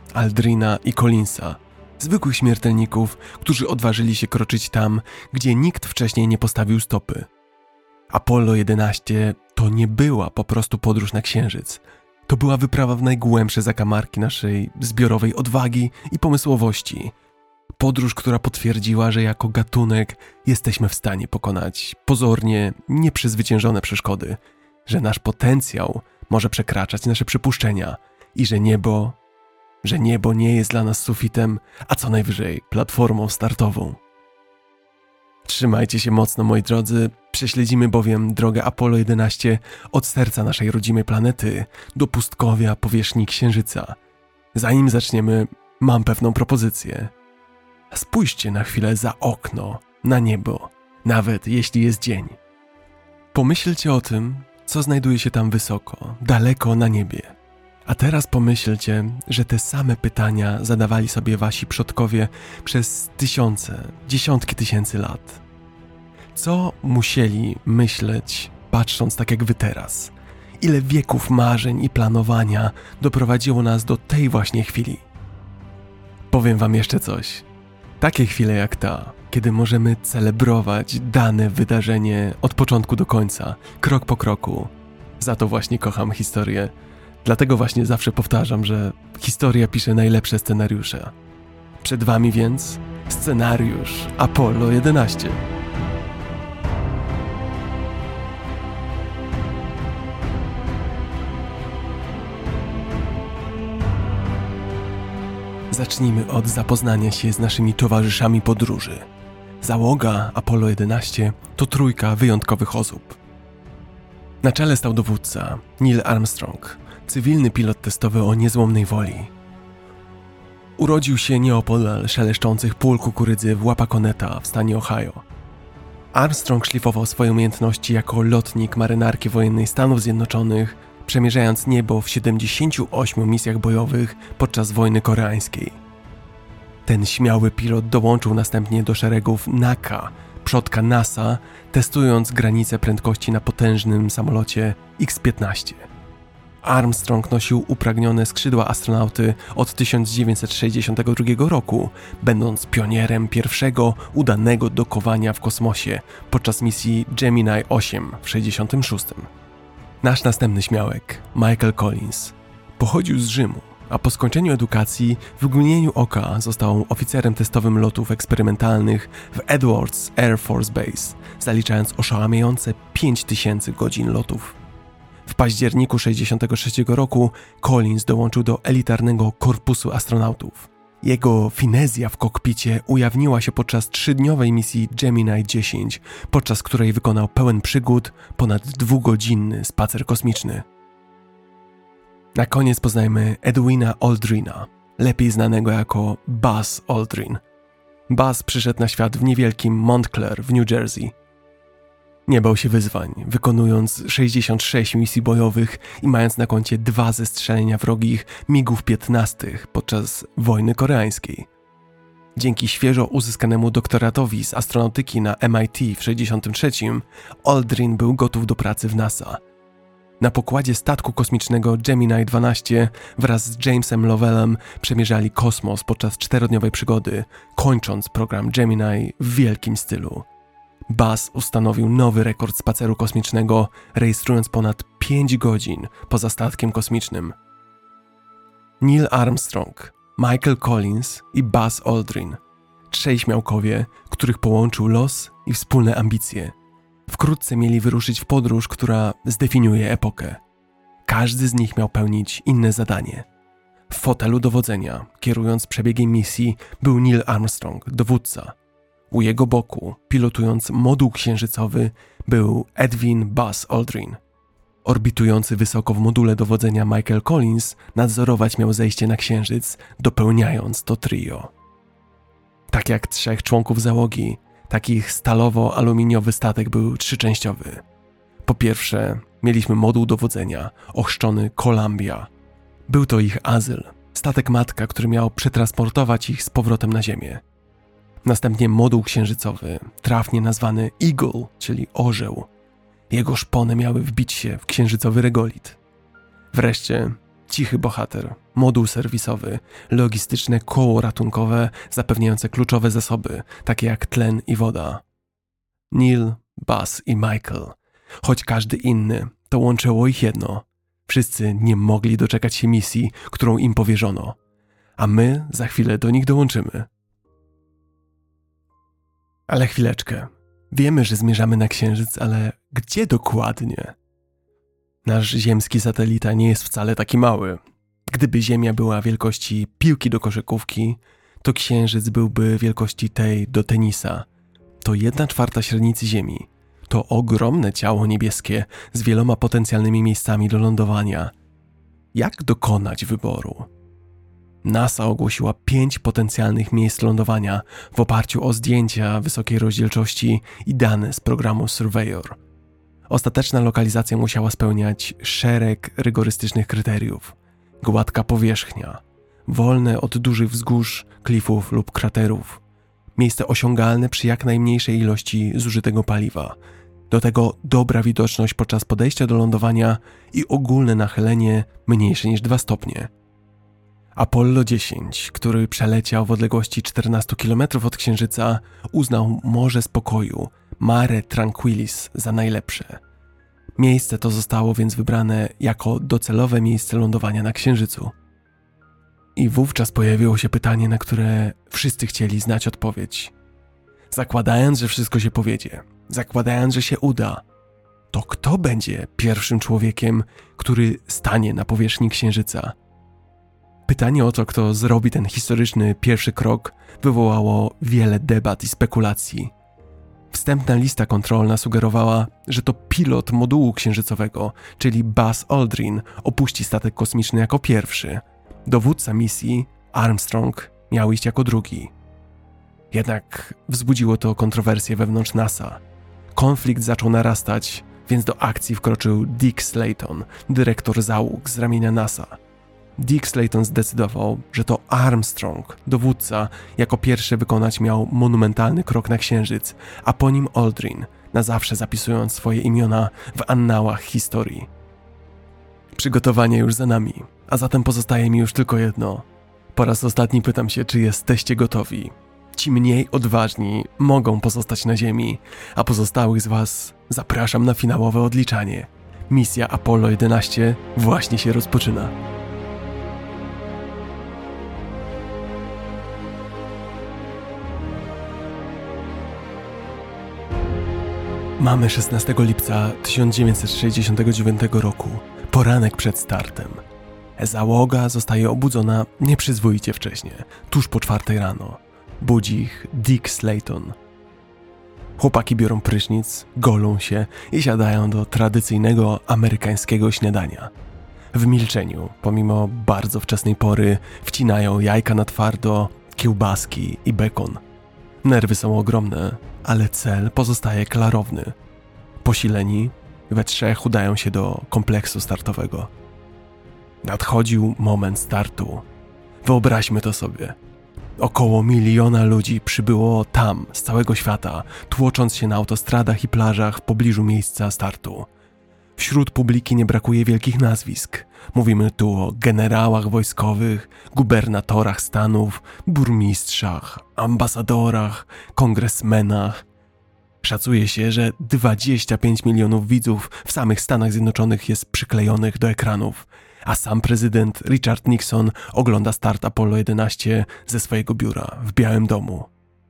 Aldrina i Collinsa, zwykłych śmiertelników, którzy odważyli się kroczyć tam, gdzie nikt wcześniej nie postawił stopy. Apollo jedenaście to nie była po prostu podróż na Księżyc. To była wyprawa w najgłębsze zakamarki naszej zbiorowej odwagi i pomysłowości. Podróż, która potwierdziła, że jako gatunek jesteśmy w stanie pokonać pozornie nieprzezwyciężone przeszkody, że nasz potencjał może przekraczać nasze przypuszczenia i że niebo, że niebo nie jest dla nas sufitem, a co najwyżej platformą startową. Trzymajcie się mocno, moi drodzy, prześledzimy bowiem drogę Apollo jedenaście od serca naszej rodzimej planety do pustkowia powierzchni Księżyca. Zanim zaczniemy, mam pewną propozycję. Spójrzcie na chwilę za okno, na niebo, nawet jeśli jest dzień. Pomyślcie o tym, co znajduje się tam wysoko, daleko na niebie. A teraz pomyślcie, że te same pytania zadawali sobie wasi przodkowie przez tysiące, dziesiątki tysięcy lat. Co musieli myśleć, patrząc tak jak wy teraz? Ile wieków marzeń i planowania doprowadziło nas do tej właśnie chwili? Powiem wam jeszcze coś. Takie chwile jak ta, kiedy możemy celebrować dane wydarzenie od początku do końca, krok po kroku. Za to właśnie kocham historię. Dlatego właśnie zawsze powtarzam, że historia pisze najlepsze scenariusze. Przed wami więc scenariusz Apollo jedenaście. Zacznijmy od zapoznania się z naszymi towarzyszami podróży. Załoga Apollo jedenaście to trójka wyjątkowych osób. Na czele stał dowódca Neil Armstrong, cywilny pilot testowy o niezłomnej woli. Urodził się nieopodal szeleszczących pól kukurydzy w Wapakoneta w stanie Ohio. Armstrong szlifował swoje umiejętności jako lotnik marynarki wojennej Stanów Zjednoczonych, przemierzając niebo w siedemdziesięciu ośmiu misjach bojowych podczas wojny koreańskiej. Ten śmiały pilot dołączył następnie do szeregów N A C A, przodka NASA, testując granice prędkości na potężnym samolocie X piętnaście. Armstrong nosił upragnione skrzydła astronauty od tysiąc dziewięćset sześćdziesiątego drugiego roku, będąc pionierem pierwszego udanego dokowania w kosmosie podczas misji Gemini osiem w sześćdziesiątym szóstym. Nasz następny śmiałek, Michael Collins, pochodził z Rzymu, a po skończeniu edukacji w mgnieniu oka został oficerem testowym lotów eksperymentalnych w Edwards Air Force Base, zaliczając oszałamiające pięć tysięcy godzin lotów. W październiku sześćdziesiątego szóstego roku Collins dołączył do elitarnego korpusu astronautów. Jego finezja w kokpicie ujawniła się podczas trzydniowej misji Gemini dziesięć, podczas której wykonał pełen przygód ponad dwugodzinny spacer kosmiczny. Na koniec poznajmy Edwina Aldrina, lepiej znanego jako Buzz Aldrin. Buzz przyszedł na świat w niewielkim Montclair w New Jersey. Nie bał się wyzwań, wykonując sześćdziesiąt sześć misji bojowych i mając na koncie dwa zestrzelenia wrogich migów piętnastych podczas wojny koreańskiej. Dzięki świeżo uzyskanemu doktoratowi z astronautyki na M I T w sześćdziesiątym trzecim Aldrin był gotów do pracy w NASA. Na pokładzie statku kosmicznego Gemini dwanaście wraz z Jamesem Lovellem przemierzali kosmos podczas czterodniowej przygody, kończąc program Gemini w wielkim stylu. Buzz ustanowił nowy rekord spaceru kosmicznego, rejestrując ponad pięć godzin poza statkiem kosmicznym. Neil Armstrong, Michael Collins i Buzz Aldrin. Trzej śmiałkowie, których połączył los i wspólne ambicje. Wkrótce mieli wyruszyć w podróż, która zdefiniuje epokę. Każdy z nich miał pełnić inne zadanie. W fotelu dowodzenia, kierując przebiegiem misji, był Neil Armstrong, dowódca. U jego boku, pilotując moduł księżycowy, był Edwin Buzz Aldrin. Orbitujący wysoko w module dowodzenia Michael Collins nadzorować miał zejście na Księżyc, dopełniając to trio. Tak jak trzech członków załogi, takich stalowo-aluminiowy statek był trzyczęściowy. Po pierwsze, mieliśmy moduł dowodzenia, ochrzczony Columbia. Był to ich azyl, statek matka, który miał przetransportować ich z powrotem na Ziemię. Następnie moduł księżycowy, trafnie nazwany Eagle, czyli orzeł. Jego szpony miały wbić się w księżycowy regolit. Wreszcie Cichy bohater, moduł serwisowy, logistyczne koło ratunkowe zapewniające kluczowe zasoby, takie jak tlen i woda. Neil, Buzz i Michael, choć każdy inny, to łączyło ich jedno. Wszyscy nie mogli doczekać się misji, którą im powierzono, a my za chwilę do nich dołączymy. Ale chwileczkę. Wiemy, że zmierzamy na Księżyc, ale gdzie dokładnie? Nasz ziemski satelita nie jest wcale taki mały. Gdyby Ziemia była wielkości piłki do koszykówki, to Księżyc byłby wielkości tej do tenisa. To jedna czwarta średnicy Ziemi. To ogromne ciało niebieskie z wieloma potencjalnymi miejscami do lądowania. Jak dokonać wyboru? NASA ogłosiła pięć potencjalnych miejsc lądowania w oparciu o zdjęcia wysokiej rozdzielczości i dane z programu Surveyor. Ostateczna lokalizacja musiała spełniać szereg rygorystycznych kryteriów. Gładka powierzchnia, wolne od dużych wzgórz, klifów lub kraterów, miejsce osiągalne przy jak najmniejszej ilości zużytego paliwa, do tego dobra widoczność podczas podejścia do lądowania i ogólne nachylenie mniejsze niż dwa stopnie. Apollo dziesięć, który przeleciał w odległości czternaście kilometrów od Księżyca, uznał Morze Spokoju, Mare Tranquillis, za najlepsze. Miejsce to zostało więc wybrane jako docelowe miejsce lądowania na Księżycu. I wówczas pojawiło się pytanie, na które wszyscy chcieli znać odpowiedź. Zakładając, że wszystko się powiedzie, zakładając, że się uda, to kto będzie pierwszym człowiekiem, który stanie na powierzchni Księżyca? Pytanie o to, kto zrobi ten historyczny pierwszy krok, wywołało wiele debat i spekulacji. Wstępna lista kontrolna sugerowała, że to pilot modułu księżycowego, czyli Buzz Aldrin, opuści statek kosmiczny jako pierwszy. Dowódca misji, Armstrong, miał iść jako drugi. Jednak wzbudziło to kontrowersje wewnątrz NASA. Konflikt zaczął narastać, więc do akcji wkroczył Dick Slayton, dyrektor załóg z ramienia NASA. Dick Slayton zdecydował, że to Armstrong, dowódca, jako pierwszy wykonać miał monumentalny krok na Księżyc, a po nim Aldrin, na zawsze zapisując swoje imiona w annałach historii. Przygotowania już za nami, a zatem pozostaje mi już tylko jedno. Po raz ostatni pytam się, czy jesteście gotowi. Ci mniej odważni mogą pozostać na Ziemi, a pozostałych z was zapraszam na finałowe odliczanie. Misja Apollo jedenaście właśnie się rozpoczyna. Mamy szesnastego lipca tysiąc dziewięćset sześćdziesiątego dziewiątego roku, poranek przed startem. Załoga zostaje obudzona nieprzyzwoicie wcześnie, tuż po czwartej rano. Budzi ich Dick Slayton. Chłopaki biorą prysznic, golą się i siadają do tradycyjnego amerykańskiego śniadania. W milczeniu, pomimo bardzo wczesnej pory, wcinają jajka na twardo, kiełbaski i bekon. Nerwy są ogromne, ale cel pozostaje klarowny. Posileni, we trzech udają się do kompleksu startowego. Nadchodził moment startu. Wyobraźmy to sobie. Około miliona ludzi przybyło tam z całego świata, tłocząc się na autostradach i plażach w pobliżu miejsca startu. Wśród publiki nie brakuje wielkich nazwisk. Mówimy tu o generałach wojskowych, gubernatorach stanów, burmistrzach, ambasadorach, kongresmenach. Szacuje się, że dwadzieścia pięć milionów widzów w samych Stanach Zjednoczonych jest przyklejonych do ekranów, a sam prezydent Richard Nixon ogląda start Apollo jedenaście ze swojego biura w Białym Domu.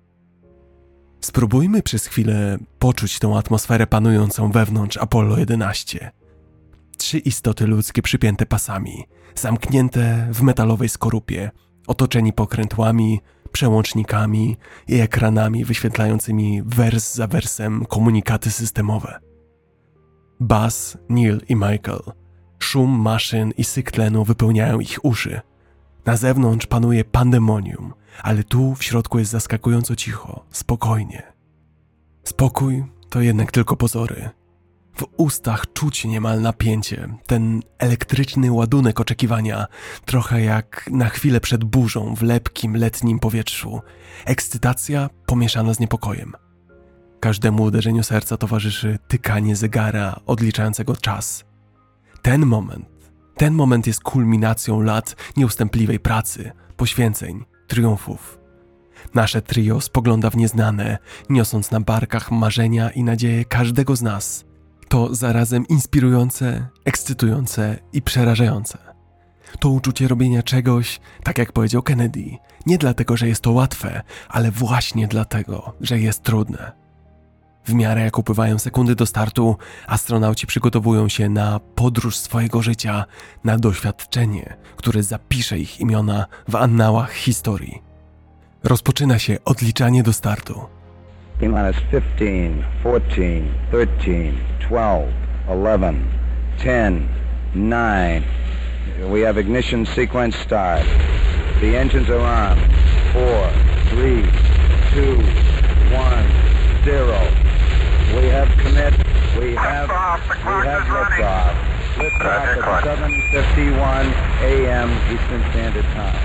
Spróbujmy przez chwilę poczuć tą atmosferę panującą wewnątrz Apollo jedenaście. Trzy istoty ludzkie przypięte pasami, zamknięte w metalowej skorupie, otoczeni pokrętłami, przełącznikami i ekranami wyświetlającymi wers za wersem komunikaty systemowe. Buzz, Neil i Michael. Szum maszyn i syk tlenu wypełniają ich uszy. Na zewnątrz panuje pandemonium, ale tu w środku jest zaskakująco cicho, spokojnie. Spokój to jednak tylko pozory. W ustach czuć niemal napięcie, ten elektryczny ładunek oczekiwania, trochę jak na chwilę przed burzą w lepkim letnim powietrzu. Ekscytacja pomieszana z niepokojem. Każdemu uderzeniu serca towarzyszy tykanie zegara odliczającego czas. Ten moment Ten moment jest kulminacją lat nieustępliwej pracy, poświęceń, triumfów. Nasze trio spogląda w nieznane, niosąc na barkach marzenia i nadzieje każdego z nas. To zarazem inspirujące, ekscytujące i przerażające. To uczucie robienia czegoś, tak jak powiedział Kennedy, nie dlatego, że jest to łatwe, ale właśnie dlatego, że jest trudne. W miarę jak upływają sekundy do startu, astronauci przygotowują się na podróż swojego życia, na doświadczenie, które zapisze ich imiona w annałach historii. Rozpoczyna się odliczanie do startu. T-minus fifteen, fourteen, thirteen, twelve, eleven, ten, nine. We have ignition sequence start. The engines are on. four, three, two, one, zero. We have commit. We have, we have liftoff. Liftoff at seven fifty-one a m Eastern Standard Time.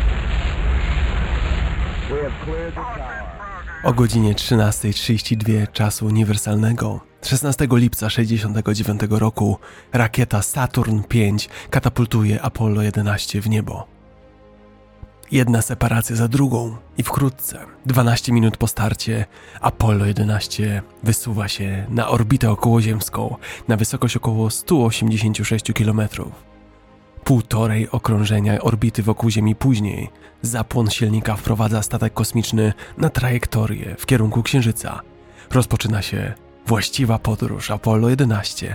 We have cleared the tower. O godzinie trzynasta trzydzieści dwa czasu uniwersalnego, szesnastego lipca tysiąc dziewięćset sześćdziesiątego dziewiątego roku, rakieta Saturn pięć katapultuje Apollo jedenaście w niebo. Jedna separacja za drugą i wkrótce, dwanaście minut po starcie, Apollo jedenaście wysuwa się na orbitę okołoziemską na wysokość około sto osiemdziesiąt sześć kilometrów. Półtorej okrążenia orbity wokół Ziemi później, zapłon silnika wprowadza statek kosmiczny na trajektorię w kierunku Księżyca. Rozpoczyna się właściwa podróż Apollo jedenaście.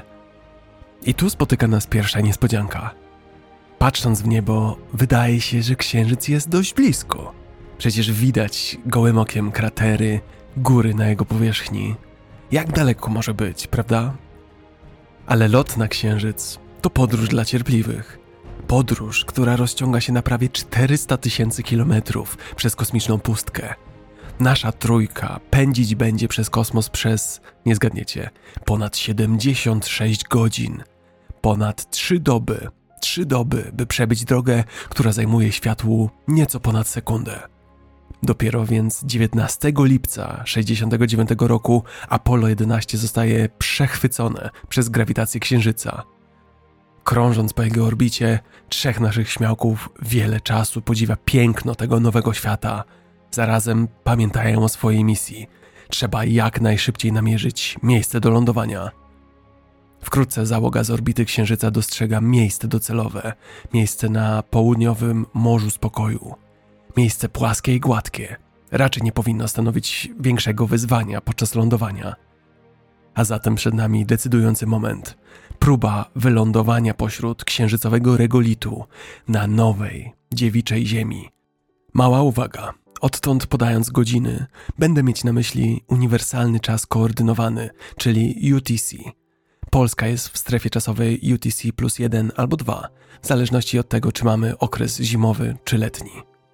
I tu spotyka nas pierwsza niespodzianka. Patrząc w niebo, wydaje się, że Księżyc jest dość blisko. Przecież widać gołym okiem kratery, góry na jego powierzchni. Jak daleko może być, prawda? Ale lot na Księżyc to podróż dla cierpliwych. Podróż, która rozciąga się na prawie czterysta tysięcy kilometrów przez kosmiczną pustkę. Nasza trójka pędzić będzie przez kosmos przez, nie zgadniecie, ponad siedemdziesiąt sześć godzin. Ponad trzy doby. Trzy doby, by przebyć drogę, która zajmuje światłu nieco ponad sekundę. Dopiero więc dziewiętnastego lipca tysiąc dziewięćset sześćdziesiątego dziewiątego roku Apollo jedenaście zostaje przechwycone przez grawitację Księżyca. Krążąc po jego orbicie, trzech naszych śmiałków wiele czasu podziwia piękno tego nowego świata. Zarazem pamiętają o swojej misji. Trzeba jak najszybciej namierzyć miejsce do lądowania. Wkrótce załoga z orbity Księżyca dostrzega miejsce docelowe. Miejsce na południowym Morzu Spokoju. Miejsce płaskie i gładkie. Raczej nie powinno stanowić większego wyzwania podczas lądowania. A zatem przed nami decydujący moment. Próba wylądowania pośród księżycowego regolitu na nowej, dziewiczej ziemi. Mała uwaga. Odtąd podając godziny, będę mieć na myśli uniwersalny czas koordynowany, czyli U T C. Polska jest w strefie czasowej U T C plus jeden albo dwa, w zależności od tego, czy mamy okres zimowy czy letni.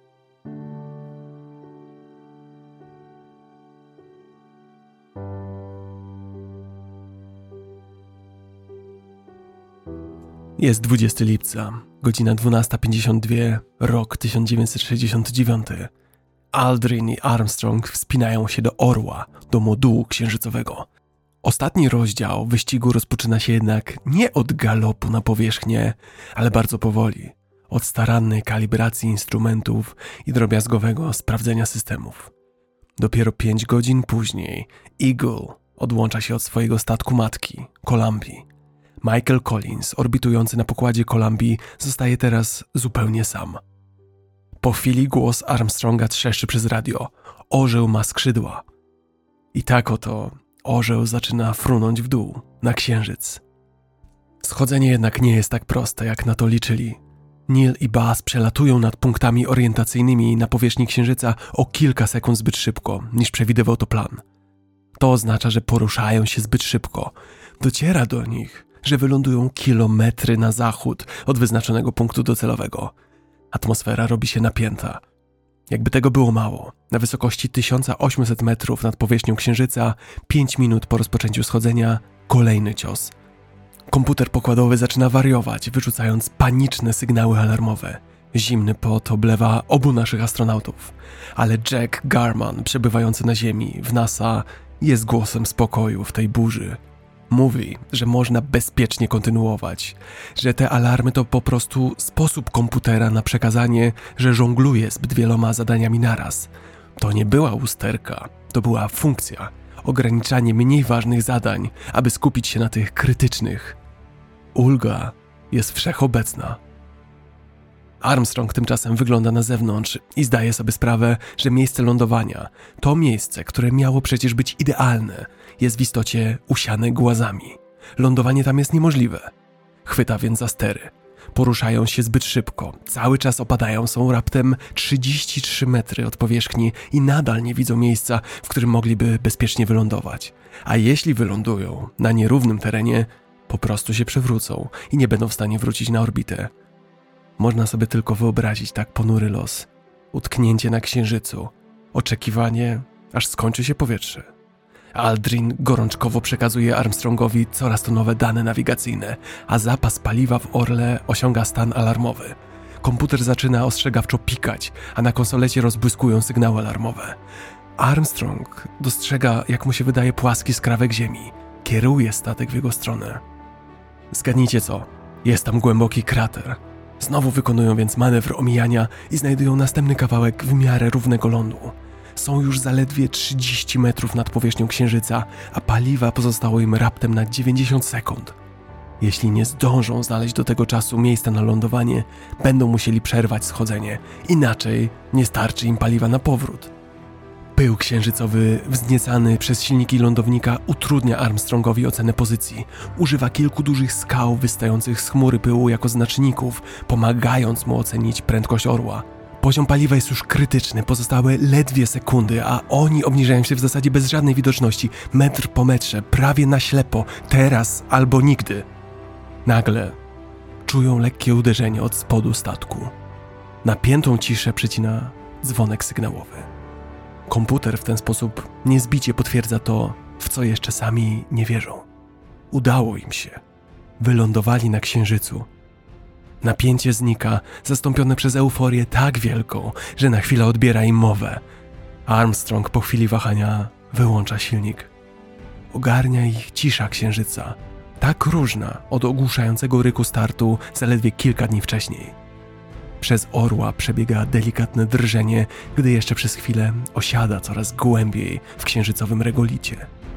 Jest dwudziestego lipca, godzina dwunasta pięćdziesiąt dwa, rok tysiąc dziewięćset sześćdziesiąty dziewiąty. Aldrin i Armstrong wspinają się do orła, do modułu księżycowego. Ostatni rozdział wyścigu rozpoczyna się jednak nie od galopu na powierzchnię, ale bardzo powoli, od starannej kalibracji instrumentów i drobiazgowego sprawdzenia systemów. Dopiero pięć godzin później Eagle odłącza się od swojego statku matki, Columbia. Michael Collins, orbitujący na pokładzie Columbii, zostaje teraz zupełnie sam. Po chwili głos Armstronga trzeszczy przez radio. Orzeł ma skrzydła. I tak oto orzeł zaczyna frunąć w dół, na Księżyc. Schodzenie jednak nie jest tak proste, jak na to liczyli. Neil i Buzz przelatują nad punktami orientacyjnymi na powierzchni Księżyca o kilka sekund zbyt szybko, niż przewidywał to plan. To oznacza, że poruszają się zbyt szybko. Dociera do nich, że wylądują kilometry na zachód od wyznaczonego punktu docelowego. Atmosfera robi się napięta. Jakby tego było mało, na wysokości tysiąc osiemset metrów nad powierzchnią Księżyca, pięć minut po rozpoczęciu schodzenia, kolejny cios. Komputer pokładowy zaczyna wariować, wyrzucając paniczne sygnały alarmowe. Zimny pot oblewa obu naszych astronautów, ale Jack Garman, przebywający na Ziemi w NASA, jest głosem spokoju w tej burzy. Mówi, że można bezpiecznie kontynuować, że te alarmy to po prostu sposób komputera na przekazanie, że żongluje zbyt wieloma zadaniami naraz. To nie była usterka, to była funkcja, ograniczanie mniej ważnych zadań, aby skupić się na tych krytycznych. Ulga jest wszechobecna. Armstrong tymczasem wygląda na zewnątrz i zdaje sobie sprawę, że miejsce lądowania, to miejsce, które miało przecież być idealne, jest w istocie usiane głazami. Lądowanie tam jest niemożliwe. Chwyta więc za stery. Poruszają się zbyt szybko, cały czas opadają, są raptem trzydzieści trzy metry od powierzchni i nadal nie widzą miejsca, w którym mogliby bezpiecznie wylądować. A jeśli wylądują na nierównym terenie, po prostu się przewrócą i nie będą w stanie wrócić na orbitę. Można sobie tylko wyobrazić tak ponury los. Utknięcie na księżycu. Oczekiwanie, aż skończy się powietrze. Aldrin gorączkowo przekazuje Armstrongowi coraz to nowe dane nawigacyjne, a zapas paliwa w Orle osiąga stan alarmowy. Komputer zaczyna ostrzegawczo pikać, a na konsolecie rozbłyskują sygnały alarmowe. Armstrong dostrzega, jak mu się wydaje, płaski skrawek ziemi. Kieruje statek w jego stronę. Zgadnijcie co? Jest tam głęboki krater. Znowu wykonują więc manewr omijania i znajdują następny kawałek w miarę równego lądu. Są już zaledwie trzydzieści metrów nad powierzchnią Księżyca, a paliwa pozostało im raptem na dziewięćdziesiąt sekund. Jeśli nie zdążą znaleźć do tego czasu miejsca na lądowanie, będą musieli przerwać schodzenie, inaczej nie starczy im paliwa na powrót. Pył księżycowy, wzniecany przez silniki lądownika, utrudnia Armstrongowi ocenę pozycji. Używa kilku dużych skał wystających z chmury pyłu jako znaczników, pomagając mu ocenić prędkość orła. Poziom paliwa jest już krytyczny, pozostałe ledwie sekundy, a oni obniżają się w zasadzie bez żadnej widoczności, metr po metrze, prawie na ślepo, teraz albo nigdy. Nagle czują lekkie uderzenie od spodu statku. Napiętą ciszę przecina dzwonek sygnałowy. Komputer w ten sposób niezbicie potwierdza to, w co jeszcze sami nie wierzą. Udało im się. Wylądowali na Księżycu. Napięcie znika, zastąpione przez euforię tak wielką, że na chwilę odbiera im mowę. Armstrong po chwili wahania wyłącza silnik. Ogarnia ich cisza Księżyca, tak różna od ogłuszającego ryku startu zaledwie kilka dni wcześniej. Przez orła przebiega delikatne drżenie, gdy jeszcze przez chwilę osiada coraz głębiej w księżycowym regolicie.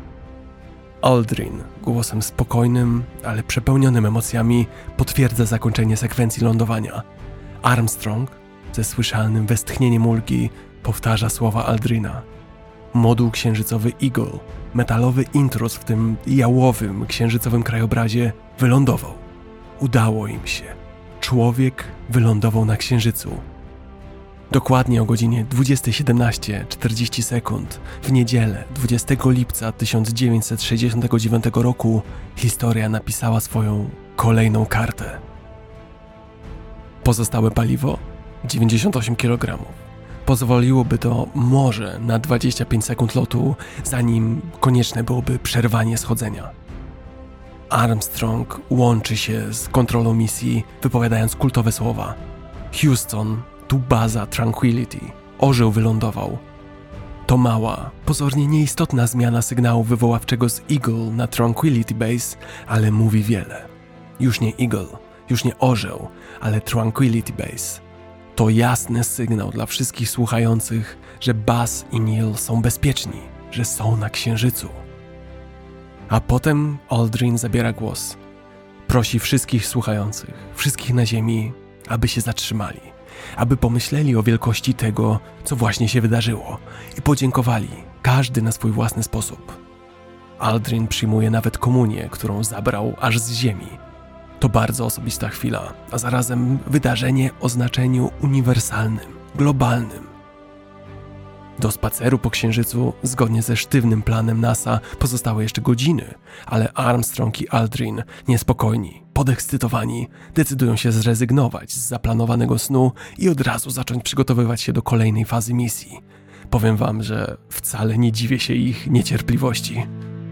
Aldrin głosem spokojnym, ale przepełnionym emocjami potwierdza zakończenie sekwencji lądowania. Armstrong ze słyszalnym westchnieniem ulgi powtarza słowa Aldrina. Moduł księżycowy Eagle, metalowy intruz w tym jałowym księżycowym krajobrazie, wylądował. Udało im się. Człowiek wylądował na Księżycu. Dokładnie o godzinie dwudziesta siedemnaście czterdzieści sekund w niedzielę dwudziestego lipca tysiąc dziewięćset sześćdziesiątego dziewiątego roku historia napisała swoją kolejną kartę. Pozostałe paliwo dziewięćdziesiąt osiem kilogramów. Pozwoliłoby to może na dwadzieścia pięć sekund lotu, zanim konieczne byłoby przerwanie schodzenia. Armstrong łączy się z kontrolą misji, wypowiadając kultowe słowa. Houston, tu baza Tranquility. Orzeł wylądował. To mała, pozornie nieistotna zmiana sygnału wywoławczego z Eagle na Tranquility Base, ale mówi wiele. Już nie Eagle, już nie orzeł, ale Tranquility Base. To jasny sygnał dla wszystkich słuchających, że Buzz i Neil są bezpieczni, że są na Księżycu. A potem Aldrin zabiera głos. Prosi wszystkich słuchających, wszystkich na Ziemi, aby się zatrzymali, aby pomyśleli o wielkości tego, co właśnie się wydarzyło i podziękowali, każdy na swój własny sposób. Aldrin przyjmuje nawet komunię, którą zabrał aż z Ziemi. To bardzo osobista chwila, a zarazem wydarzenie o znaczeniu uniwersalnym, globalnym. Do spaceru po Księżycu, zgodnie ze sztywnym planem NASA, pozostały jeszcze godziny, ale Armstrong i Aldrin, niespokojni, podekscytowani, decydują się zrezygnować z zaplanowanego snu i od razu zacząć przygotowywać się do kolejnej fazy misji. Powiem wam, że wcale nie dziwię się ich niecierpliwości.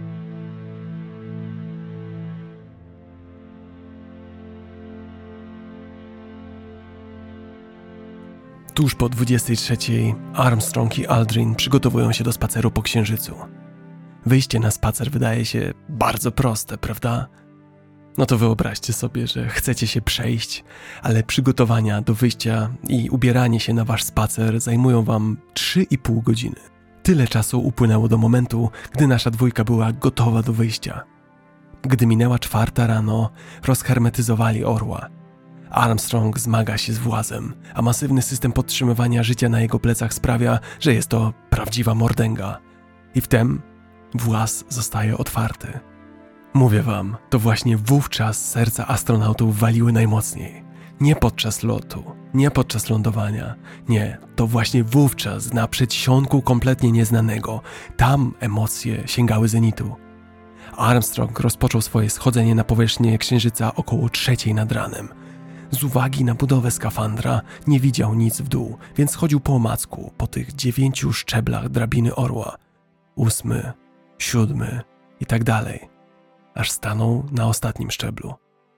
Tuż po dwudziestej trzeciej Armstrong i Aldrin przygotowują się do spaceru po Księżycu. Wyjście na spacer wydaje się bardzo proste, prawda? No to wyobraźcie sobie, że chcecie się przejść, ale przygotowania do wyjścia i ubieranie się na wasz spacer zajmują wam trzy i pół godziny. Tyle czasu upłynęło do momentu, gdy nasza dwójka była gotowa do wyjścia. Gdy minęła czwarta rano, rozhermetyzowali orła. Armstrong zmaga się z włazem, a masywny system podtrzymywania życia na jego plecach sprawia, że jest to prawdziwa mordęga. I wtem właz zostaje otwarty. Mówię wam, to właśnie wówczas serca astronautów waliły najmocniej. Nie podczas lotu, nie podczas lądowania, nie, to właśnie wówczas na przedsionku kompletnie nieznanego, tam emocje sięgały zenitu. Armstrong rozpoczął swoje schodzenie na powierzchnię Księżyca około trzeciej nad ranem. Z uwagi na budowę skafandra nie widział nic w dół, więc chodził po omacku po tych dziewięciu szczeblach drabiny orła. Ósmy, siódmy i tak dalej, aż stanął na ostatnim szczeblu.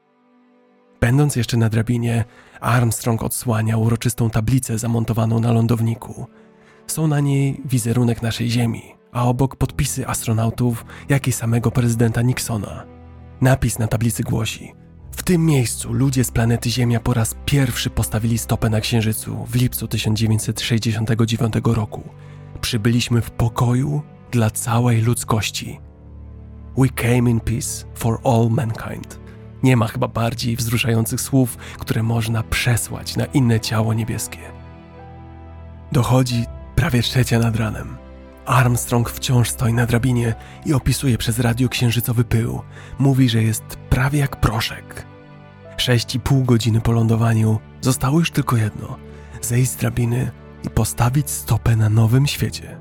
Będąc jeszcze na drabinie, Armstrong odsłania uroczystą tablicę zamontowaną na lądowniku. Są na niej wizerunek naszej Ziemi, a obok podpisy astronautów, jak i samego prezydenta Nixona. Napis na tablicy głosi: w tym miejscu ludzie z planety Ziemia po raz pierwszy postawili stopę na Księżycu w lipcu tysiąc dziewięćset sześćdziesiątego dziewiątego roku. Przybyliśmy w pokoju dla całej ludzkości. We came in peace for all mankind. Nie ma chyba bardziej wzruszających słów, które można przesłać na inne ciało niebieskie. Dochodzi prawie trzecia nad ranem. Armstrong wciąż stoi na drabinie i opisuje przez radio księżycowy pył. Mówi, że jest prawie jak proszek. Sześć i pół godziny po lądowaniu zostało już tylko jedno: zejść z drabiny i postawić stopę na nowym świecie.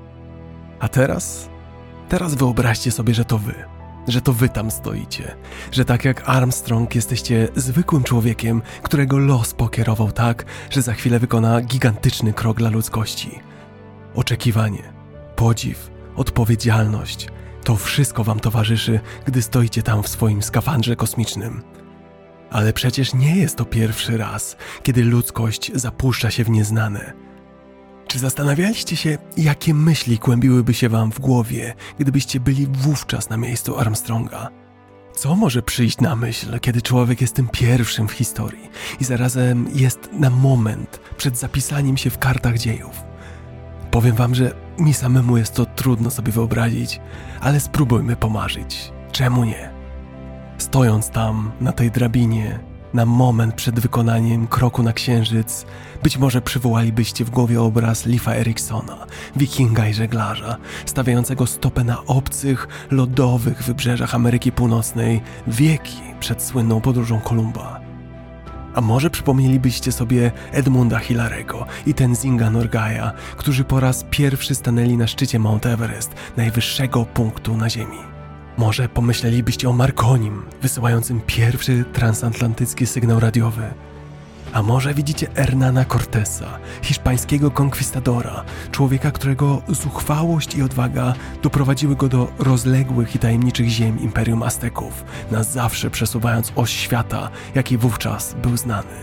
A teraz? Teraz wyobraźcie sobie, że to wy. Że to wy tam stoicie. Że tak jak Armstrong jesteście zwykłym człowiekiem, którego los pokierował tak, że za chwilę wykona gigantyczny krok dla ludzkości. Oczekiwanie, podziw, odpowiedzialność – to wszystko wam towarzyszy, gdy stoicie tam w swoim skafandrze kosmicznym. Ale przecież nie jest to pierwszy raz, kiedy ludzkość zapuszcza się w nieznane. Czy zastanawialiście się, jakie myśli kłębiłyby się wam w głowie, gdybyście byli wówczas na miejscu Armstronga? Co może przyjść na myśl, kiedy człowiek jest tym pierwszym w historii i zarazem jest na moment przed zapisaniem się w kartach dziejów? Powiem wam, że mi samemu jest to trudno sobie wyobrazić, ale spróbujmy pomarzyć. Czemu nie? Stojąc tam, na tej drabinie, na moment przed wykonaniem kroku na Księżyc, być może przywołalibyście w głowie obraz Leafa Eriksona, wikinga i żeglarza, stawiającego stopę na obcych, lodowych wybrzeżach Ameryki Północnej wieki przed słynną podróżą Kolumba. A może przypomnielibyście sobie Edmunda Hilarego i Tenzinga Norgaja, którzy po raz pierwszy stanęli na szczycie Mount Everest, najwyższego punktu na Ziemi. Może pomyślelibyście o Marconim, wysyłającym pierwszy transatlantycki sygnał radiowy. A może widzicie Hernana Cortesa, hiszpańskiego konkwistadora, człowieka, którego zuchwałość i odwaga doprowadziły go do rozległych i tajemniczych ziem Imperium Azteków, na zawsze przesuwając oś świata, jaki wówczas był znany.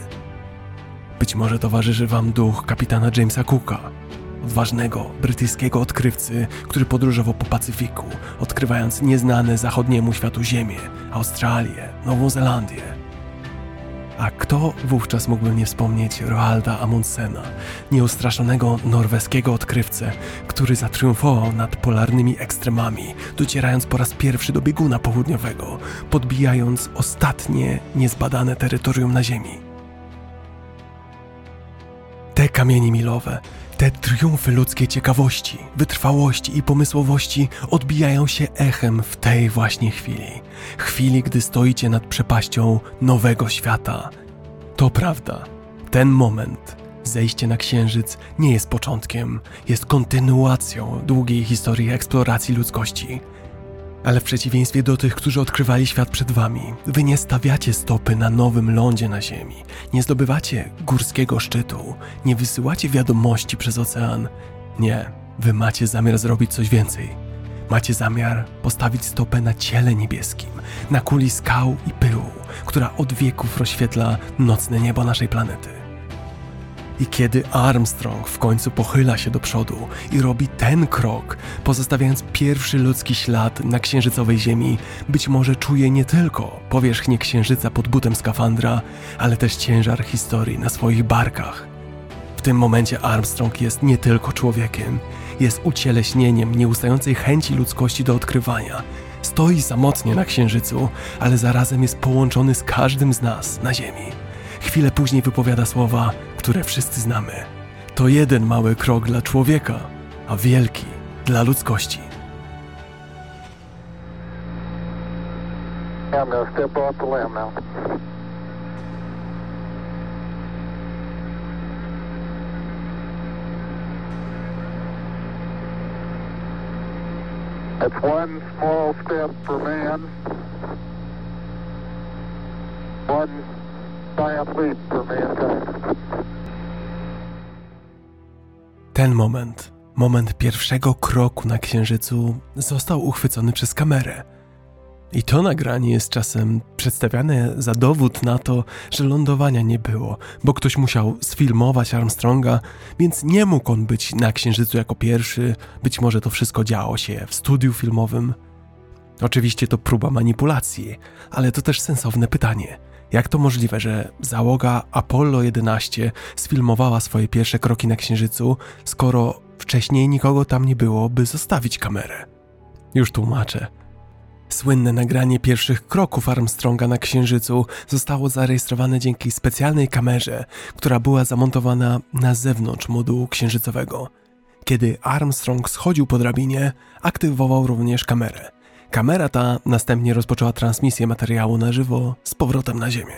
Być może towarzyszy wam duch kapitana Jamesa Cooka, odważnego brytyjskiego odkrywcy, który podróżował po Pacyfiku, odkrywając nieznane zachodniemu światu ziemię, Australię, Nową Zelandię. A kto wówczas mógłby nie wspomnieć Roalda Amundsena, nieustraszonego norweskiego odkrywcę, który zatriumfował nad polarnymi ekstremami, docierając po raz pierwszy do bieguna południowego, podbijając ostatnie niezbadane terytorium na Ziemi. Te kamienie milowe, te triumfy ludzkiej ciekawości, wytrwałości i pomysłowości odbijają się echem w tej właśnie chwili. Chwili, gdy stoicie nad przepaścią nowego świata. To prawda, ten moment, zejście na Księżyc, nie jest początkiem, jest kontynuacją długiej historii eksploracji ludzkości. Ale w przeciwieństwie do tych, którzy odkrywali świat przed wami, wy nie stawiacie stopy na nowym lądzie na Ziemi, nie zdobywacie górskiego szczytu, nie wysyłacie wiadomości przez ocean. Nie, wy macie zamiar zrobić coś więcej. Macie zamiar postawić stopę na ciele niebieskim, na kuli skał i pyłu, która od wieków rozświetla nocne niebo naszej planety. I kiedy Armstrong w końcu pochyla się do przodu i robi ten krok, pozostawiając pierwszy ludzki ślad na księżycowej ziemi, być może czuje nie tylko powierzchnię księżyca pod butem skafandra, ale też ciężar historii na swoich barkach. W tym momencie Armstrong jest nie tylko człowiekiem, jest ucieleśnieniem nieustającej chęci ludzkości do odkrywania. Stoi samotnie na księżycu, ale zarazem jest połączony z każdym z nas na ziemi. Chwilę później wypowiada słowa, które wszyscy znamy. To jeden mały krok dla człowieka, a wielki dla ludzkości. I'm gonna step off the limb now. That's one small step for man, one giant leap for mankind. Ten moment, moment pierwszego kroku na księżycu, został uchwycony przez kamerę. I to nagranie jest czasem przedstawiane za dowód na to, że lądowania nie było, bo ktoś musiał sfilmować Armstronga, więc nie mógł on być na księżycu jako pierwszy. Być może to wszystko działo się w studiu filmowym. Oczywiście to próba manipulacji, ale to też sensowne pytanie. Jak to możliwe, że załoga Apollo jedenaście sfilmowała swoje pierwsze kroki na księżycu, skoro wcześniej nikogo tam nie było, by zostawić kamerę? Już tłumaczę. Słynne nagranie pierwszych kroków Armstronga na księżycu zostało zarejestrowane dzięki specjalnej kamerze, która była zamontowana na zewnątrz modułu księżycowego. Kiedy Armstrong schodził po drabinie, aktywował również kamerę. Kamera ta następnie rozpoczęła transmisję materiału na żywo z powrotem na Ziemię.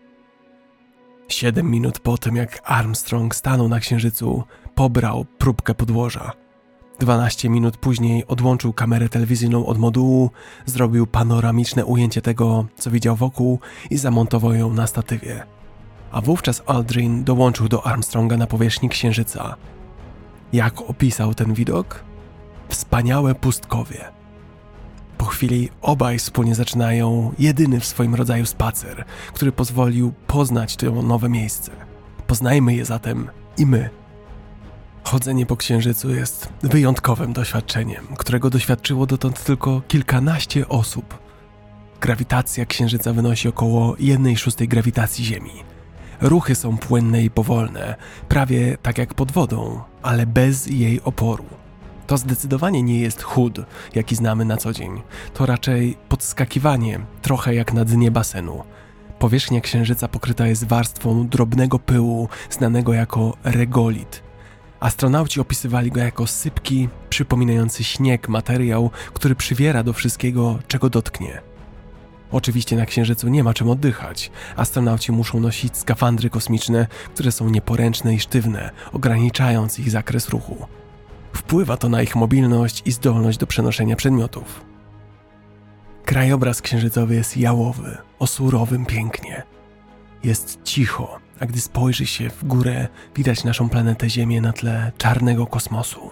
Siedem minut po tym, jak Armstrong stanął na księżycu, pobrał próbkę podłoża. Dwanaście minut później odłączył kamerę telewizyjną od modułu, zrobił panoramiczne ujęcie tego, co widział wokół i zamontował ją na statywie. A wówczas Aldrin dołączył do Armstronga na powierzchni księżyca. Jak opisał ten widok? Wspaniałe pustkowie. Po chwili obaj wspólnie zaczynają jedyny w swoim rodzaju spacer, który pozwolił poznać to nowe miejsce. Poznajmy je zatem i my. Chodzenie po księżycu jest wyjątkowym doświadczeniem, którego doświadczyło dotąd tylko kilkanaście osób. Grawitacja księżyca wynosi około jednej szóstej grawitacji Ziemi. Ruchy są płynne i powolne, prawie tak jak pod wodą, ale bez jej oporu. To zdecydowanie nie jest chód, jaki znamy na co dzień. To raczej podskakiwanie, trochę jak na dnie basenu. Powierzchnia księżyca pokryta jest warstwą drobnego pyłu, znanego jako regolit. Astronauci opisywali go jako sypki, przypominający śnieg materiał, który przywiera do wszystkiego, czego dotknie. Oczywiście na księżycu nie ma czym oddychać. Astronauci muszą nosić skafandry kosmiczne, które są nieporęczne i sztywne, ograniczając ich zakres ruchu. Wpływa to na ich mobilność i zdolność do przenoszenia przedmiotów. Krajobraz księżycowy jest jałowy, o surowym pięknie. Jest cicho, a gdy spojrzy się w górę, widać naszą planetę Ziemię na tle czarnego kosmosu.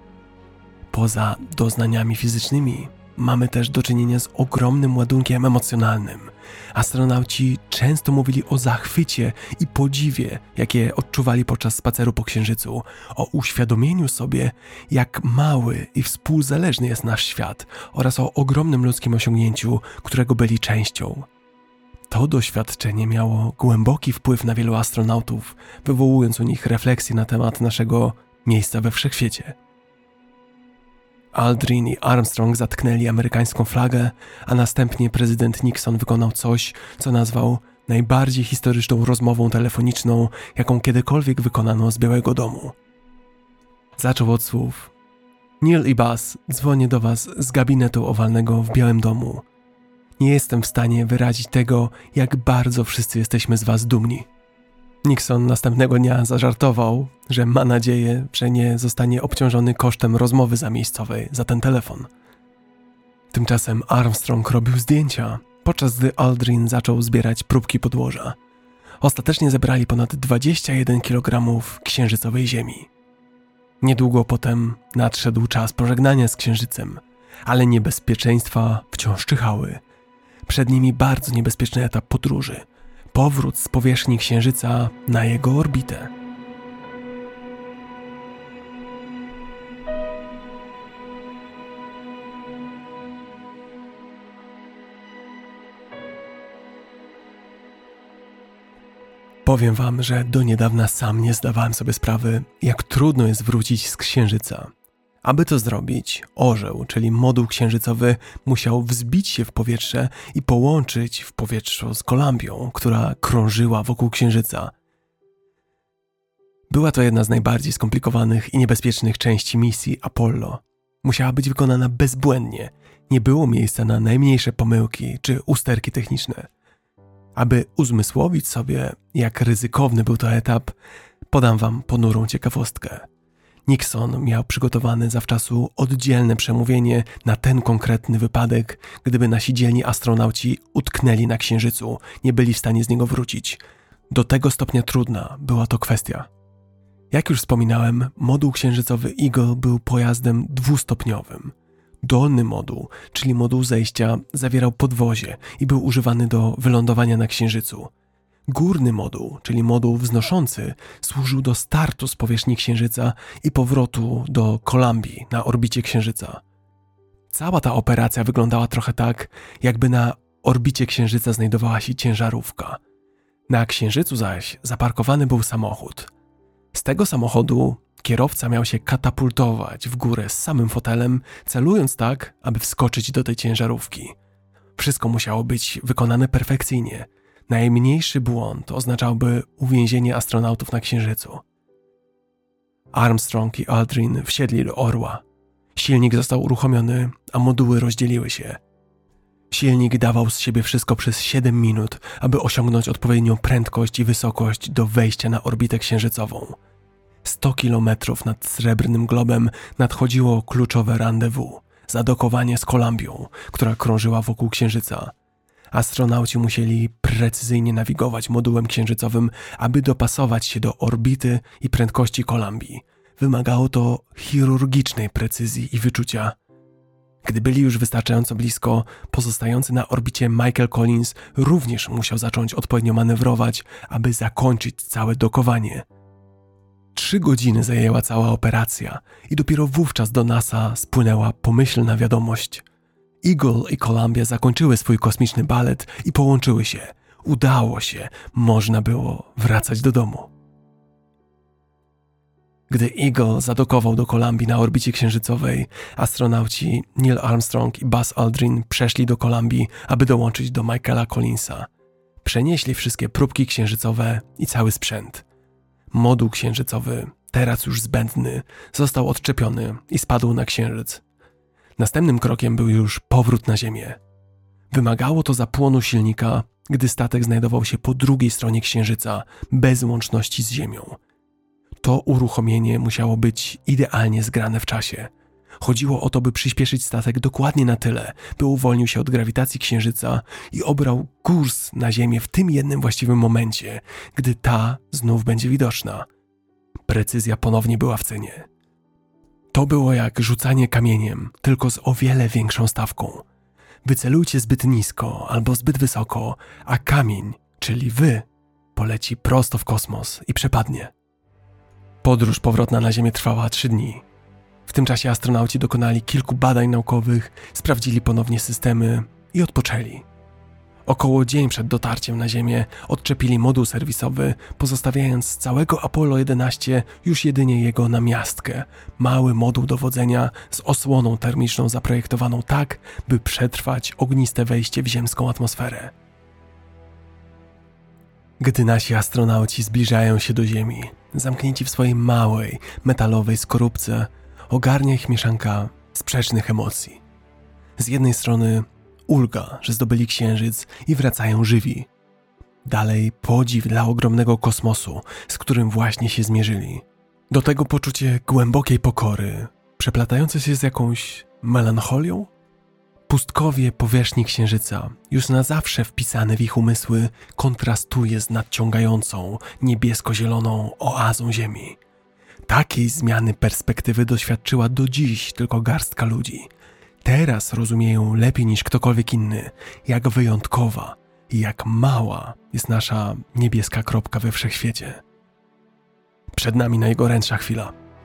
Poza doznaniami fizycznymi mamy też do czynienia z ogromnym ładunkiem emocjonalnym. Astronauci często mówili o zachwycie i podziwie, jakie odczuwali podczas spaceru po księżycu, o uświadomieniu sobie, jak mały i współzależny jest nasz świat oraz o ogromnym ludzkim osiągnięciu, którego byli częścią. To doświadczenie miało głęboki wpływ na wielu astronautów, wywołując u nich refleksję na temat naszego miejsca we wszechświecie. Aldrin i Armstrong zatknęli amerykańską flagę, a następnie prezydent Nixon wykonał coś, co nazwał najbardziej historyczną rozmową telefoniczną, jaką kiedykolwiek wykonano z Białego Domu. Zaczął od słów: Neil i Buzz, dzwonię do was z gabinetu owalnego w Białym Domu. Nie jestem w stanie wyrazić tego, jak bardzo wszyscy jesteśmy z was dumni. Nixon następnego dnia zażartował, że ma nadzieję, że nie zostanie obciążony kosztem rozmowy zamiejscowej za ten telefon. Tymczasem Armstrong robił zdjęcia, podczas gdy Aldrin zaczął zbierać próbki podłoża. Ostatecznie zebrali ponad dwadzieścia jeden kilogramów księżycowej ziemi. Niedługo potem nadszedł czas pożegnania z księżycem, ale niebezpieczeństwa wciąż czyhały. Przed nimi bardzo niebezpieczny etap podróży. Powrót z powierzchni księżyca na jego orbitę. Powiem wam, że do niedawna sam nie zdawałem sobie sprawy, jak trudno jest wrócić z Księżyca. Aby to zrobić, orzeł, czyli moduł księżycowy, musiał wzbić się w powietrze i połączyć w powietrzu z Kolumbią, która krążyła wokół Księżyca. Była to jedna z najbardziej skomplikowanych i niebezpiecznych części misji Apollo. Musiała być wykonana bezbłędnie. Nie było miejsca na najmniejsze pomyłki czy usterki techniczne. Aby uzmysłowić sobie, jak ryzykowny był to etap, podam wam ponurą ciekawostkę. Nixon miał przygotowane zawczasu oddzielne przemówienie na ten konkretny wypadek, gdyby nasi dzielni astronauci utknęli na Księżycu, nie byli w stanie z niego wrócić. Do tego stopnia trudna była to kwestia. Jak już wspominałem, moduł księżycowy Eagle był pojazdem dwustopniowym. Dolny moduł, czyli moduł zejścia, zawierał podwozie i był używany do wylądowania na Księżycu. Górny moduł, czyli moduł wznoszący, służył do startu z powierzchni Księżyca i powrotu do Kolumbii na orbicie Księżyca. Cała ta operacja wyglądała trochę tak, jakby na orbicie Księżyca znajdowała się ciężarówka. Na Księżycu zaś zaparkowany był samochód. Z tego samochodu kierowca miał się katapultować w górę z samym fotelem, celując tak, aby wskoczyć do tej ciężarówki. Wszystko musiało być wykonane perfekcyjnie. Najmniejszy błąd oznaczałby uwięzienie astronautów na Księżycu. Armstrong i Aldrin wsiedli do orła. Silnik został uruchomiony, a moduły rozdzieliły się. Silnik dawał z siebie wszystko przez siedem minut, aby osiągnąć odpowiednią prędkość i wysokość do wejścia na orbitę księżycową. sto kilometrów nad Srebrnym Globem nadchodziło kluczowe rendezvous, zadokowanie z Kolumbią, która krążyła wokół Księżyca. Astronauci musieli precyzyjnie nawigować modułem księżycowym, aby dopasować się do orbity i prędkości Kolumbii. Wymagało to chirurgicznej precyzji i wyczucia. Gdy byli już wystarczająco blisko, pozostający na orbicie Michael Collins również musiał zacząć odpowiednio manewrować, aby zakończyć całe dokowanie. Trzy godziny zajęła cała operacja i dopiero wówczas do NASA spłynęła pomyślna wiadomość. Eagle i Columbia zakończyły swój kosmiczny balet i połączyły się. Udało się, można było wracać do domu. Gdy Eagle zadokował do Kolumbii na orbicie księżycowej, astronauci Neil Armstrong i Buzz Aldrin przeszli do Kolumbii, aby dołączyć do Michaela Collinsa. Przenieśli wszystkie próbki księżycowe i cały sprzęt. Moduł księżycowy, teraz już zbędny, został odczepiony i spadł na Księżyc. Następnym krokiem był już powrót na Ziemię. Wymagało to zapłonu silnika, gdy statek znajdował się po drugiej stronie Księżyca, bez łączności z Ziemią. To uruchomienie musiało być idealnie zgrane w czasie. Chodziło o to, by przyspieszyć statek dokładnie na tyle, by uwolnił się od grawitacji Księżyca i obrał kurs na Ziemię w tym jednym właściwym momencie, gdy ta znów będzie widoczna. Precyzja ponownie była w cenie. To było jak rzucanie kamieniem, tylko z o wiele większą stawką. Wycelujcie zbyt nisko albo zbyt wysoko, a kamień, czyli wy, poleci prosto w kosmos i przepadnie. Podróż powrotna na Ziemię trwała trzy dni. W tym czasie astronauci dokonali kilku badań naukowych, sprawdzili ponownie systemy i odpoczęli. Około dzień przed dotarciem na Ziemię odczepili moduł serwisowy, pozostawiając z całego Apollo jedenaście już jedynie jego namiastkę, mały moduł dowodzenia z osłoną termiczną zaprojektowaną tak, by przetrwać ogniste wejście w ziemską atmosferę. Gdy nasi astronauci zbliżają się do Ziemi, zamknięci w swojej małej, metalowej skorupce, ogarnia ich mieszanka sprzecznych emocji. Z jednej strony ulga, że zdobyli Księżyc i wracają żywi. Dalej podziw dla ogromnego kosmosu, z którym właśnie się zmierzyli. Do tego poczucie głębokiej pokory, przeplatające się z jakąś melancholią. Pustkowie powierzchni Księżyca, już na zawsze wpisane w ich umysły, kontrastuje z nadciągającą, niebiesko-zieloną oazą Ziemi. Takiej zmiany perspektywy doświadczyła do dziś tylko garstka ludzi. Teraz rozumieją lepiej niż ktokolwiek inny, jak wyjątkowa i jak mała jest nasza niebieska kropka we wszechświecie. Przed nami najgorętsza chwila.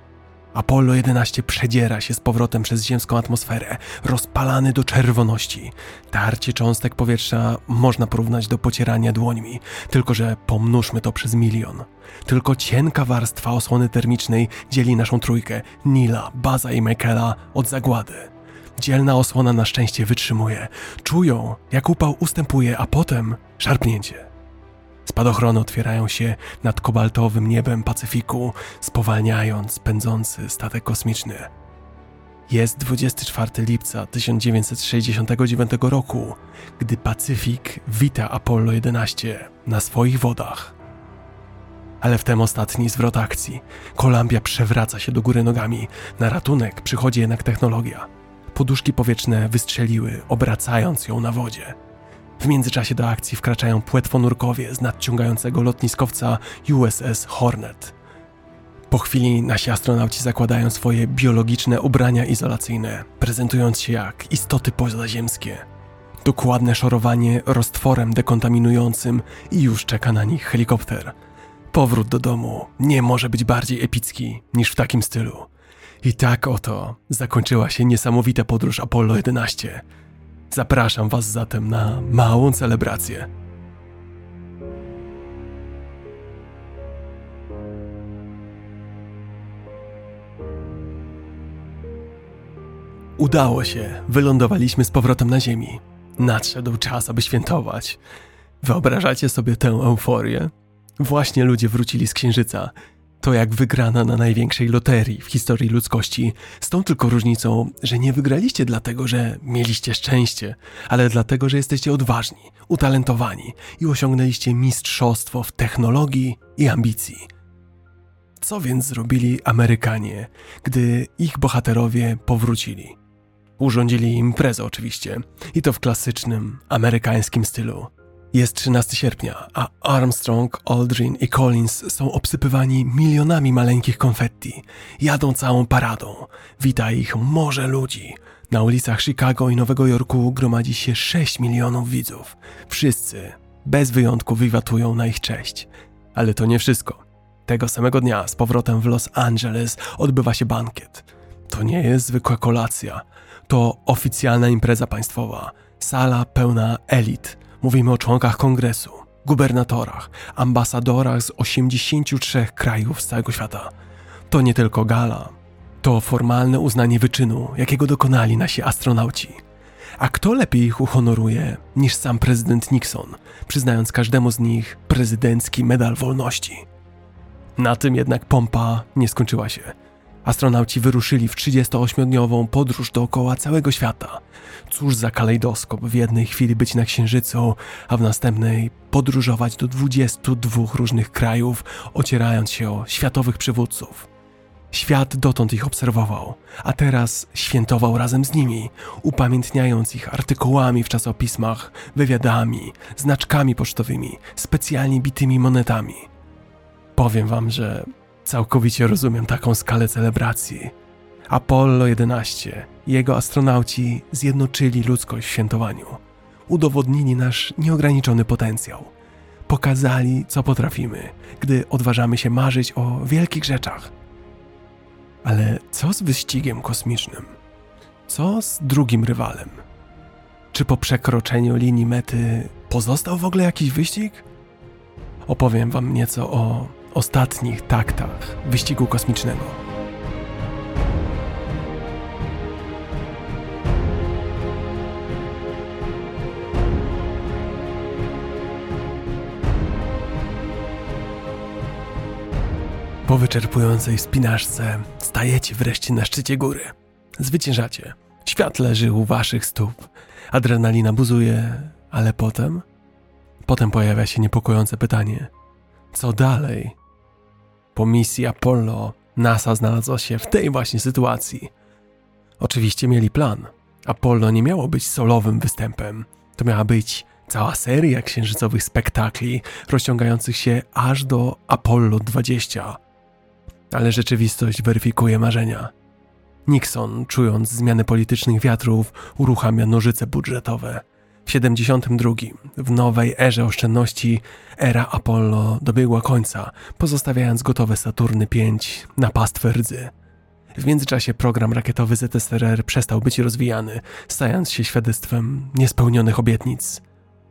Apollo jedenaście przedziera się z powrotem przez ziemską atmosferę, rozpalany do czerwoności. Tarcie cząstek powietrza można porównać do pocierania dłońmi, tylko że pomnóżmy to przez milion. Tylko cienka warstwa osłony termicznej dzieli naszą trójkę, Neila, Buzza i Michaela, od zagłady. Dzielna osłona na szczęście wytrzymuje. Czują, jak upał ustępuje, a potem szarpnięcie. Spadochrony otwierają się nad kobaltowym niebem Pacyfiku, spowalniając pędzący statek kosmiczny. Jest dwudziestego czwartego lipca tysiąc dziewięćset sześćdziesiątego dziewiątego roku, gdy Pacyfik wita Apollo jedenaście na swoich wodach. Ale wtem ostatni zwrot akcji. Columbia przewraca się do góry nogami. Na ratunek przychodzi jednak technologia. Poduszki powietrzne wystrzeliły, obracając ją na wodzie. W międzyczasie do akcji wkraczają płetwonurkowie z nadciągającego lotniskowca U S S Hornet. Po chwili nasi astronauci zakładają swoje biologiczne ubrania izolacyjne, prezentując się jak istoty pozaziemskie. Dokładne szorowanie roztworem dekontaminującym i już czeka na nich helikopter. Powrót do domu nie może być bardziej epicki niż w takim stylu. I tak oto zakończyła się niesamowita podróż Apollo jedenaście. Zapraszam was zatem na małą celebrację. Udało się, wylądowaliśmy z powrotem na ziemi. Nadszedł czas, aby świętować. Wyobrażacie sobie tę euforię? Właśnie ludzie wrócili z Księżyca. To jak wygrana na największej loterii w historii ludzkości, z tą tylko różnicą, że nie wygraliście dlatego, że mieliście szczęście, ale dlatego, że jesteście odważni, utalentowani i osiągnęliście mistrzostwo w technologii i ambicji. Co więc zrobili Amerykanie, gdy ich bohaterowie powrócili? Urządzili imprezę oczywiście, i to w klasycznym, amerykańskim stylu. Jest trzynastego sierpnia, a Armstrong, Aldrin i Collins są obsypywani milionami maleńkich konfetti. Jadą całą paradą. Wita ich morze ludzi. Na ulicach Chicago i Nowego Jorku gromadzi się sześć milionów widzów. Wszyscy, bez wyjątku, wiwatują na ich cześć. Ale to nie wszystko. Tego samego dnia z powrotem w Los Angeles odbywa się bankiet. To nie jest zwykła kolacja. To oficjalna impreza państwowa. Sala pełna elit. Mówimy o członkach kongresu, gubernatorach, ambasadorach z osiemdziesięciu trzech krajów z całego świata. To nie tylko gala, to formalne uznanie wyczynu, jakiego dokonali nasi astronauci. A kto lepiej ich uhonoruje niż sam prezydent Nixon, przyznając każdemu z nich prezydencki medal wolności. Na tym jednak pompa nie skończyła się. Astronauci wyruszyli w trzydziestoośmiodniową podróż dookoła całego świata. Cóż za kalejdoskop w jednej chwili być na Księżycu, a w następnej podróżować do dwudziestu dwóch różnych krajów, ocierając się o światowych przywódców. Świat dotąd ich obserwował, a teraz świętował razem z nimi, upamiętniając ich artykułami w czasopismach, wywiadami, znaczkami pocztowymi, specjalnie bitymi monetami. Powiem wam, że całkowicie rozumiem taką skalę celebracji. Apollo jedenaście i jego astronauci zjednoczyli ludzkość w świętowaniu. Udowodnili nasz nieograniczony potencjał. Pokazali, co potrafimy, gdy odważamy się marzyć o wielkich rzeczach. Ale co z wyścigiem kosmicznym? Co z drugim rywalem? Czy po przekroczeniu linii mety pozostał w ogóle jakiś wyścig? Opowiem wam nieco o ostatnich taktach wyścigu kosmicznego. Po wyczerpującej wspinaczce stajecie wreszcie na szczycie góry. Zwyciężacie. Świat leży u waszych stóp. Adrenalina buzuje, ale potem? Potem pojawia się niepokojące pytanie. Co dalej? Po misji Apollo NASA znalazła się w tej właśnie sytuacji. Oczywiście mieli plan. Apollo nie miało być solowym występem. To miała być cała seria księżycowych spektakli rozciągających się aż do Apollo dwadzieścia. Ale rzeczywistość weryfikuje marzenia. Nixon, czując zmiany politycznych wiatrów, uruchamia nożyce budżetowe. W siedemdziesiątym drugim, w nowej erze oszczędności, era Apollo dobiegła końca, pozostawiając gotowe Saturny pięć na pastwę rdzy. W międzyczasie program rakietowy Z S R R przestał być rozwijany, stając się świadectwem niespełnionych obietnic.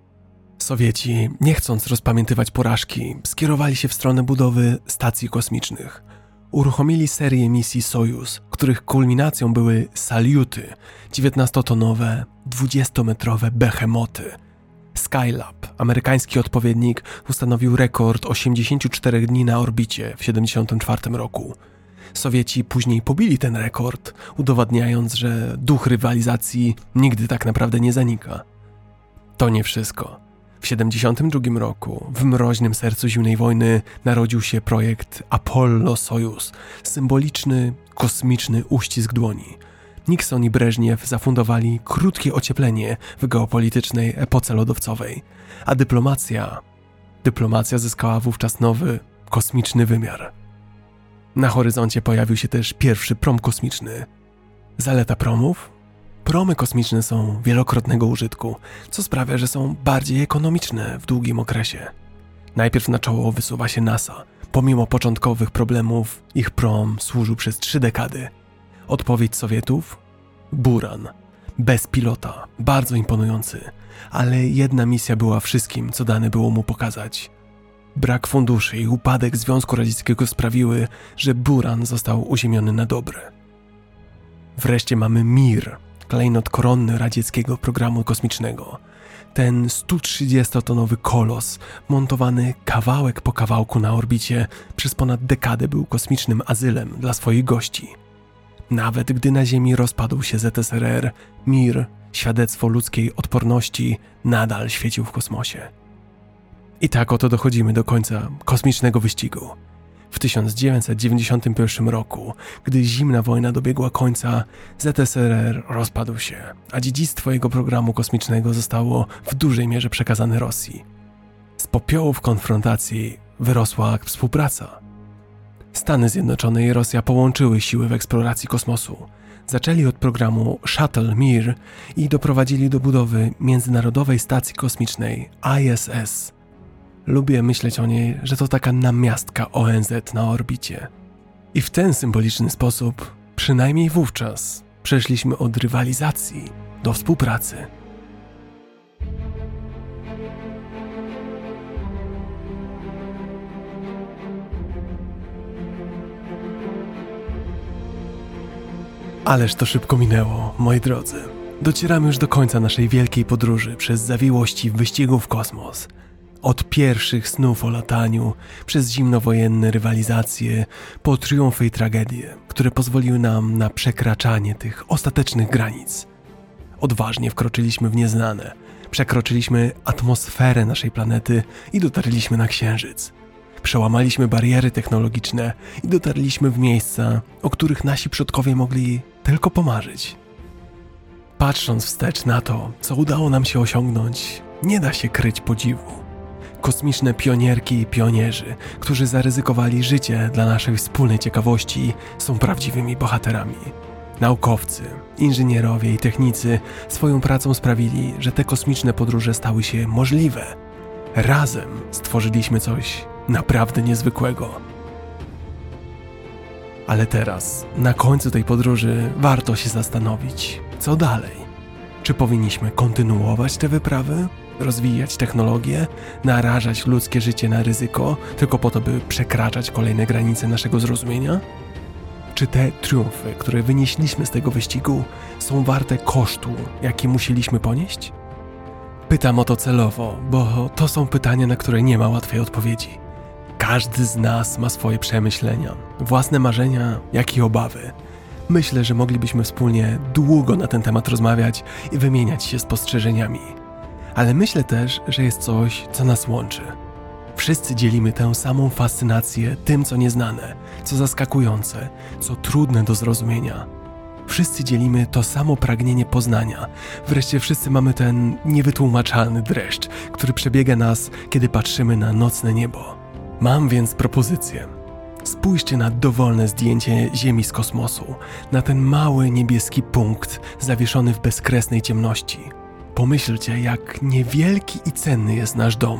Sowieci, nie chcąc rozpamiętywać porażki, skierowali się w stronę budowy stacji kosmicznych. Uruchomili serię misji Sojuz, których kulminacją były Saljuty, dziewiętnastotonowe, dwudziestometrowe behemoty. Skylab, amerykański odpowiednik, ustanowił rekord osiemdziesięciu czterech dni na orbicie w siedemdziesiątym czwartym roku. Sowieci później pobili ten rekord, udowadniając, że duch rywalizacji nigdy tak naprawdę nie zanika. To nie wszystko. W siedemdziesiątym drugim roku, w mroźnym sercu zimnej wojny, narodził się projekt Apollo-Sojuz, symboliczny, kosmiczny uścisk dłoni. Nixon i Breżniew zafundowali krótkie ocieplenie w geopolitycznej epoce lodowcowej, a dyplomacja, dyplomacja zyskała wówczas nowy, kosmiczny wymiar. Na horyzoncie pojawił się też pierwszy prom kosmiczny. Zaleta promów? Promy kosmiczne są wielokrotnego użytku, co sprawia, że są bardziej ekonomiczne w długim okresie. Najpierw na czoło wysuwa się NASA. Pomimo początkowych problemów, ich prom służył przez trzy dekady. Odpowiedź Sowietów? Buran. Bez pilota, bardzo imponujący, ale jedna misja była wszystkim, co dane było mu pokazać. Brak funduszy i upadek Związku Radzieckiego sprawiły, że Buran został uziemiony na dobre. Wreszcie mamy Mir, klejnot koronny radzieckiego programu kosmicznego. Ten sto trzydziestotonowy kolos, montowany kawałek po kawałku na orbicie, przez ponad dekadę był kosmicznym azylem dla swoich gości. Nawet gdy na Ziemi rozpadł się Z S R R, Mir, świadectwo ludzkiej odporności, nadal świecił w kosmosie. I tak oto dochodzimy do końca kosmicznego wyścigu. W tysiąc dziewięćset dziewięćdziesiątym pierwszym roku, gdy zimna wojna dobiegła końca, Z S R R rozpadł się, a dziedzictwo jego programu kosmicznego zostało w dużej mierze przekazane Rosji. Z popiołów konfrontacji wyrosła współpraca. Stany Zjednoczone i Rosja połączyły siły w eksploracji kosmosu. Zaczęli od programu Shuttle Mir i doprowadzili do budowy Międzynarodowej Stacji Kosmicznej I S S. Lubię myśleć o niej, że to taka namiastka O N Z na orbicie. I w ten symboliczny sposób, przynajmniej wówczas, przeszliśmy od rywalizacji do współpracy. Ależ to szybko minęło, moi drodzy. Docieramy już do końca naszej wielkiej podróży przez zawiłości wyścigu w kosmos. Od pierwszych snów o lataniu, przez zimnowojenne rywalizacje, po triumfy i tragedie, które pozwoliły nam na przekraczanie tych ostatecznych granic. Odważnie wkroczyliśmy w nieznane, przekroczyliśmy atmosferę naszej planety i dotarliśmy na Księżyc. Przełamaliśmy bariery technologiczne i dotarliśmy w miejsca, o których nasi przodkowie mogli tylko pomarzyć. Patrząc wstecz na to, co udało nam się osiągnąć, nie da się kryć podziwu. Kosmiczne pionierki i pionierzy, którzy zaryzykowali życie dla naszej wspólnej ciekawości, są prawdziwymi bohaterami. Naukowcy, inżynierowie i technicy swoją pracą sprawili, że te kosmiczne podróże stały się możliwe. Razem stworzyliśmy coś naprawdę niezwykłego. Ale teraz, na końcu tej podróży, warto się zastanowić, co dalej. Czy powinniśmy kontynuować te wyprawy? Rozwijać technologię? Narażać ludzkie życie na ryzyko, tylko po to, by przekraczać kolejne granice naszego zrozumienia? Czy te triumfy, które wynieśliśmy z tego wyścigu, są warte kosztu, jaki musieliśmy ponieść? Pytam o to celowo, bo to są pytania, na które nie ma łatwej odpowiedzi. Każdy z nas ma swoje przemyślenia, własne marzenia, jak i obawy. Myślę, że moglibyśmy wspólnie długo na ten temat rozmawiać i wymieniać się spostrzeżeniami. Ale myślę też, że jest coś, co nas łączy. Wszyscy dzielimy tę samą fascynację tym, co nieznane, co zaskakujące, co trudne do zrozumienia. Wszyscy dzielimy to samo pragnienie poznania. Wreszcie wszyscy mamy ten niewytłumaczalny dreszcz, który przebiega nas, kiedy patrzymy na nocne niebo. Mam więc propozycję. Spójrzcie na dowolne zdjęcie Ziemi z kosmosu, na ten mały niebieski punkt zawieszony w bezkresnej ciemności. Pomyślcie, jak niewielki i cenny jest nasz dom,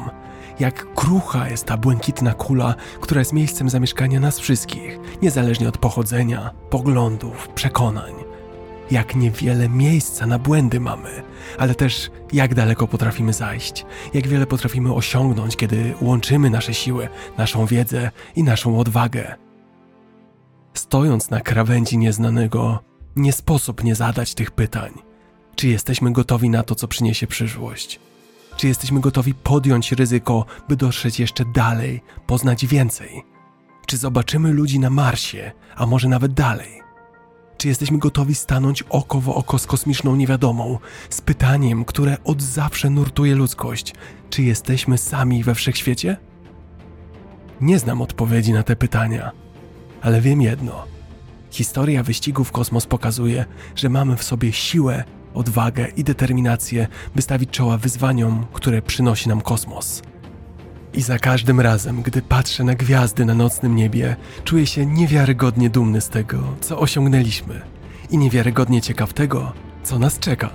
jak krucha jest ta błękitna kula, która jest miejscem zamieszkania nas wszystkich, niezależnie od pochodzenia, poglądów, przekonań. Jak niewiele miejsca na błędy mamy, ale też jak daleko potrafimy zajść, jak wiele potrafimy osiągnąć, kiedy łączymy nasze siły, naszą wiedzę i naszą odwagę. Stojąc na krawędzi nieznanego, nie sposób nie zadać tych pytań. Czy jesteśmy gotowi na to, co przyniesie przyszłość? Czy jesteśmy gotowi podjąć ryzyko, by dotrzeć jeszcze dalej, poznać więcej? Czy zobaczymy ludzi na Marsie, a może nawet dalej? Czy jesteśmy gotowi stanąć oko w oko z kosmiczną niewiadomą, z pytaniem, które od zawsze nurtuje ludzkość? Czy jesteśmy sami we wszechświecie? Nie znam odpowiedzi na te pytania, ale wiem jedno. Historia wyścigu w kosmos pokazuje, że mamy w sobie siłę, odwagę i determinację, by stawić czoła wyzwaniom, które przynosi nam kosmos. I za każdym razem, gdy patrzę na gwiazdy na nocnym niebie, czuję się niewiarygodnie dumny z tego, co osiągnęliśmy i niewiarygodnie ciekaw tego, co nas czeka.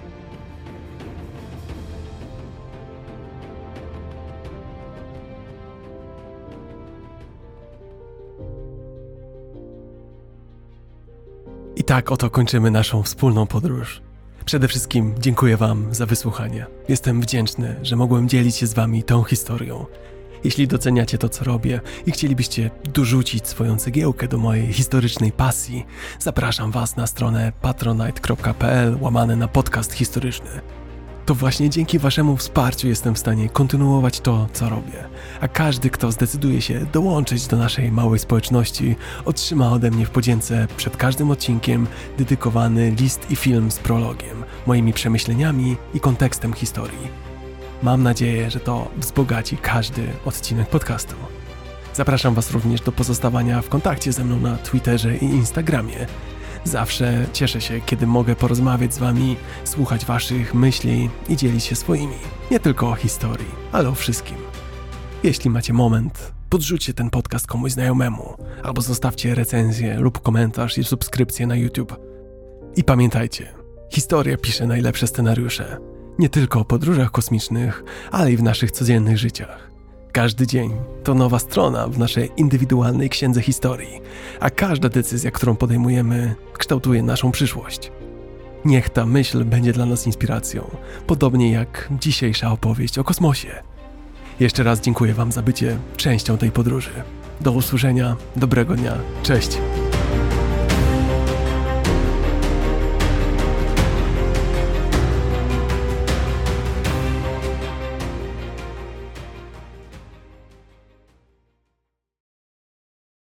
I tak oto kończymy naszą wspólną podróż. Przede wszystkim dziękuję Wam za wysłuchanie. Jestem wdzięczny, że mogłem dzielić się z Wami tą historią. Jeśli doceniacie to, co robię i chcielibyście dorzucić swoją cegiełkę do mojej historycznej pasji, zapraszam Was na stronę patronite kropka p l łamane na podcast historyczny. To właśnie dzięki Waszemu wsparciu jestem w stanie kontynuować to, co robię. A każdy, kto zdecyduje się dołączyć do naszej małej społeczności, otrzyma ode mnie w podzięce przed każdym odcinkiem dedykowany list i film z prologiem, moimi przemyśleniami i kontekstem historii. Mam nadzieję, że to wzbogaci każdy odcinek podcastu. Zapraszam Was również do pozostawania w kontakcie ze mną na Twitterze i Instagramie. Zawsze cieszę się, kiedy mogę porozmawiać z Wami, słuchać Waszych myśli i dzielić się swoimi. Nie tylko o historii, ale o wszystkim. Jeśli macie moment, podrzućcie ten podcast komuś znajomemu, albo zostawcie recenzję lub komentarz i subskrypcję na YouTube. I pamiętajcie, historia pisze najlepsze scenariusze. Nie tylko o podróżach kosmicznych, ale i w naszych codziennych życiach. Każdy dzień to nowa strona w naszej indywidualnej księdze historii, a każda decyzja, którą podejmujemy, kształtuje naszą przyszłość. Niech ta myśl będzie dla nas inspiracją, podobnie jak dzisiejsza opowieść o kosmosie. Jeszcze raz dziękuję Wam za bycie częścią tej podróży. Do usłyszenia, dobrego dnia, cześć!